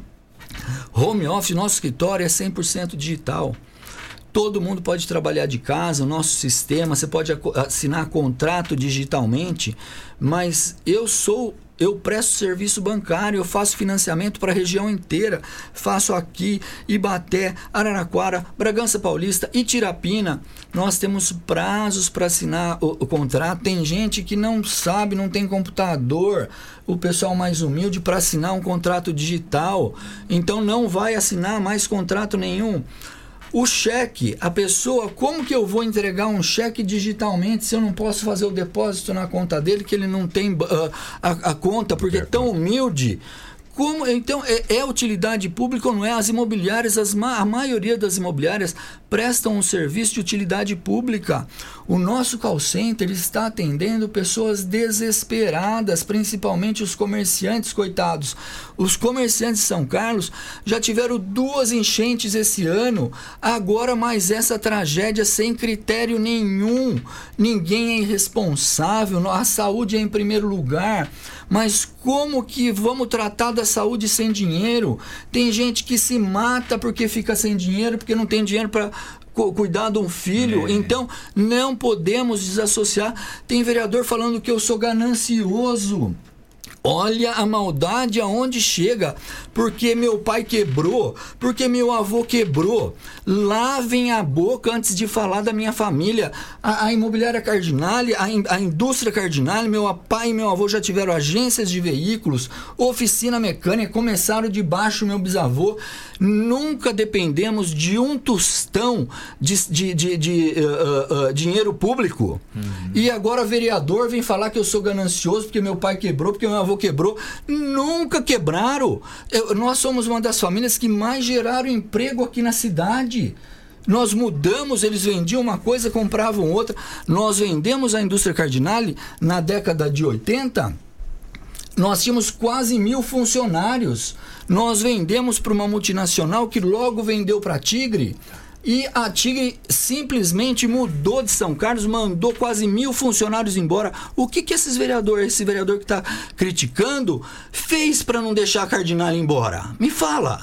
Home office, nosso escritório é cem por cento digital. Todo mundo pode trabalhar de casa, o nosso sistema, você pode assinar contrato digitalmente, mas eu sou, eu presto serviço bancário, eu faço financiamento para a região inteira, faço aqui, Ibaté, Araraquara, Bragança Paulista, Itirapina. Nós temos prazos para assinar o, o contrato. Tem gente que não sabe, não tem computador, o pessoal mais humilde, para assinar um contrato digital. Então não vai assinar mais contrato nenhum. O cheque, a pessoa, como que eu vou entregar um cheque digitalmente se eu não posso fazer o depósito na conta dele, que ele não tem uh, a, a conta, porque é tão humilde? Como, então, é, é utilidade pública ou não é? As imobiliárias, as, a maioria das imobiliárias prestam um serviço de utilidade pública. O nosso call center está atendendo pessoas desesperadas, principalmente os comerciantes, coitados. Os comerciantes de São Carlos já tiveram duas enchentes esse ano, agora mais essa tragédia sem critério nenhum. Ninguém é irresponsável, a saúde é em primeiro lugar. Mas como que vamos tratar da saúde sem dinheiro? Tem gente que se mata porque fica sem dinheiro, porque não tem dinheiro para cuidar de um filho. É. Então não podemos desassociar. Tem vereador falando que eu sou ganancioso. Olha a maldade aonde chega, porque meu pai quebrou, porque meu avô quebrou. Lavem a boca antes de falar da minha família. A, a imobiliária Cardinale, a, in, a indústria Cardinale, meu pai e meu avô já tiveram agências de veículos, oficina mecânica, começaram de baixo, meu bisavô. Nunca dependemos de um tostão de, de, de, de uh, uh, dinheiro público. Uhum. E agora vereador vem falar que eu sou ganancioso porque meu pai quebrou, porque meu avô quebrou. Nunca quebraram. Eu, nós somos uma das famílias que mais geraram emprego aqui na cidade. Nós mudamos, eles vendiam uma coisa, compravam outra. Nós vendemos a indústria Cardinale na década de oitenta. Nós tínhamos quase mil funcionários. Nós vendemos para uma multinacional que logo vendeu para a Tigre. E a Tigre simplesmente mudou de São Carlos, mandou quase mil funcionários embora. O que que esses vereadores, esse vereador que está criticando, fez para não deixar a Cardinale embora? Me fala.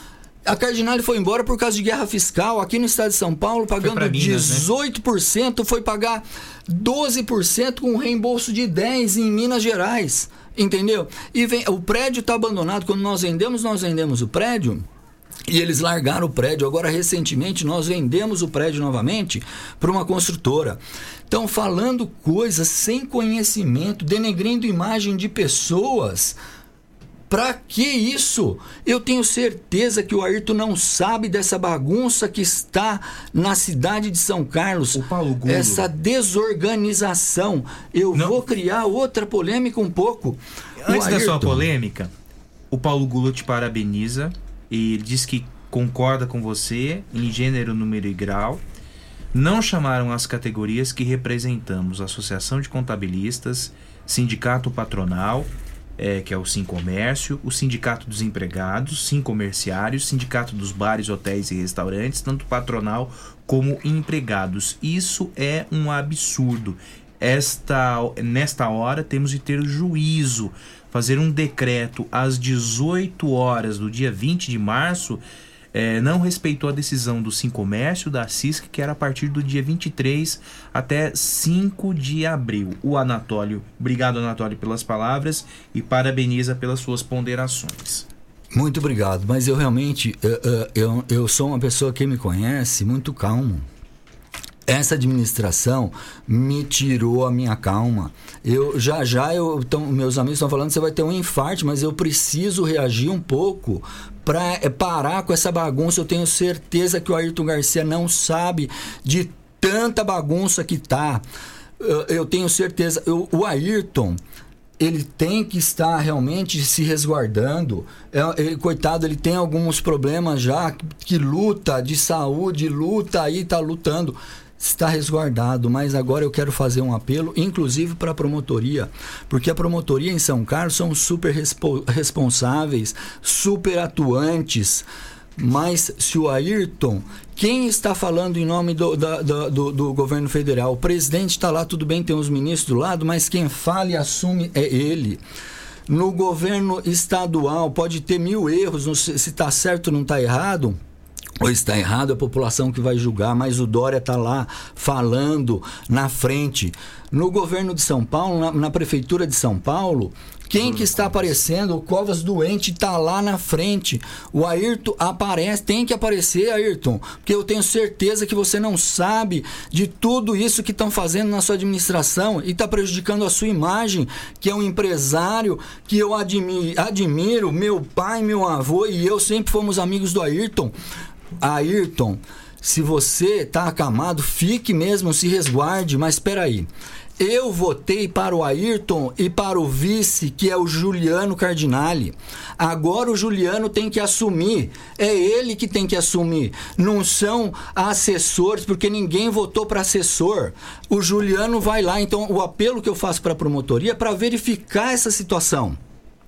A Cardinale foi embora por causa de guerra fiscal. Aqui no estado de São Paulo, pagando Minas, dezoito por cento, né? Foi pagar doze por cento com um reembolso de dez por cento em Minas Gerais. Entendeu? E vem, o prédio está abandonado. Quando nós vendemos, nós vendemos o prédio. E eles largaram o prédio. Agora, recentemente, nós vendemos o prédio novamente para uma construtora. Então, falando coisas sem conhecimento, denegrindo imagem de pessoas. Para que isso? Eu tenho certeza que o Ayrton não sabe dessa bagunça que está na cidade de São Carlos. O Paulo Gulo. Essa desorganização. Eu não. vou criar outra polêmica um pouco. Antes da sua polêmica, o Paulo Gulo te parabeniza. E ele diz que concorda com você em gênero, número e grau. Não chamaram as categorias que representamos: Associação de Contabilistas, Sindicato Patronal, é, que é o Sincomércio, o Sindicato dos Empregados, Sincomerciários, Sindicato dos Bares, Hotéis e Restaurantes, tanto patronal como empregados. Isso é um absurdo. Esta, nesta hora temos de ter juízo. Fazer um decreto às dezoito horas do dia vinte de março eh, não respeitou a decisão do Sincomércio, da Cisc, que era a partir do dia vinte e três até cinco de abril. O Anatólio, obrigado Anatólio pelas palavras e parabeniza pelas suas ponderações. Muito obrigado, mas eu realmente, eu, eu, eu sou uma pessoa que me conhece muito calmo. Essa administração me tirou a minha calma. Eu já já eu tão, meus amigos estão falando que você vai ter um infarto, mas eu preciso reagir um pouco para é, parar com essa bagunça. Eu tenho certeza que o Ayrton Garcia não sabe de tanta bagunça que tá. Eu, eu tenho certeza. Eu, o Ayrton, ele tem que estar realmente se resguardando. Ele, coitado, ele tem alguns problemas já que, que luta de saúde, luta aí, tá lutando. Está resguardado, mas agora eu quero fazer um apelo, inclusive para a promotoria, porque a promotoria em São Carlos são super respo- responsáveis, super atuantes, mas se o Ayrton, quem está falando em nome do, da, da, do, do governo federal? O presidente está lá, tudo bem, tem os ministros do lado, mas quem fala e assume é ele. No governo estadual pode ter mil erros, se está certo ou não está errado, ou está errado, a população que vai julgar, mas o Dória está lá falando na frente. No governo de São Paulo, na, na prefeitura de São Paulo, quem que está aparecendo? O Covas doente está lá na frente. O Ayrton aparece, tem que aparecer, Ayrton, porque eu tenho certeza que você não sabe de tudo isso que estão fazendo na sua administração e está prejudicando a sua imagem, que é um empresário que eu admiro, admiro, meu pai, meu avô e eu sempre fomos amigos do Ayrton. Ayrton, se você está acamado, fique mesmo, se resguarde, mas espera aí. Eu votei para o Ayrton e para o vice, que é o Juliano Cardinale. Agora o Juliano tem que assumir. É ele que tem que assumir. Não são assessores, porque ninguém votou para assessor. O Juliano vai lá. Então, o apelo que eu faço para a promotoria é para verificar essa situação.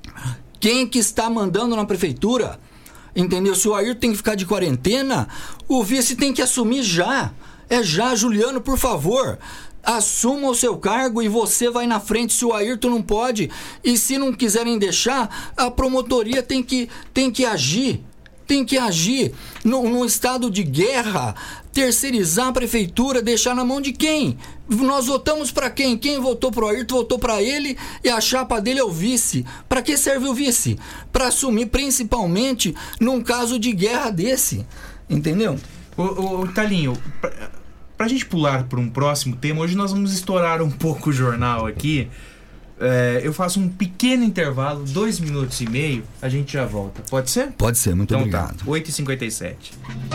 Quem que está mandando na prefeitura? Entendeu? Se o Ayrton tem que ficar de quarentena, o vice tem que assumir já. É já, Juliano, por favor. Assuma o seu cargo e você vai na frente se o Ayrton não pode. E se não quiserem deixar, a promotoria tem que, tem que agir. Tem que agir. No, no estado de guerra, terceirizar a prefeitura, deixar na mão de quem? Nós votamos para quem? Quem votou pro Ayrton, votou para ele e a chapa dele é o vice. Para que serve o vice? Para assumir principalmente num caso de guerra desse. Entendeu? Ô, ô, ô Talinho, pra, pra gente pular para um próximo tema, hoje nós vamos estourar um pouco o jornal aqui. É, eu faço um pequeno intervalo, dois minutos e meio, a gente já volta. Pode ser? Pode ser, muito então, obrigado. Tá, oito e cinquenta e sete.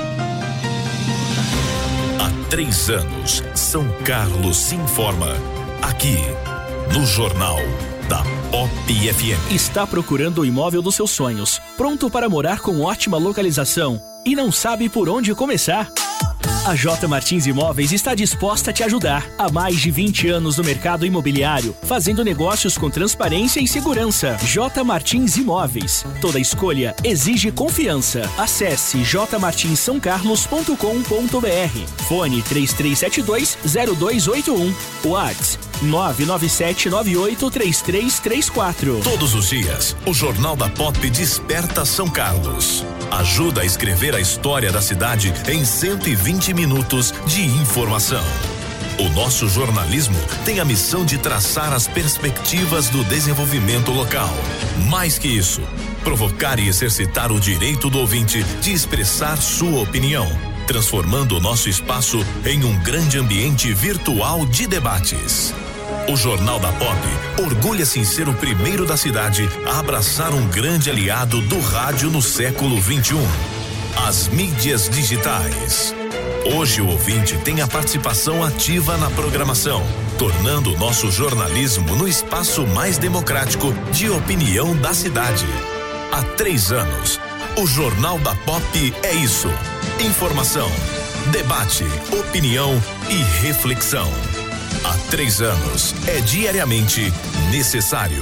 Há três anos, São Carlos se informa. Aqui, no Jornal da Pop F M. Está procurando o imóvel dos seus sonhos, pronto para morar com ótima localização e não sabe por onde começar? A J Martins Imóveis está disposta a te ajudar. Há mais de vinte anos no mercado imobiliário, fazendo negócios com transparência e segurança. J Martins Imóveis. Toda escolha exige confiança. Acesse j martins são carlos ponto com ponto b r. Fone três três sete dois zero dois oito um. WhatsApp nove nove sete nove oito três três três quatro. Todos os dias, o Jornal da Pop desperta São Carlos. Ajuda a escrever a história da cidade em cento e vinte minutos de informação. O nosso jornalismo tem a missão de traçar as perspectivas do desenvolvimento local. Mais que isso, provocar e exercitar o direito do ouvinte de expressar sua opinião, transformando o nosso espaço em um grande ambiente virtual de debates. O Jornal da Pop orgulha-se em ser o primeiro da cidade a abraçar um grande aliado do rádio no século vinte e um, as mídias digitais. Hoje o ouvinte tem a participação ativa na programação, tornando o nosso jornalismo no espaço mais democrático de opinião da cidade. Há três anos, o Jornal da Pop é isso: informação, debate, opinião e reflexão. Há três anos, é diariamente necessário.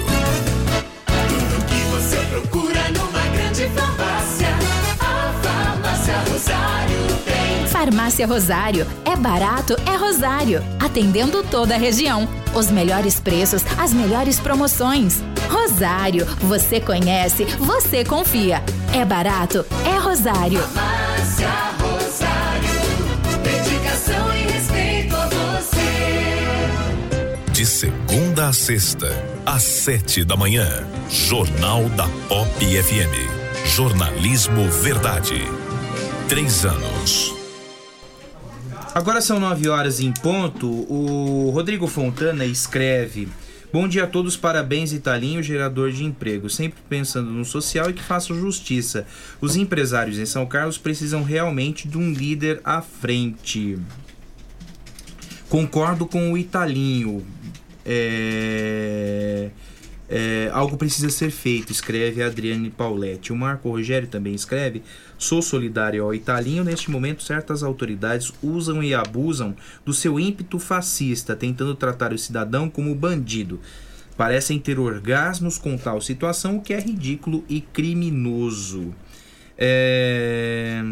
Tudo que você procura numa grande farmácia, a Farmácia Rosário tem. Farmácia Rosário. É barato, é Rosário. Atendendo toda a região. Os melhores preços, as melhores promoções. Rosário. Você conhece, você confia. É barato, é Rosário. Farmácia Rosário. Dedicação e respeito a você. De segunda a sexta, às sete da manhã. Jornal da Pop F M. Jornalismo Verdade. Três anos. Agora são nove horas em ponto. O Rodrigo Fontana escreve: bom dia a todos, parabéns Italinho, gerador de emprego, sempre pensando no social e que faça justiça. Os empresários em São Carlos precisam realmente de um líder à frente. Concordo com o Italinho. É... É, algo precisa ser feito, escreve a Adriane Pauletti. O Marco Rogério também escreve: sou solidário ao Italinho. Neste momento, certas autoridades usam e abusam do seu ímpeto fascista, tentando tratar o cidadão como bandido. Parecem ter orgasmos com tal situação, o que é ridículo e criminoso. É...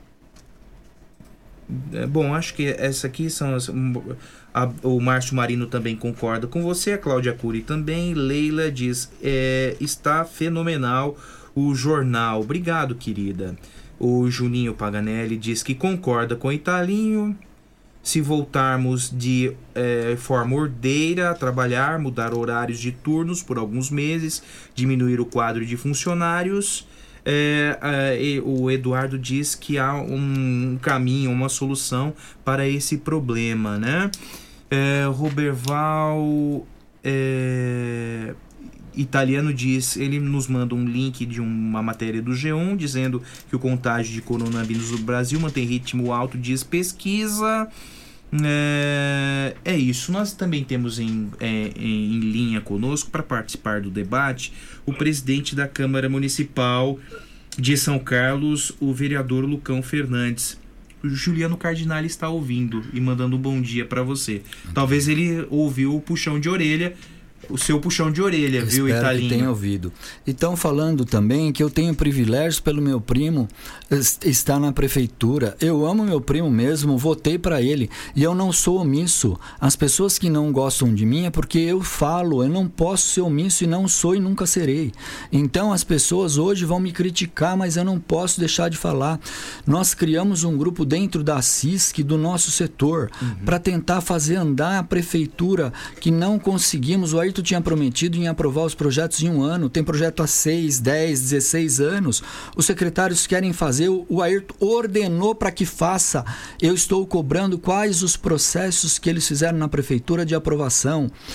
É, bom, acho que essa aqui são as... A, o Márcio Marino também concorda com você, a Cláudia Cury também. Leila diz: é, está fenomenal o jornal. Obrigado, querida. O Juninho Paganelli diz que concorda com o Italinho. Se voltarmos de é, forma ordeira a trabalhar, mudar horários de turnos por alguns meses, diminuir o quadro de funcionários. É, é, o Eduardo diz que há um caminho, uma solução para esse problema, né? É, Roberval é, Italiano diz, ele nos manda um link de uma matéria do G um dizendo que o contágio de coronavírus no Brasil mantém ritmo alto, diz pesquisa. É, é isso. Nós também temos em, é, em linha conosco para participar do debate o presidente da Câmara Municipal de São Carlos, o vereador Lucão Fernandes. O Juliano Cardinale está ouvindo e mandando um bom dia para você. Talvez ele ouviu o puxão de orelha, o seu puxão de orelha, eu viu, espero Italinho? Que tenha ouvido. E estão falando também que eu tenho privilégios pelo meu primo estar na prefeitura. Eu amo meu primo mesmo, votei para ele e eu não sou omisso. As pessoas que não gostam de mim é porque eu falo, eu não posso ser omisso e não sou e nunca serei. Então as pessoas hoje vão me criticar, mas eu não posso deixar de falar. Nós criamos um grupo dentro da C I S C, do nosso setor, uhum. para tentar fazer andar a prefeitura, que não conseguimos. O Ayrton tinha prometido em aprovar os projetos em um ano, tem projeto há seis, dez, dezesseis anos. Os secretários querem fazer, o Ayrton ordenou para que faça. Eu estou cobrando quais os processos que eles fizeram na prefeitura de aprovação.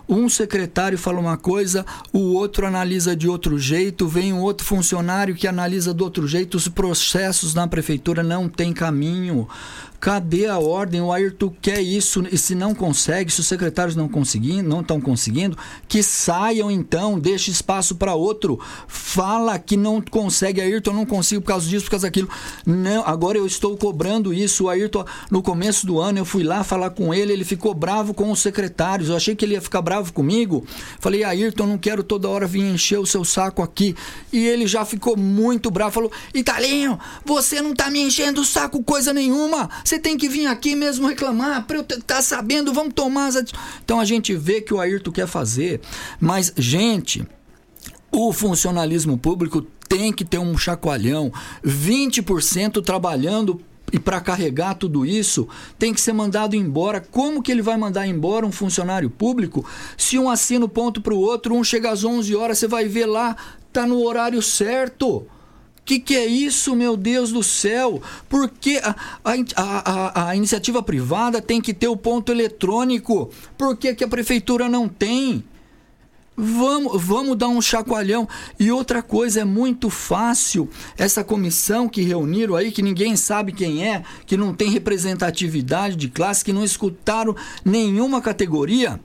Um secretário fala uma coisa, o outro analisa de outro jeito, vem um outro funcionário que analisa de outro jeito. Os processos na prefeitura não tem caminho. Cadê a ordem? O Ayrton quer isso, e se não consegue, se os secretários não conseguindo, não estão conseguindo, que saiam então, deixe espaço para outro. Fala que não consegue, Ayrton, eu não consigo por causa disso, por causa daquilo. Não, agora eu estou cobrando isso. O Ayrton, no começo do ano, eu fui lá falar com ele, ele ficou bravo com os secretários. Eu achei que ele ia ficar bravo comigo. Falei, Ayrton, eu não quero toda hora vir encher o seu saco aqui. E ele já ficou muito bravo, falou, Italinho, você não tá me enchendo o saco coisa nenhuma. Você tem que vir aqui mesmo reclamar, para eu estar tá sabendo, vamos tomar as... Então a gente vê que o Ayrton quer fazer, mas, gente, o funcionalismo público tem que ter um chacoalhão, vinte por cento trabalhando, e para carregar tudo isso, tem que ser mandado embora. Como que ele vai mandar embora um funcionário público se um assina o ponto para o outro, um chega às onze horas, você vai ver lá, tá no horário certo? Que que é isso, meu Deus do céu? Porque a, a, a, a iniciativa privada tem que ter o ponto eletrônico. Por que que a prefeitura não tem? Vamos, vamos dar um chacoalhão. E outra coisa, é muito fácil essa comissão que reuniram aí, que ninguém sabe quem é, que não tem representatividade de classe, que não escutaram nenhuma categoria.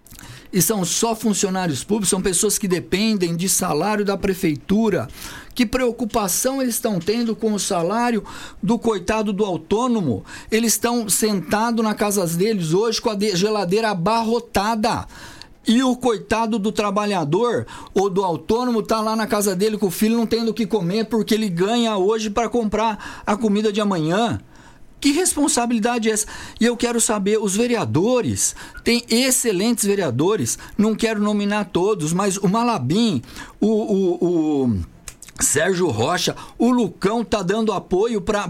E são só funcionários públicos, são pessoas que dependem de salário da prefeitura. Que preocupação eles estão tendo com o salário do coitado do autônomo? Eles estão sentados na casa deles hoje com a geladeira abarrotada. E o coitado do trabalhador ou do autônomo está lá na casa dele com o filho, não tendo o que comer porque ele ganha hoje para comprar a comida de amanhã. Que responsabilidade é essa? E eu quero saber, os vereadores, tem excelentes vereadores, não quero nominar todos, mas o Malabim, o, o, o Sérgio Rocha, o Lucão tá dando apoio para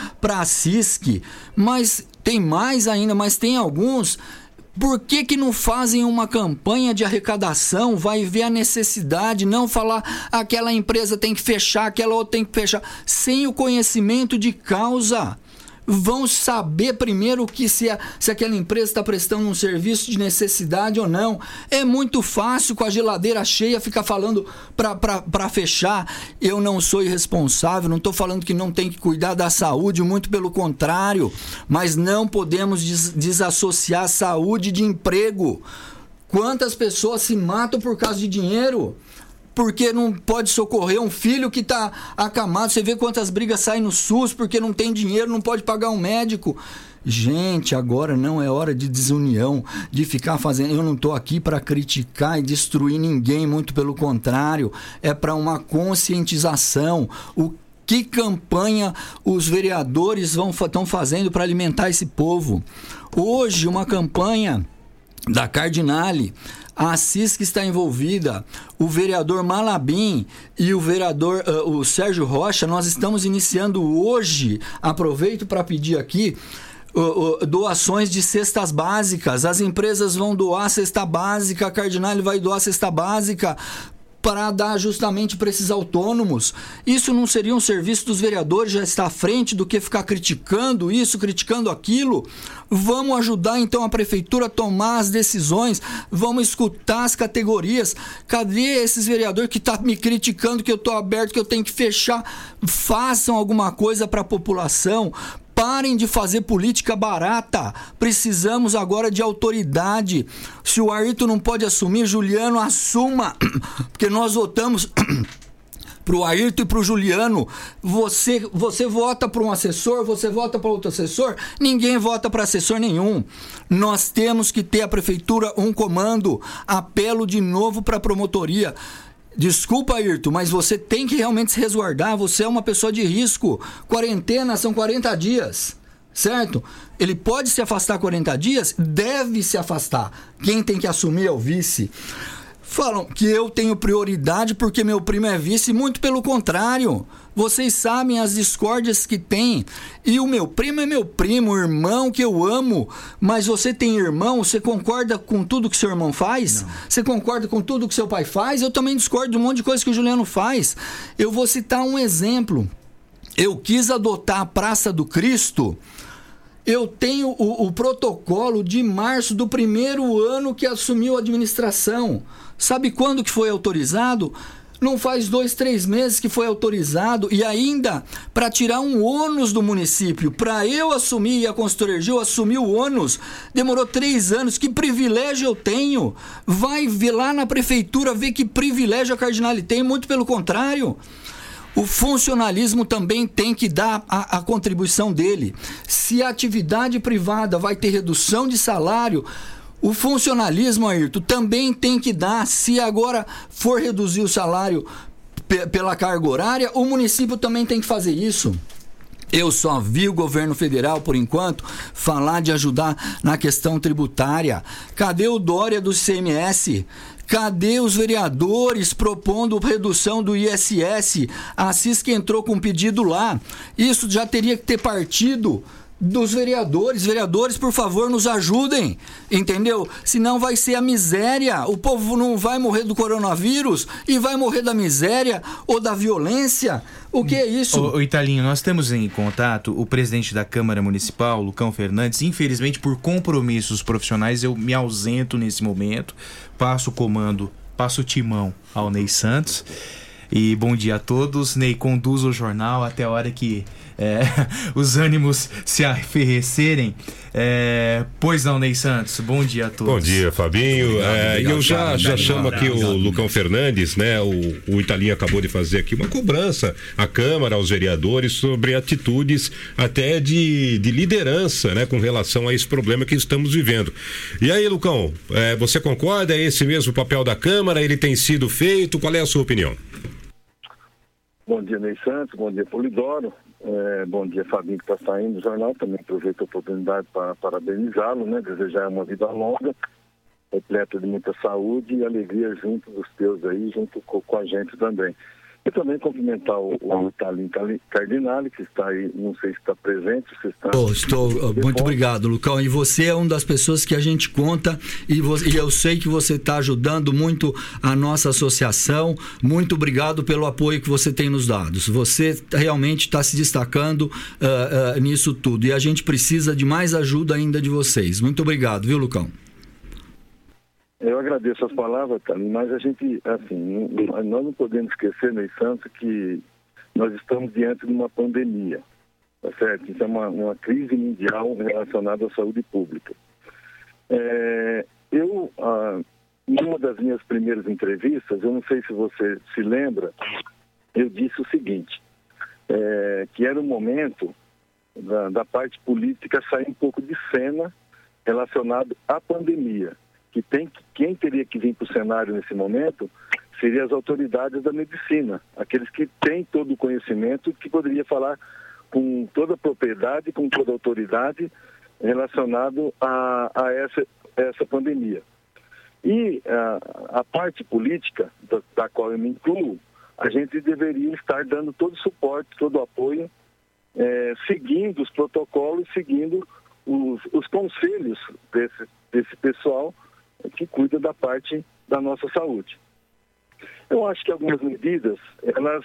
a C I S C, mas tem mais ainda, mas tem alguns. Por que que não fazem uma campanha de arrecadação? Vai ver a necessidade, não falar aquela empresa tem que fechar, aquela outra tem que fechar, sem o conhecimento de causa. Vão saber primeiro que se, a, se aquela empresa está prestando um serviço de necessidade ou não. É muito fácil com a geladeira cheia ficar falando para fechar. Eu não sou irresponsável, não estou falando que não tem que cuidar da saúde, muito pelo contrário, mas não podemos des, desassociar saúde de emprego. Quantas pessoas se matam por causa de dinheiro? Porque não pode socorrer um filho que está acamado. Você vê quantas brigas saem no SUS porque não tem dinheiro, não pode pagar um médico. Gente, agora não é hora de desunião, de ficar fazendo... Eu não estou aqui para criticar e destruir ninguém, muito pelo contrário. É para uma conscientização. O que campanha os vereadores vão, estão fazendo para alimentar esse povo? Hoje, uma campanha da Cardinale... A C I S C está envolvida, o vereador Malabim e o vereador uh, o Sérgio Rocha, nós estamos iniciando hoje, aproveito para pedir aqui, uh, uh, doações de cestas básicas. As empresas vão doar cesta básica, a Cardinale vai doar cesta básica para dar justamente para esses autônomos. Isso não seria um serviço dos vereadores já estar à frente do que ficar criticando isso, criticando aquilo? Vamos ajudar então a prefeitura a tomar as decisões, vamos escutar as categorias. Cadê esses vereadores que estão tá me criticando que eu estou aberto, que eu tenho que fechar? Façam alguma coisa para a população. Parem de fazer política barata. Precisamos agora de autoridade. Se o Ayrton não pode assumir, Juliano, assuma. Porque nós votamos para o Ayrton e para o Juliano. Você, você vota para um assessor, você vota para outro assessor. Ninguém vota para assessor nenhum. Nós temos que ter a prefeitura um comando. Apelo de novo para a promotoria. Desculpa, Ayrton, mas você tem que realmente se resguardar. Você é uma pessoa de risco. Quarentena são quarenta dias, certo? Ele pode se afastar quarenta dias? Deve se afastar. Quem tem que assumir é o vice. Falam que eu tenho prioridade porque meu primo é vice. Muito pelo contrário. Vocês sabem as discórdias que tem. E o meu primo é meu primo, irmão que eu amo. Mas você tem irmão, você concorda com tudo que seu irmão faz? Não. Você concorda com tudo que seu pai faz? Eu também discordo de um monte de coisa que o Juliano faz. Eu vou citar um exemplo. Eu quis adotar a Praça do Cristo. Eu tenho o, o protocolo de março do primeiro ano que assumiu a administração. Sabe quando que foi autorizado? Não faz dois, três meses que foi autorizado, e ainda para tirar um ônus do município. Para eu assumir, e a consultora Ergil assumir o ônus, demorou três anos. Que privilégio eu tenho? Vai ver lá na prefeitura ver que privilégio a Cardinale tem, muito pelo contrário. O funcionalismo também tem que dar a, a contribuição dele. Se a atividade privada vai ter redução de salário, o funcionalismo, Ayrton, também tem que dar. Se agora for reduzir o salário p- pela carga horária, o município também tem que fazer isso. Eu só vi o governo federal, por enquanto, falar de ajudar na questão tributária. Cadê o Dória do I C M S? Cadê os vereadores propondo redução do I S S? A Cis que entrou com um pedido lá. Isso já teria que ter partido dos vereadores. Vereadores, por favor, nos ajudem, entendeu? Senão vai ser a miséria. O povo não vai morrer do coronavírus e vai morrer da miséria ou da violência. O que é isso? Ô, ô Italinho, nós temos em contato o presidente da Câmara Municipal, Lucão Fernandes. Infelizmente, por compromissos profissionais, eu me ausento nesse momento. Passo o comando, passo o timão ao Ney Santos. E bom dia a todos. Ney, conduz o jornal até a hora que é, os ânimos se arrefecerem. É, pois não, Ney Santos, bom dia a todos. Bom dia, Fabinho. Obrigado, é, obrigado, eu já, já chamo aqui o Lucão Fernandes, né? O, o Italinho acabou de fazer aqui uma cobrança à Câmara, aos vereadores, sobre atitudes até de, de liderança, né? Com relação a esse problema que estamos vivendo. E aí, Lucão, é, você concorda? É esse mesmo o papel da Câmara? Ele tem sido feito? Qual é a sua opinião? Bom dia, Ney Santos, bom dia, Polidoro, é, bom dia, Fabinho, que está saindo do jornal. Também aproveito a oportunidade para parabenizá-lo, né? Desejar uma vida longa, repleta de muita saúde e alegria junto dos teus aí, junto com, com a gente também. E também cumprimentar o, o Italinho Cardinale, que está aí, não sei se está presente, se está... Oh, estou, muito obrigado, Lucão. E você é uma das pessoas que a gente conta, e, você, e eu sei que você está ajudando muito a nossa associação. Muito obrigado pelo apoio que você tem nos dado. Você realmente está se destacando uh, uh, nisso tudo, e a gente precisa de mais ajuda ainda de vocês. Muito obrigado, viu, Lucão? Eu agradeço as palavras, mas a gente, assim, nós não podemos esquecer, Ney Santos, que nós estamos diante de uma pandemia, tá certo? Isso é uma, uma crise mundial relacionada à saúde pública. É, eu, ah, em uma das minhas primeiras entrevistas, eu não sei se você se lembra, eu disse o seguinte, é, que era o momento da, da parte política sair um pouco de cena relacionado à pandemia. Que tem, quem teria que vir para o cenário nesse momento seriam as autoridades da medicina, aqueles que têm todo o conhecimento, que poderia falar com toda a propriedade, com toda a autoridade relacionado a, a essa, essa pandemia. E a, a parte política, da, da qual eu me incluo, a gente deveria estar dando todo o suporte, todo o apoio, é, seguindo os protocolos, seguindo os, os conselhos desse, desse pessoal que cuida da parte da nossa saúde. Eu acho que algumas medidas, elas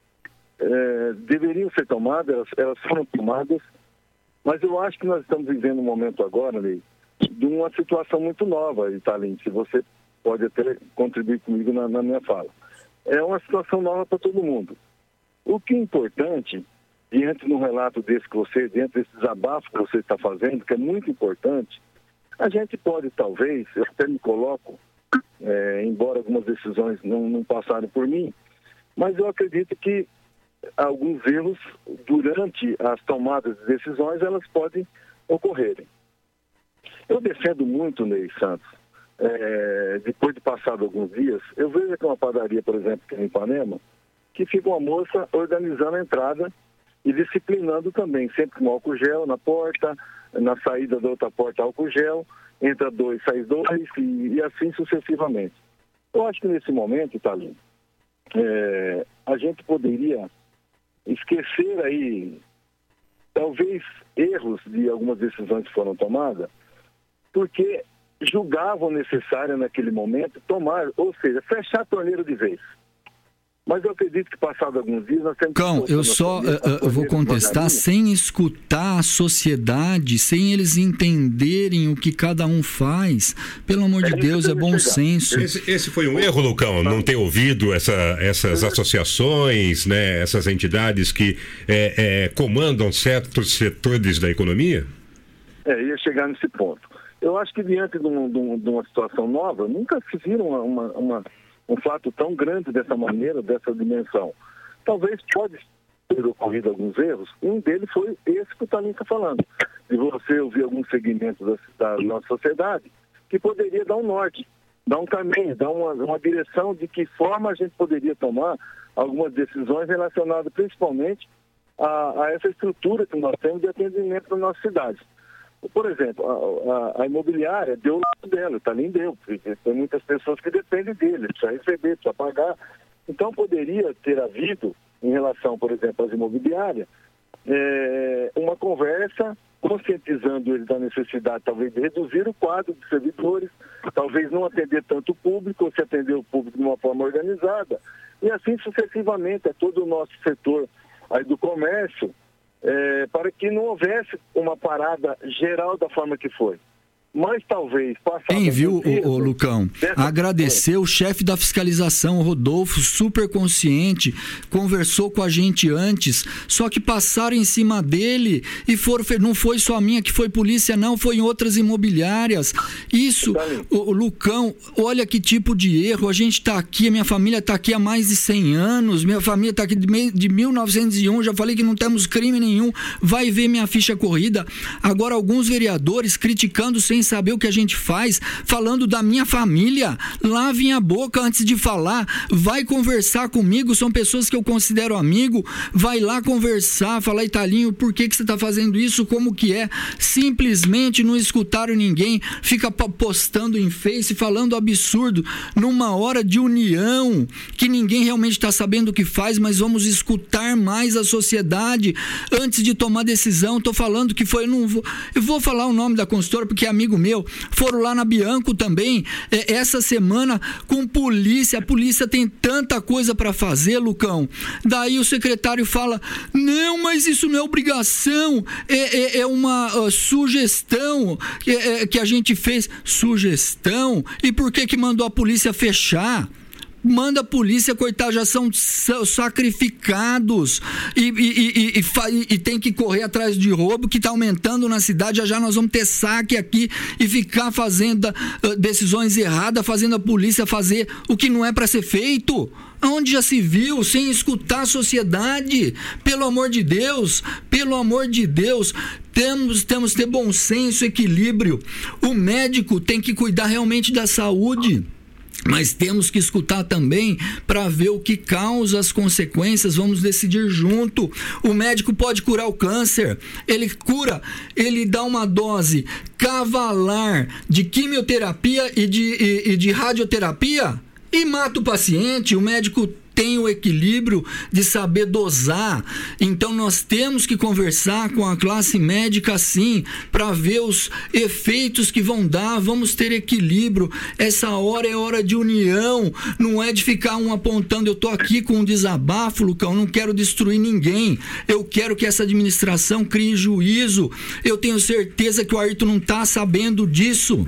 é, deveriam ser tomadas, elas, elas foram tomadas, mas eu acho que nós estamos vivendo um momento agora, Ney, de uma situação muito nova, Italinho, se você pode até contribuir comigo na, na minha fala. É uma situação nova para todo mundo. O que é importante, diante de um relato desse que você, diante desse desabafo que você está fazendo, que é muito importante, a gente pode, talvez, eu até me coloco, é, embora algumas decisões não, não passarem por mim, mas eu acredito que alguns erros, durante as tomadas de decisões, elas podem ocorrerem. Eu defendo muito, Ney Santos, é, depois de passado alguns dias, eu vejo aqui uma padaria, por exemplo, aqui em Ipanema, que fica uma moça organizando a entrada e disciplinando também, sempre com álcool gel na porta, na saída da outra porta álcool gel, entra dois, sai dois e, e assim sucessivamente. Eu acho que nesse momento, Italinho, é, a gente poderia esquecer aí, talvez, erros de algumas decisões que foram tomadas, porque julgavam necessário naquele momento tomar, ou seja, fechar a torneira de vez. Mas eu acredito que passado alguns dias nós temos... Cão, eu só eu, eu vou contestar sem escutar a sociedade, sem eles entenderem o que cada um faz. Pelo amor de Deus, é bom senso. Esse, esse foi um erro, Lucão, não ter ouvido essa, essas associações, né, essas entidades que é, é, comandam certos setores da economia? É, ia chegar nesse ponto. Eu acho que diante de, um, de, um, de uma situação nova, nunca se viram uma... uma, uma um fato tão grande dessa maneira, dessa dimensão. Talvez pode ter ocorrido alguns erros, um deles foi esse que o Thalin está falando, de você ouvir alguns segmentos da, da nossa sociedade que poderia dar um norte, dar um caminho, dar uma, uma direção de que forma a gente poderia tomar algumas decisões relacionadas principalmente a, a essa estrutura que nós temos de atendimento na nossa cidade. Por exemplo, a, a, a imobiliária deu o lado dela, o Thalin deu, porque tem muitas pessoas que dependem dele, precisa receber, precisa pagar. Então poderia ter havido, em relação, por exemplo, às imobiliárias, é, uma conversa conscientizando eles da necessidade, talvez, de reduzir o quadro de servidores, talvez não atender tanto o público, ou se atender o público de uma forma organizada, e assim sucessivamente a todo o nosso setor aí do comércio, É, para que não houvesse uma parada geral da forma que foi. Mas talvez... Quem viu, o, o Lucão, agradecer o chefe da fiscalização, o Rodolfo, super consciente, conversou com a gente antes, só que passaram em cima dele e foram, não foi só a minha que foi polícia, não, foi em outras imobiliárias. Isso, o, o Lucão, olha que tipo de erro, a gente está aqui, a minha família está aqui há mais de cem anos, minha família está aqui de, de mil novecentos e um, já falei que não temos crime nenhum, vai ver minha ficha corrida. Agora, alguns vereadores criticando sem saber o que a gente faz, falando da minha família, lavem a boca antes de falar, vai conversar comigo, são pessoas que eu considero amigo, vai lá conversar, falar, Italinho, por que que você está fazendo isso, como que é, simplesmente não escutaram ninguém, fica postando em Face, falando absurdo, numa hora de união, que ninguém realmente está sabendo o que faz, mas vamos escutar mais a sociedade, antes de tomar decisão. Estou falando que foi, eu não vou, eu vou falar o nome da consultora, porque é amigo meu, foram lá na Bianco também, é, essa semana, com polícia, a polícia tem tanta coisa para fazer, Lucão, daí o secretário fala, não, mas isso não é obrigação, é, é, é uma uh, sugestão que, é, que a gente fez, sugestão, e por que que mandou a polícia fechar? Manda a polícia, coitado, já são sacrificados e, e, e, e, e tem que correr atrás de roubo que está aumentando na cidade, já já nós vamos ter saque aqui e ficar fazendo uh, decisões erradas, fazendo a polícia fazer o que não é para ser feito. Onde já se viu, sem escutar a sociedade? Pelo amor de Deus, pelo amor de Deus, temos, temos que ter bom senso, equilíbrio. O médico tem que cuidar realmente da saúde, mas temos que escutar também para ver o que causa as consequências, vamos decidir junto. O médico pode curar o câncer, ele cura, ele dá uma dose cavalar de quimioterapia e de, e, e de radioterapia e mata o paciente. O médico tem o equilíbrio de saber dosar. Então nós temos que conversar com a classe médica sim, para ver os efeitos que vão dar. Vamos ter equilíbrio. Essa hora é hora de união, não é de ficar um apontando. Eu tô aqui com um desabafo, Lucão, não quero destruir ninguém, eu quero que essa administração crie juízo. Eu tenho certeza que o Ayrton não tá sabendo disso.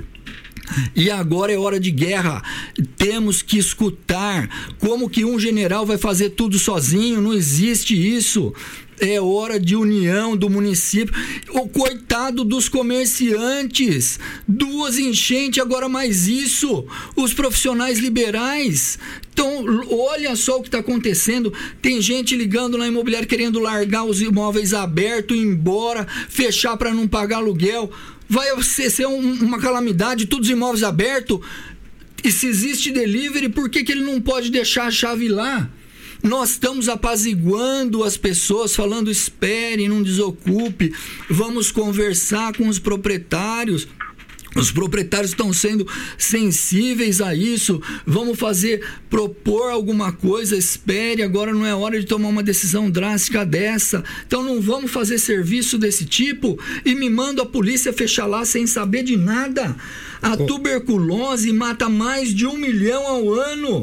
E agora é hora de guerra, temos que escutar. Como que um general vai fazer tudo sozinho? Não existe isso. É hora de união do município. O coitado dos comerciantes, duas enchentes, agora mais isso. Os profissionais liberais. Então, olha só o que está acontecendo. Tem gente ligando na imobiliária querendo largar os imóveis abertos, ir embora, fechar para não pagar aluguel. Vai ser um, uma calamidade, todos os imóveis abertos. E se existe delivery, por que que ele não pode deixar a chave lá? Nós estamos apaziguando as pessoas, falando, espere, não desocupe, vamos conversar com os proprietários. Os proprietários estão sendo sensíveis a isso. Vamos fazer, propor alguma coisa, espere, agora não é hora de tomar uma decisão drástica dessa. Então não vamos fazer serviço desse tipo e me manda a polícia fechar lá sem saber de nada. A tuberculose mata mais de um milhão ao ano.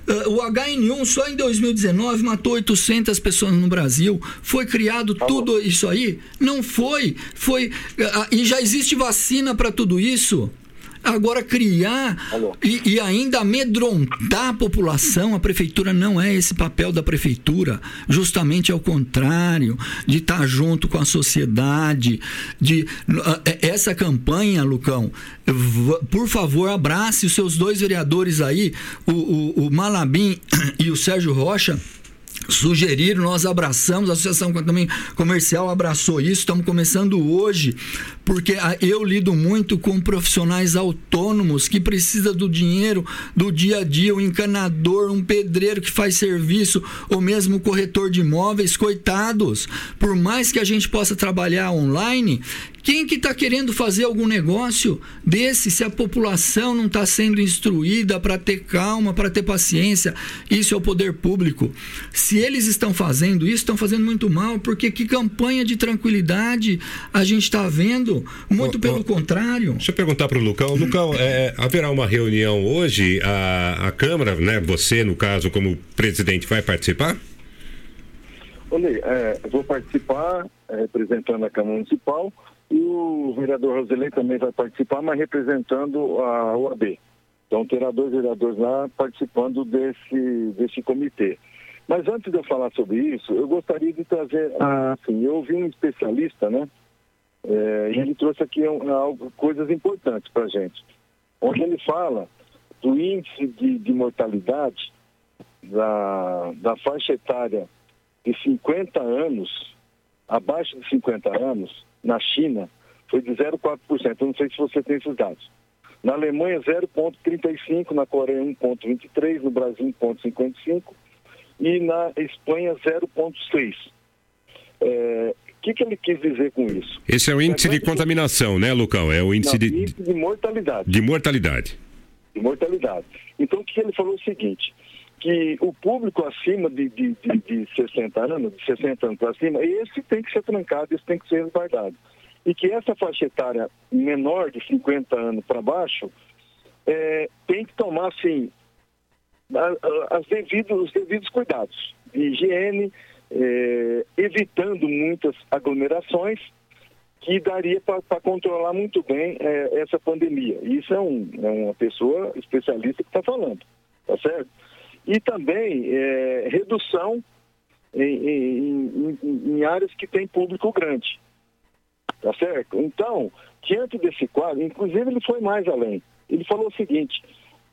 Uh, o agá ene um só em dois mil e dezenove matou oitocentas pessoas no Brasil. Foi criado tudo isso aí? Não foi. Foi uh, e já existe vacina para tudo isso. Agora, criar e, e ainda amedrontar a população, a prefeitura não é esse papel da prefeitura, justamente ao contrário, de estar junto com a sociedade, de essa campanha, Lucão, por favor, abrace os seus dois vereadores aí, o, o, o Malabim e o Sérgio Rocha. Sugeriram, nós abraçamos, a Associação também Comercial abraçou isso, estamos começando hoje, porque eu lido muito com profissionais autônomos que precisam do dinheiro do dia a dia, um encanador, um pedreiro que faz serviço, ou mesmo corretor de imóveis, coitados, por mais que a gente possa trabalhar online, quem que está querendo fazer algum negócio desse, se a população não está sendo instruída para ter calma, para ter paciência? Isso é o poder público. Se eles estão fazendo isso, estão fazendo muito mal, porque que campanha de tranquilidade a gente está vendo? Muito oh, pelo oh, contrário. Deixa eu perguntar para o Lucão. Lucão, é, haverá uma reunião hoje, a, a Câmara, né, você, no caso, como presidente, vai participar? Olha, é, vou participar é, representando a Câmara Municipal. E o vereador Roselei também vai participar, mas representando a O A B. Então terá dois vereadores lá participando desse, desse comitê. Mas antes de eu falar sobre isso, eu gostaria de trazer, assim, eu ouvi um especialista, né? É, e ele trouxe aqui um, algo, coisas importantes para a gente. Onde ele fala do índice de, de mortalidade da, da faixa etária de cinquenta anos, abaixo de cinquenta anos, na China, foi de zero vírgula quatro por cento. Eu não sei se você tem esses dados. Na Alemanha, zero vírgula trinta e cinco por cento, na Coreia, um vírgula vinte e três por cento, no Brasil, um vírgula cinquenta e cinco por cento e na Espanha, zero vírgula seis por cento. É, o que, que ele quis dizer com isso? Esse é o índice de contaminação, né, Lucão? É o índice, não, de... índice de mortalidade. De mortalidade. De mortalidade. Então, o que ele falou é o seguinte, que o público acima de, de, de, de sessenta anos, de sessenta anos para cima, esse tem que ser trancado, esse tem que ser resguardado. E que essa faixa etária menor de cinquenta anos para baixo é, tem que tomar, assim, a, a, as devidos, os devidos cuidados de higiene, é, evitando muitas aglomerações, que daria para controlar muito bem é, essa pandemia. Isso é, um, é uma pessoa especialista que está falando, tá certo? E também é, redução em, em, em, em áreas que tem público grande, tá certo? Então, diante desse quadro, inclusive ele foi mais além. Ele falou o seguinte,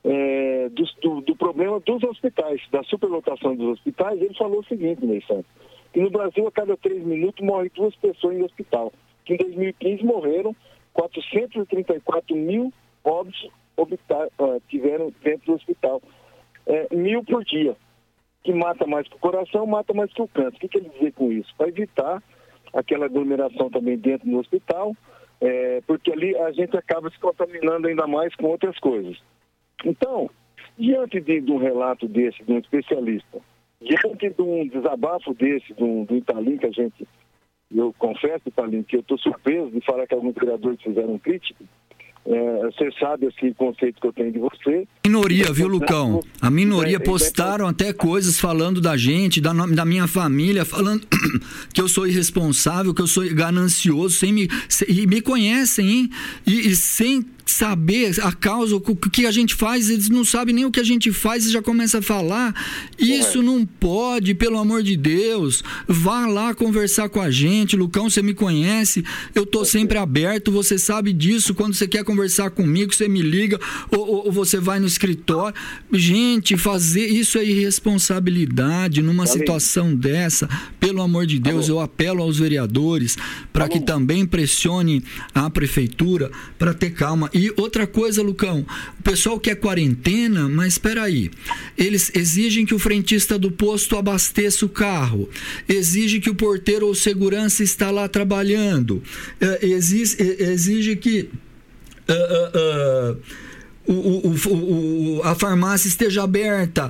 é, do, do, do problema dos hospitais, da superlotação dos hospitais, ele falou o seguinte, Ney Santos, que no Brasil a cada três minutos morrem duas pessoas em hospital. Que em dois mil e quinze morreram quatrocentos e trinta e quatro mil óbitos uh, tiveram dentro do hospital. É, mil por dia, que mata mais que o coração, mata mais que o câncer. O que, que ele dizer com isso? Para evitar aquela aglomeração também dentro do hospital, é, porque ali a gente acaba se contaminando ainda mais com outras coisas. Então, diante de, de um relato desse, de um especialista, diante de um desabafo desse, de um, de um Italim que a gente, eu confesso, Italim, que eu estou surpreso de falar que alguns vereadores fizeram crítica. É, você sabe assim, o conceito que eu tenho de você. Minoria, viu, Lucão? A minoria postaram até coisas falando da gente, da, da minha família, falando que eu sou irresponsável, que eu sou ganancioso, sem me, sem, e me conhecem, hein? E, e sem saber a causa, o que a gente faz, eles não sabem nem o que a gente faz e já começa a falar. Isso não pode, pelo amor de Deus. Vá lá conversar com a gente, Lucão, você me conhece, eu tô sempre aberto, você sabe disso. Quando você quer conversar comigo, você me liga ou, ou, ou você vai no escritório. Gente, fazer isso é irresponsabilidade numa situação dessa. Pelo amor de Deus, eu apelo aos vereadores para que também pressione a prefeitura para ter calma. E outra coisa, Lucão, o pessoal quer quarentena, mas espera aí, eles exigem que o frentista do posto abasteça o carro, exige que o porteiro ou segurança está lá trabalhando, exige, exige que uh, uh, uh, o, o, o, a farmácia esteja aberta.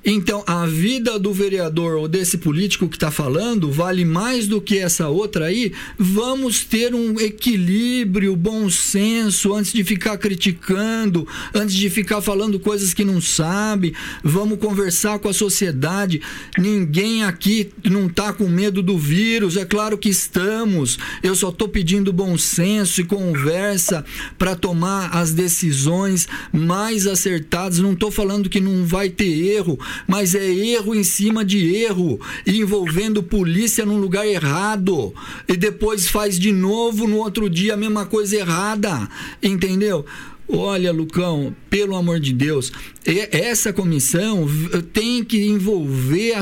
Então, a vida do vereador ou desse político que está falando vale mais do que essa outra aí. Vamos ter um equilíbrio, bom senso, antes de ficar criticando, antes de ficar falando coisas que não sabe. Vamos conversar com a sociedade. Ninguém aqui não está com medo do vírus, é claro que estamos. Eu só estou pedindo bom senso e conversa para tomar as decisões mais acertadas. Não estou falando que não vai ter erro, mas é erro em cima de erro, envolvendo polícia num lugar errado, e depois faz de novo no outro dia a mesma coisa errada, entendeu? Olha, Lucão, pelo amor de Deus, essa comissão tem que envolver a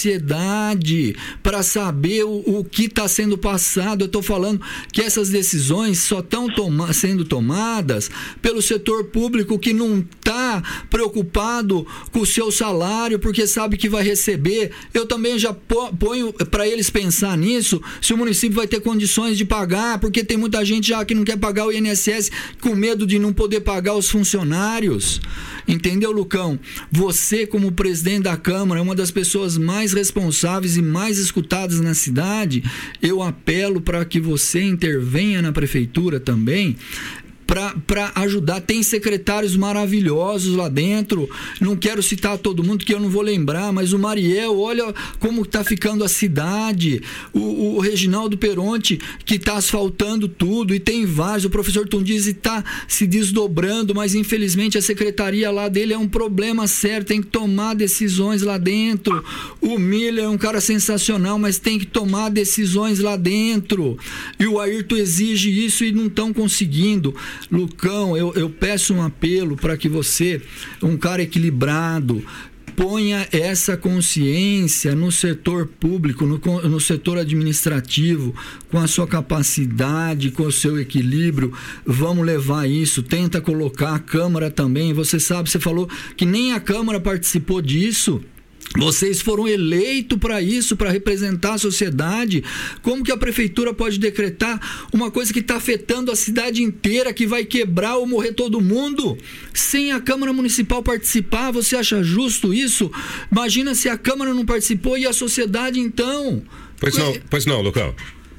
sociedade para saber o, o que está sendo passado. Eu estou falando que essas decisões só estão toma- sendo tomadas pelo setor público, que não está preocupado com o seu salário, porque sabe que vai receber. Eu também já ponho para eles pensar nisso, se o município vai ter condições de pagar, porque tem muita gente já que não quer pagar o I N S S com medo de não poder pagar os funcionários. Entendeu, Lucão? Você, como presidente da Câmara, é uma das pessoas mais responsáveis e mais escutadas na cidade. Eu apelo para que você intervenha na prefeitura também, para ajudar. Tem secretários maravilhosos lá dentro, não quero citar todo mundo que eu não vou lembrar, mas o Mariel, olha como está ficando a cidade, o, o Reginaldo Peronte, que está asfaltando tudo, e tem vários, o professor Tundizi está se desdobrando, mas infelizmente a secretaria lá dele é um problema sério, tem que tomar decisões lá dentro. O Miller é um cara sensacional, mas tem que tomar decisões lá dentro, e o Ayrton exige isso e não estão conseguindo. Lucão, eu, eu peço um apelo para que você, um cara equilibrado, ponha essa consciência no setor público, no, no setor administrativo, com a sua capacidade, com o seu equilíbrio. Vamos levar isso, tenta colocar a Câmara também. Você sabe, você falou que nem a Câmara participou disso. Vocês foram eleitos para isso, para representar a sociedade. Como que a prefeitura pode decretar uma coisa que está afetando a cidade inteira, que vai quebrar ou morrer todo mundo, sem a Câmara Municipal participar? Você acha justo isso? Imagina se a Câmara não participou e a sociedade, então. Pois não, pois não, Lucão.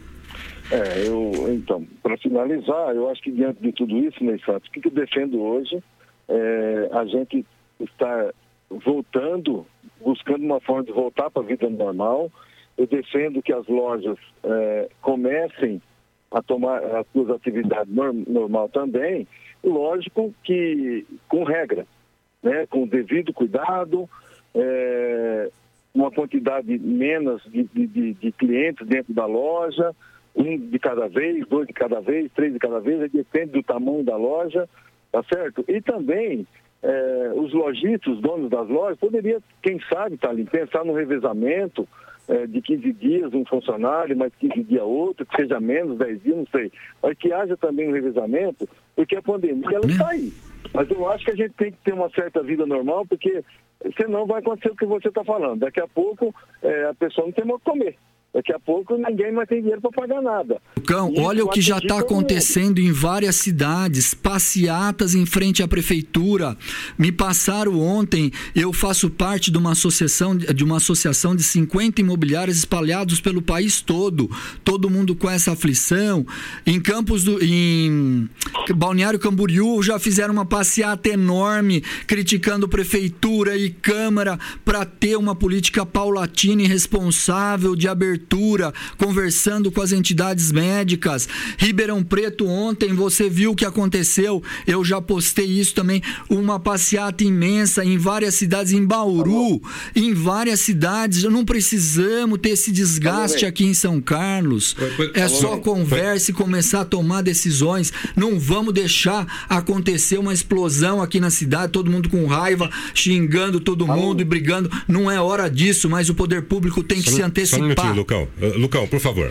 É, eu, então, para finalizar, eu acho que diante de tudo isso, Ney Santos, o que eu defendo hoje é a gente estar voltando, buscando uma forma de voltar para a vida normal. Eu defendo que as lojas é, comecem a tomar as suas atividades norm, normal também, lógico que com regra, né, com o devido cuidado, é, uma quantidade menos de, de, de clientes dentro da loja, um de cada vez, dois de cada vez, três de cada vez, depende do tamanho da loja, tá certo? E também É, os lojistas, os donos das lojas, poderiam, quem sabe, tá ali, pensar no revezamento é, de quinze dias um funcionário, mais quinze dias outro, que seja menos, dez dias, não sei. Mas que haja também um revezamento, porque a pandemia ela está aí. Mas eu acho que a gente tem que ter uma certa vida normal, porque senão vai acontecer o que você está falando. Daqui a pouco é, a pessoa não tem mais o que comer. Daqui a pouco ninguém mais tem dinheiro para pagar nada. Lucão, olha o que já está acontecendo em várias cidades, passeatas em frente à prefeitura. Me passaram ontem, eu faço parte de uma associação de uma associação de cinquenta imobiliárias espalhados pelo país todo. Todo mundo com essa aflição. Em Campos do em Balneário Camboriú já fizeram uma passeata enorme criticando prefeitura e Câmara para ter uma política paulatina e responsável de abertura, conversando com as entidades médicas. Ribeirão Preto ontem, você viu o que aconteceu, eu já postei isso também, uma passeata imensa em várias cidades, em Bauru, em várias cidades. Não precisamos ter esse desgaste aqui em São Carlos. É só conversa e começar a tomar decisões. Não vamos deixar acontecer uma explosão aqui na cidade, todo mundo com raiva, xingando todo mundo e brigando. Não é hora disso, mas o poder público tem que se antecipar. Lucão, uh, Lucão, por favor.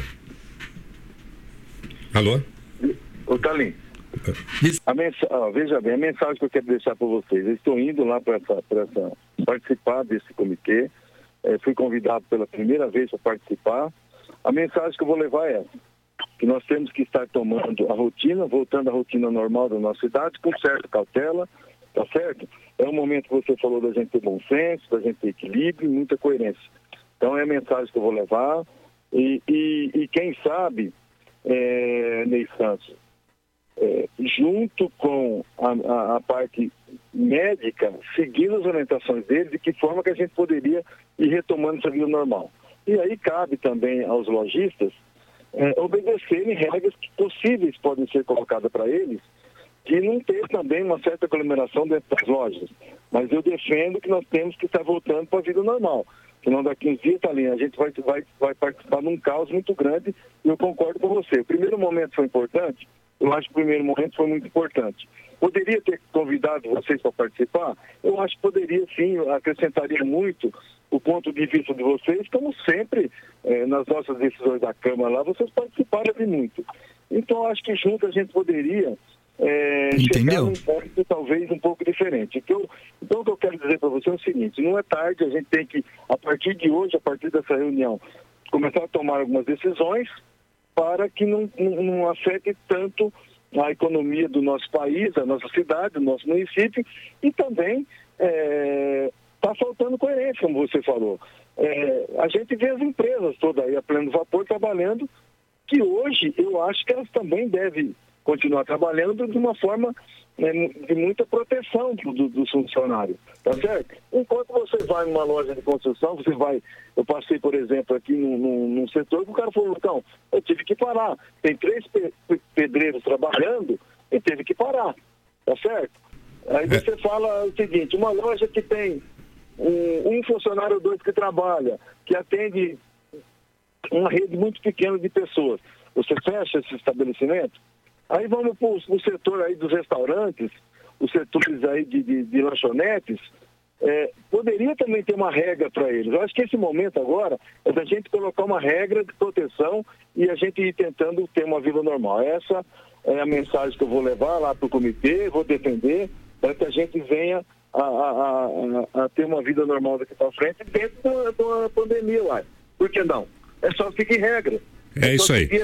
Alô? Ô, Thalim, a mensa... ah, veja bem, a mensagem que eu quero deixar para vocês. Eu estou indo lá para essa, essa... participar desse comitê. É, fui convidado pela primeira vez para participar. A mensagem que eu vou levar é essa: que nós temos que estar tomando a rotina, voltando à rotina normal da nossa cidade, com certa cautela, tá certo? É um momento que você falou da gente ter bom senso, da gente ter equilíbrio e muita coerência. Então, é a mensagem que eu vou levar. E, e, e quem sabe, é, Ney Santos, é, junto com a, a, a parte médica, seguindo as orientações deles, de que forma que a gente poderia ir retomando essa vida normal. E aí cabe também aos lojistas é, obedecerem regras que possíveis podem ser colocadas para eles, de não ter também uma certa aglomeração dentro das lojas. Mas eu defendo que nós temos que estar voltando para a vida normal. Senão daqui uns dias, Thalinha, a gente vai, vai, vai participar de um caos muito grande e eu concordo com você. O primeiro momento foi importante, eu acho que o primeiro momento foi muito importante. Poderia ter convidado vocês para participar? Eu acho que poderia sim, acrescentaria muito o ponto de vista de vocês, como sempre, eh, nas nossas decisões da Câmara lá, vocês participaram de muito. Então, acho que junto a gente poderia é, chegar num ponto talvez um pouco diferente. Então, então o que eu quero dizer para você é o seguinte, não é tarde, a gente tem que, a partir de hoje, a partir dessa reunião, começar a tomar algumas decisões para que não, não, não afete tanto a economia do nosso país, da nossa cidade, do nosso município, e também está é, faltando coerência, como você falou. É, a gente vê as empresas todas aí a pleno vapor trabalhando, que hoje eu acho que elas também devem continuar trabalhando de uma forma né, de muita proteção do, do funcionário, tá certo? Enquanto você vai numa loja de construção, você vai, eu passei, por exemplo, aqui num, num, num setor que o cara falou, então, eu tive que parar, tem três pe- pedreiros trabalhando e teve que parar, tá certo? Aí você fala o seguinte, uma loja que tem um, um funcionário ou dois que trabalha, que atende uma rede muito pequena de pessoas, você fecha esse estabelecimento? Aí vamos para o setor aí dos restaurantes, os setores aí de, de, de lanchonetes, é, poderia também ter uma regra para eles. Eu acho que esse momento agora é da gente colocar uma regra de proteção e a gente ir tentando ter uma vida normal. Essa é a mensagem que eu vou levar lá para o comitê, vou defender, para que a gente venha a, a, a, a ter uma vida normal daqui para frente dentro da, da pandemia lá. Por que não? É só seguir regra. É isso aí.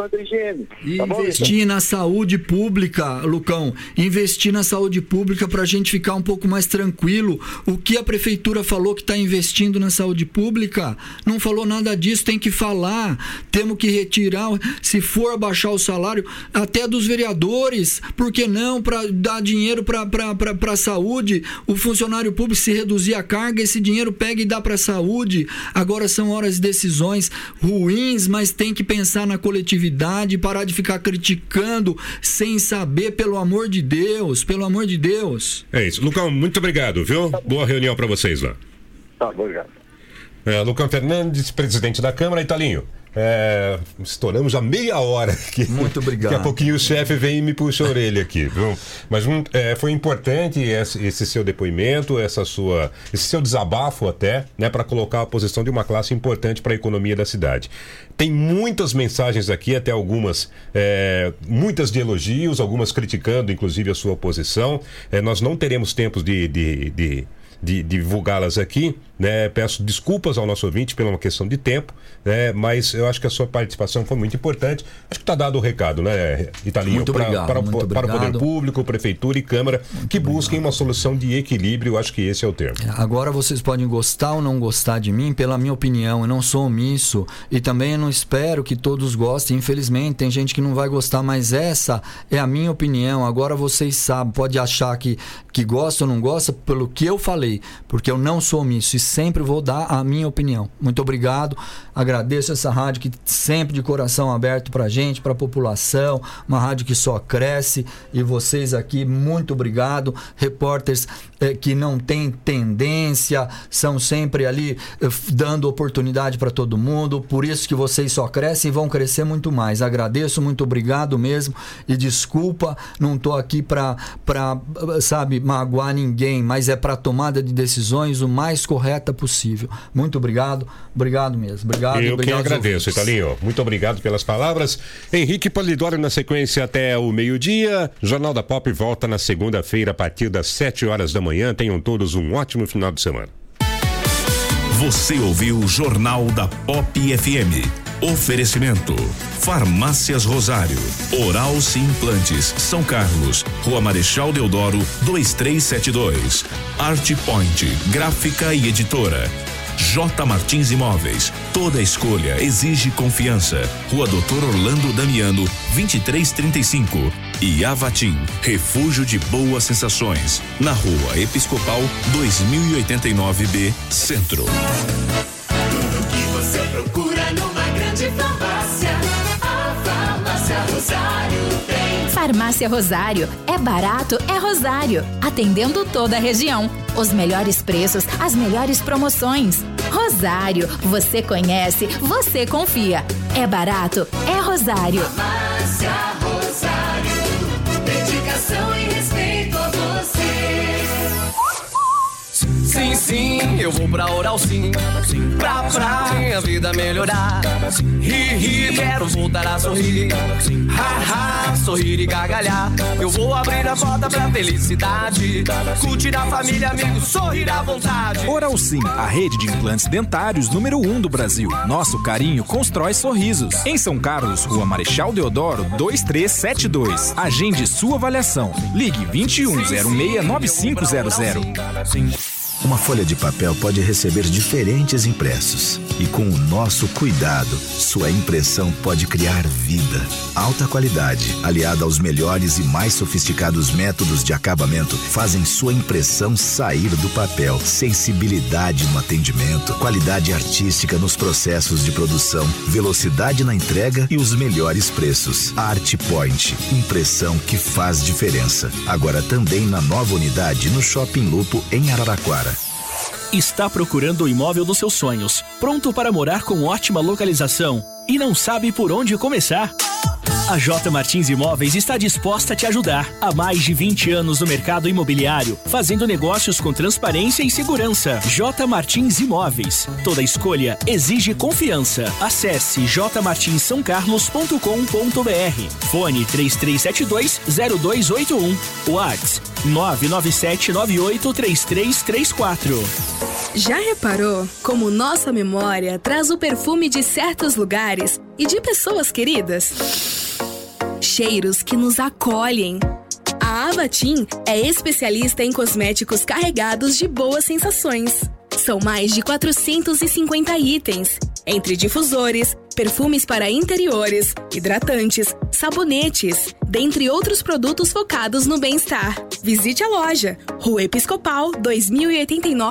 Investir na saúde pública, Lucão, investir na saúde pública para a gente ficar um pouco mais tranquilo. O que a prefeitura falou que está investindo na saúde pública, não falou nada disso, tem que falar. Temos que retirar, se for abaixar o salário, até dos vereadores, por que não, para dar dinheiro para a saúde, o funcionário público, se reduzir a carga, esse dinheiro pega e dá para a saúde. Agora são horas de decisões ruins, mas tem que pensar na coletividade, parar de ficar criticando sem saber, pelo amor de Deus, pelo amor de Deus. É isso. Lucão, muito obrigado, viu? Boa reunião para vocês lá. Tá, obrigado. É, Lucão Fernandes, presidente da Câmara. Italinho, é, estouramos já meia hora aqui. Muito obrigado. Daqui a pouquinho o chefe vem e me puxa a orelha aqui, viu? Mas um, é, foi importante esse, esse seu depoimento, essa sua, esse seu desabafo até, né, para colocar a posição de uma classe importante para a economia da cidade. Tem muitas mensagens aqui, até algumas, é, muitas de elogios, algumas criticando, inclusive, a sua posição. É, nós não teremos tempos de, de, de, de divulgá-las aqui, né? Peço desculpas ao nosso ouvinte pela uma questão de tempo, né? Mas eu acho que a sua participação foi muito importante. Acho que está dado o recado, né, Italinho? Muito pra, obrigado, para, muito para o obrigado. poder público, prefeitura e Câmara, muito que busquem obrigado. Uma solução de equilíbrio. Acho que esse é o termo. Agora vocês podem gostar ou não gostar de mim, pela minha opinião, eu não sou omisso e também eu não espero que todos gostem. Infelizmente tem gente que não vai gostar, mas essa é a minha opinião. Agora vocês sabem, pode achar que, que gosta ou não gosta pelo que eu falei, porque eu não sou omisso e sempre vou dar a minha opinião. Muito obrigado, agradeço essa rádio que sempre de coração aberto pra gente, pra população, uma rádio que só cresce, e vocês aqui, muito obrigado, repórteres eh, que não tem tendência, são sempre ali eh, dando oportunidade para todo mundo, por isso que vocês só crescem e vão crescer muito mais. Agradeço, muito obrigado mesmo, e desculpa, não tô aqui pra, pra sabe, magoar ninguém, mas é pra tomada de decisões o mais correta possível. Muito obrigado, obrigado mesmo. Obrigado. Eu obrigado que agradeço, Italinho. Muito obrigado pelas palavras. Henrique Polidoro na sequência até o meio-dia. Jornal da Pop volta na segunda-feira a partir das sete horas da manhã. Tenham todos um ótimo final de semana. Você ouviu o Jornal da Pop F M. Oferecimento: Farmácias Rosário, Oral Sim Implantes, São Carlos, Rua Marechal Deodoro, dois três sete dois. Art Point, gráfica e editora. J Martins Imóveis, toda escolha exige confiança. Rua doutor Orlando Damiano, vinte e três trinta e cinco. E Avatim, refúgio de boas sensações, na Rua Episcopal dois mil e oitenta e nove B, Centro. Tudo que você procura numa grande farmácia, a Farmácia Rosário tem. Farmácia Rosário, é barato, é Rosário, atendendo toda a região. Os melhores preços, as melhores promoções. Rosário, você conhece, você confia. É barato, é Rosário. Farmácia Rosário, dedicação e respeito a você. Sim, sim, eu vou pra Oral Sim, pra, pra minha vida melhorar. Ri, ri, quero voltar a sorrir. Ha, ha, sorrir e gargalhar. Eu vou abrir a porta pra felicidade. Curtir a família, amigos, sorrir à vontade. Oral Sim, a rede de implantes dentários número um do Brasil. Nosso carinho constrói sorrisos. Em São Carlos, Rua Marechal Deodoro, dois três sete dois. Agende sua avaliação. Ligue vinte e um zero seis nove cinco zero zero. Uma folha de papel pode receber diferentes impressos. E com o nosso cuidado, sua impressão pode criar vida. Alta qualidade, aliada aos melhores e mais sofisticados métodos de acabamento, fazem sua impressão sair do papel. Sensibilidade no atendimento, qualidade artística nos processos de produção, velocidade na entrega e os melhores preços. Art Point, impressão que faz diferença. Agora também na nova unidade no Shopping Lupo, em Araraquara. Está procurando o imóvel dos seus sonhos, pronto para morar com ótima localização e não sabe por onde começar? A J Martins Imóveis está disposta a te ajudar. Há mais de vinte anos no mercado imobiliário, fazendo negócios com transparência e segurança. J Martins Imóveis. Toda escolha exige confiança. Acesse j martins são carlos ponto com ponto b r. Fone três três sete dois zero dois oito um. WhatsApp nove nove sete nove oito três três três quatro. Já reparou como nossa memória traz o perfume de certos lugares e de pessoas queridas? Cheiros que nos acolhem. A Avatim é especialista em cosméticos carregados de boas sensações. São mais de quatrocentos e cinquenta itens, entre difusores, perfumes para interiores, hidratantes, sabonetes, dentre outros produtos focados no bem-estar. Visite a loja, Rua Episcopal dois mil e oitenta e nove.